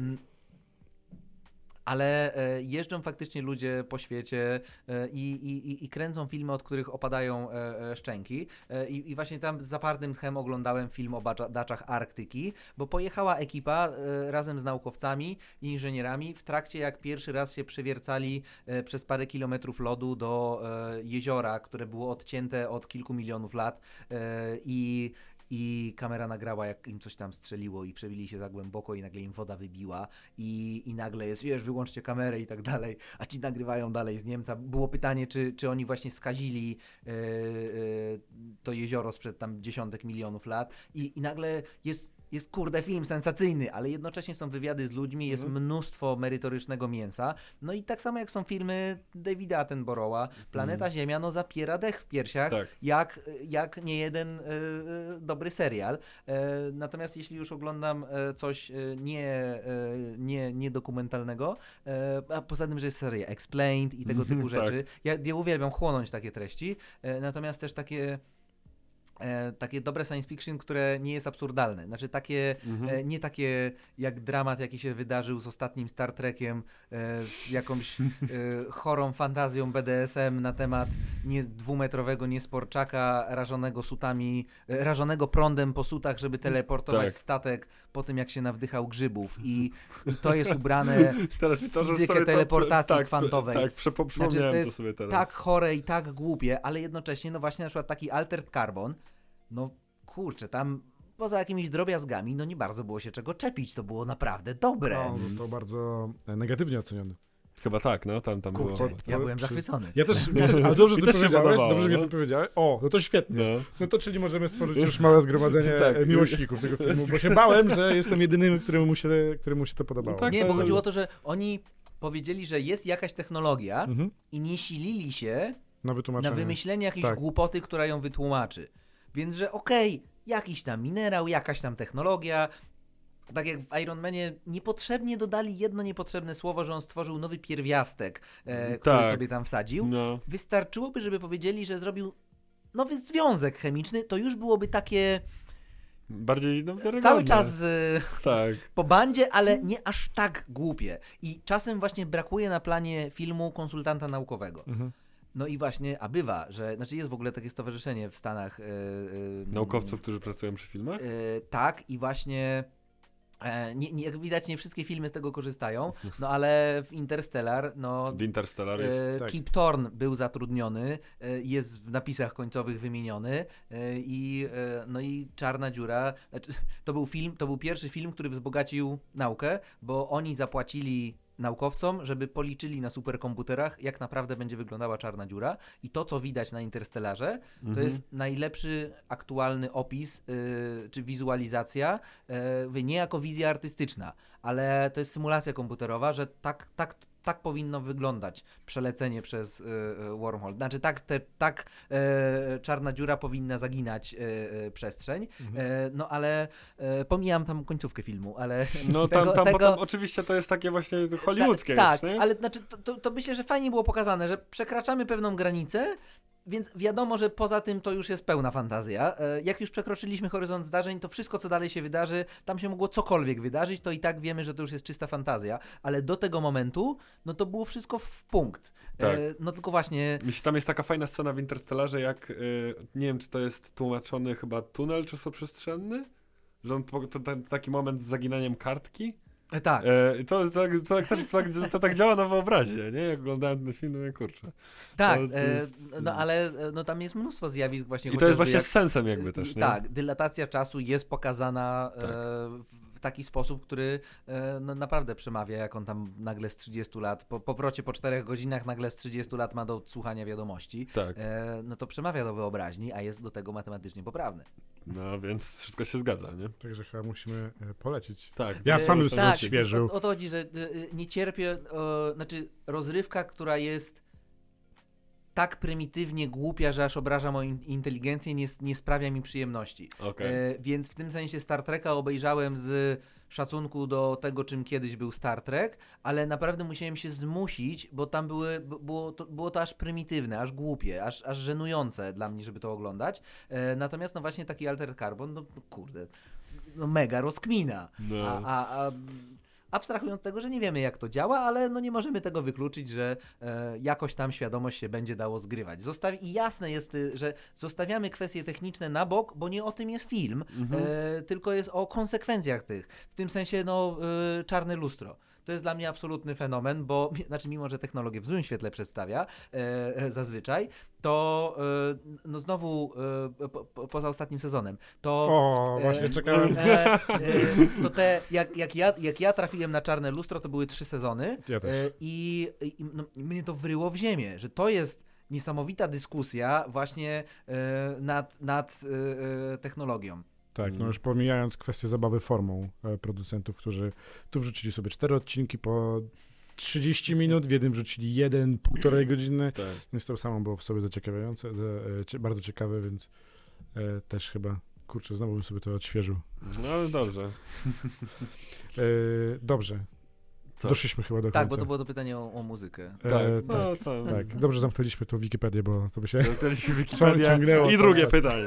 Ale jeżdżą faktycznie ludzie po świecie i kręcą filmy, od których opadają szczęki. I właśnie tam z zapartym tchem oglądałem film o badaczach Arktyki, bo pojechała ekipa razem z naukowcami i inżynierami w trakcie, jak pierwszy raz się przewiercali przez parę kilometrów lodu do jeziora, które było odcięte od kilku milionów lat i kamera nagrała, jak im coś tam strzeliło i przebili się za głęboko i nagle im woda wybiła i nagle jest, wiesz, wyłączcie kamerę i tak dalej, a ci nagrywają dalej z Niemca. Było pytanie, czy oni właśnie skazili to jezioro sprzed tam dziesiątek milionów lat i nagle jest kurde film sensacyjny, ale jednocześnie są wywiady z ludźmi, jest mnóstwo merytorycznego mięsa. No i tak samo jak są filmy Davida Attenborougha, Planeta Ziemia, no zapiera dech w piersiach, tak. jak nie jeden dobry serial. Natomiast jeśli już oglądam coś niedokumentalnego, a poza tym, że jest seria Explained i tego typu rzeczy, ja uwielbiam chłonąć takie treści, natomiast też takie takie dobre science fiction, które nie jest absurdalne. Znaczy takie, nie takie jak dramat, jaki się wydarzył z ostatnim Star Trekiem, z jakąś chorą fantazją BDSM na temat dwumetrowego niesporczaka rażonego prądem po sutach, żeby teleportować statek po tym, jak się nawdychał grzybów. I to jest ubrane w fizykę teleportacji kwantowej. Tak, przypomniałem to jest sobie teraz. tak chore i tak głupie, ale jednocześnie, no właśnie na przykład taki Altered Carbon, no kurczę, tam poza jakimiś drobiazgami, no nie bardzo było się czego czepić, to było naprawdę dobre. No, został bardzo negatywnie oceniony. Chyba tak, no, tam Kurczę, było. ja byłem zachwycony. Ja też, ale dobrze Mi ty też się powiedziałeś, podobało, dobrze no. mnie to powiedziałeś. O, no to świetnie. No. No to czyli możemy stworzyć już małe zgromadzenie Tak. miłośników tego filmu, bo się bałem, że jestem jedynym, któremu się to podobało. Tak, Nie, bo ale- chodziło o to, że oni powiedzieli, że jest jakaś technologia Mhm. i nie silili się Na na wytłumaczenie. wymyślenie jakiejś Tak. głupoty, która ją wytłumaczy. Więc, że okej, jakiś tam minerał, jakaś tam technologia. Tak jak w Iron Manie niepotrzebnie dodali jedno niepotrzebne słowo, że on stworzył nowy pierwiastek, który Tak. sobie tam wsadził. No. Wystarczyłoby, żeby powiedzieli, że zrobił nowy związek chemiczny, to już byłoby takie Bardziej, no, wiarygodne. cały czas Tak. po bandzie, ale nie aż tak głupie. I czasem właśnie brakuje na planie filmu konsultanta naukowego. Mhm. No i właśnie, a bywa, że, znaczy jest w ogóle takie stowarzyszenie w Stanach. Naukowców, którzy pracują przy filmach? Tak, i właśnie jak widać, nie wszystkie filmy z tego korzystają, no ale w Interstellar, no W Interstellar jest... tak. Kip Thorne był zatrudniony, jest w napisach końcowych wymieniony no i Czarna Dziura, znaczy, to był pierwszy film, który wzbogacił naukę, bo oni zapłacili naukowcom, żeby policzyli na superkomputerach, jak naprawdę będzie wyglądała Czarna Dziura i to, co widać na Interstellarze, to jest najlepszy aktualny opis, czy wizualizacja, nie jako wizja artystyczna, ale to jest symulacja komputerowa, że tak powinno wyglądać przelecenie przez wormhole. Znaczy tak Czarna Dziura powinna zaginać przestrzeń, no ale pomijam tam końcówkę filmu, ale No tam potem oczywiście to jest takie właśnie hollywoodzkie tak, już, nie? ale znaczy to myślę, że fajnie było pokazane, że przekraczamy pewną granicę, więc wiadomo, że poza tym to już jest pełna fantazja. Jak już przekroczyliśmy horyzont zdarzeń, to wszystko, co dalej się wydarzy, tam się mogło cokolwiek wydarzyć, to i tak wiemy, że to już jest czysta fantazja, ale do tego momentu, no to było wszystko w punkt. Tak. No tylko właśnie... Myślę, tam jest taka fajna scena w Interstellarze, jak nie wiem, czy to jest tłumaczony chyba tunel czasoprzestrzenny? Że on, taki moment z zaginaniem kartki? Tak. To tak działa na wyobraźnię, nie? Jak oglądałem ten film, no nie kurczę. Tak, to jest- no ale no, tam jest mnóstwo zjawisk właśnie. I to jest chociażby właśnie z sensem jakby też, nie? Tak, dylatacja czasu jest pokazana Tak. w taki sposób, który no, naprawdę przemawia, jak on tam nagle z 30 lat, po powrocie po 4 godzinach nagle z 30 lat ma do odsłuchania wiadomości, Tak. no to przemawia do wyobraźni, a jest do tego matematycznie poprawny. No więc wszystko się zgadza, nie? Także chyba musimy polecić. Tak. Ja sam bym sobie tak, odświeżył. o to chodzi, że nie cierpię, znaczy rozrywka, która jest tak prymitywnie głupia, że aż obraża moją inteligencję, nie sprawia mi przyjemności. Okej. Więc w tym sensie Star Treka obejrzałem z szacunku do tego, czym kiedyś był Star Trek, ale naprawdę musiałem się zmusić, bo tam było to aż prymitywne, aż głupie, aż żenujące dla mnie, żeby to oglądać. Natomiast no właśnie taki Altered Carbon, no kurde, no mega rozkmina. No. Abstrahując od tego, że nie wiemy, jak to działa, ale no nie możemy tego wykluczyć, że jakoś tam świadomość się będzie dało zgrywać. I jasne jest, że zostawiamy kwestie techniczne na bok, bo nie o tym jest film, tylko jest o konsekwencjach tych. W tym sensie, no, Czarne lustro. To jest dla mnie absolutny fenomen, bo znaczy mimo, że technologię w złym świetle przedstawia zazwyczaj, to no znowu poza ostatnim sezonem, to... O, właśnie czekałem. To jak ja trafiłem na Czarne lustro, to były 3 sezony Ja też. i no, mnie to wryło w ziemię, że to jest niesamowita dyskusja właśnie nad technologią. Tak, no już pomijając kwestię zabawy formą producentów, którzy tu wrzucili sobie 4 odcinki po 30 minut, w jednym wrzucili 1,5 godziny, Tak. więc to samo było w sobie zaciekawiające, bardzo ciekawe, więc też chyba, kurczę, znowu bym sobie to odświeżył. No dobrze. Dobrze. Co? Doszliśmy chyba do końca. Tak, bo to było to pytanie o muzykę. Tak, no, to... Tak, dobrze zamknęliśmy tą Wikipedię, bo to by się Zamknęliśmy Wikipedię. ciągnęło I cały drugie czas. pytanie.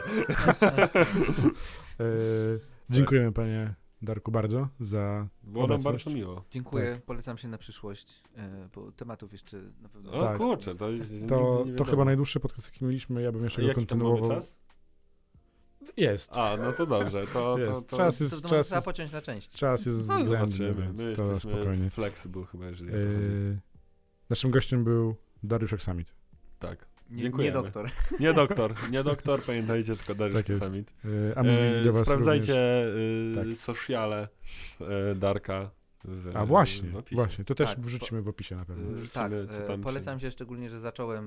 Dziękujemy panie Darku bardzo za Było nam obecność. bardzo miło. Dziękuję, polecam się na przyszłość, bo tematów jeszcze na pewno... O Tak. kurczę, to jest nigdy To nie chyba wiadomo. najdłuższy podcast, jaki mieliśmy, ja bym jeszcze go Jaki tam mamy kontynuował. czas? Jest. A, no to dobrze. To Czas To jest, to czas trzeba jest, pociąć na części. czas jest no, względny, zobaczymy. więc My to jesteśmy spokojnie. flexible chyba, jeżeli o to chodzi. Naszym gościem był Dariusz Aksamit. Tak. Nie Dziękujemy. doktor. Nie doktor, pamiętajcie, tylko Dariusz Tak jest. Summit. A mówili do was Sprawdzajcie Tak. sociale Darka. A właśnie, w opisie. właśnie, to też Tak, wrzucimy w opisie na pewno. Tak, co tam polecam się szczególnie, że zacząłem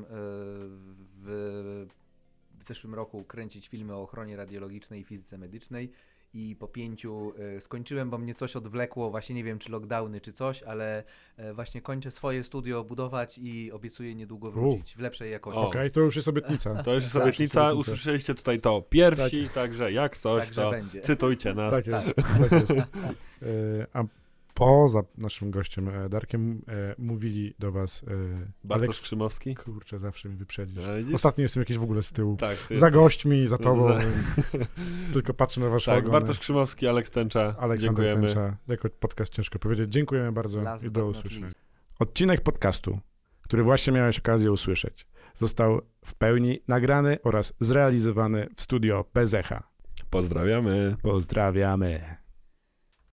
w zeszłym roku kręcić filmy o ochronie radiologicznej i fizyce medycznej i po 5 skończyłem, bo mnie coś odwlekło, właśnie nie wiem czy lockdowny czy coś, ale właśnie kończę swoje studio budować i obiecuję niedługo wrócić w lepszej jakości. Okej, to już jest obietnica. To już jest Tak, obietnica, obietnica. usłyszeliście tutaj to pierwsi, także jak coś, Także to będzie. cytujcie nas. Tak jest, tak jest. A poza naszym gościem Darkiem mówili do was Bartosz Krzymowski. Kurczę, zawsze mi wyprzedzisz. Widzisz? Ostatnio jestem jakiś w ogóle z tyłu. Tak, ty Za jesteś- gośćmi, za tobą, Za- więc tylko patrzę na wasze Tak, ogony. Bartosz Krzymowski, Aleks Tęcza. Aleksander Dziękujemy. Tęcza. Jako podcast ciężko powiedzieć. Dziękujemy bardzo Last i but do not usłyszenia. least. Odcinek podcastu, który właśnie miałeś okazję usłyszeć, został w pełni nagrany oraz zrealizowany w studio Bez Echa. Pozdrawiamy. Pozdrawiamy.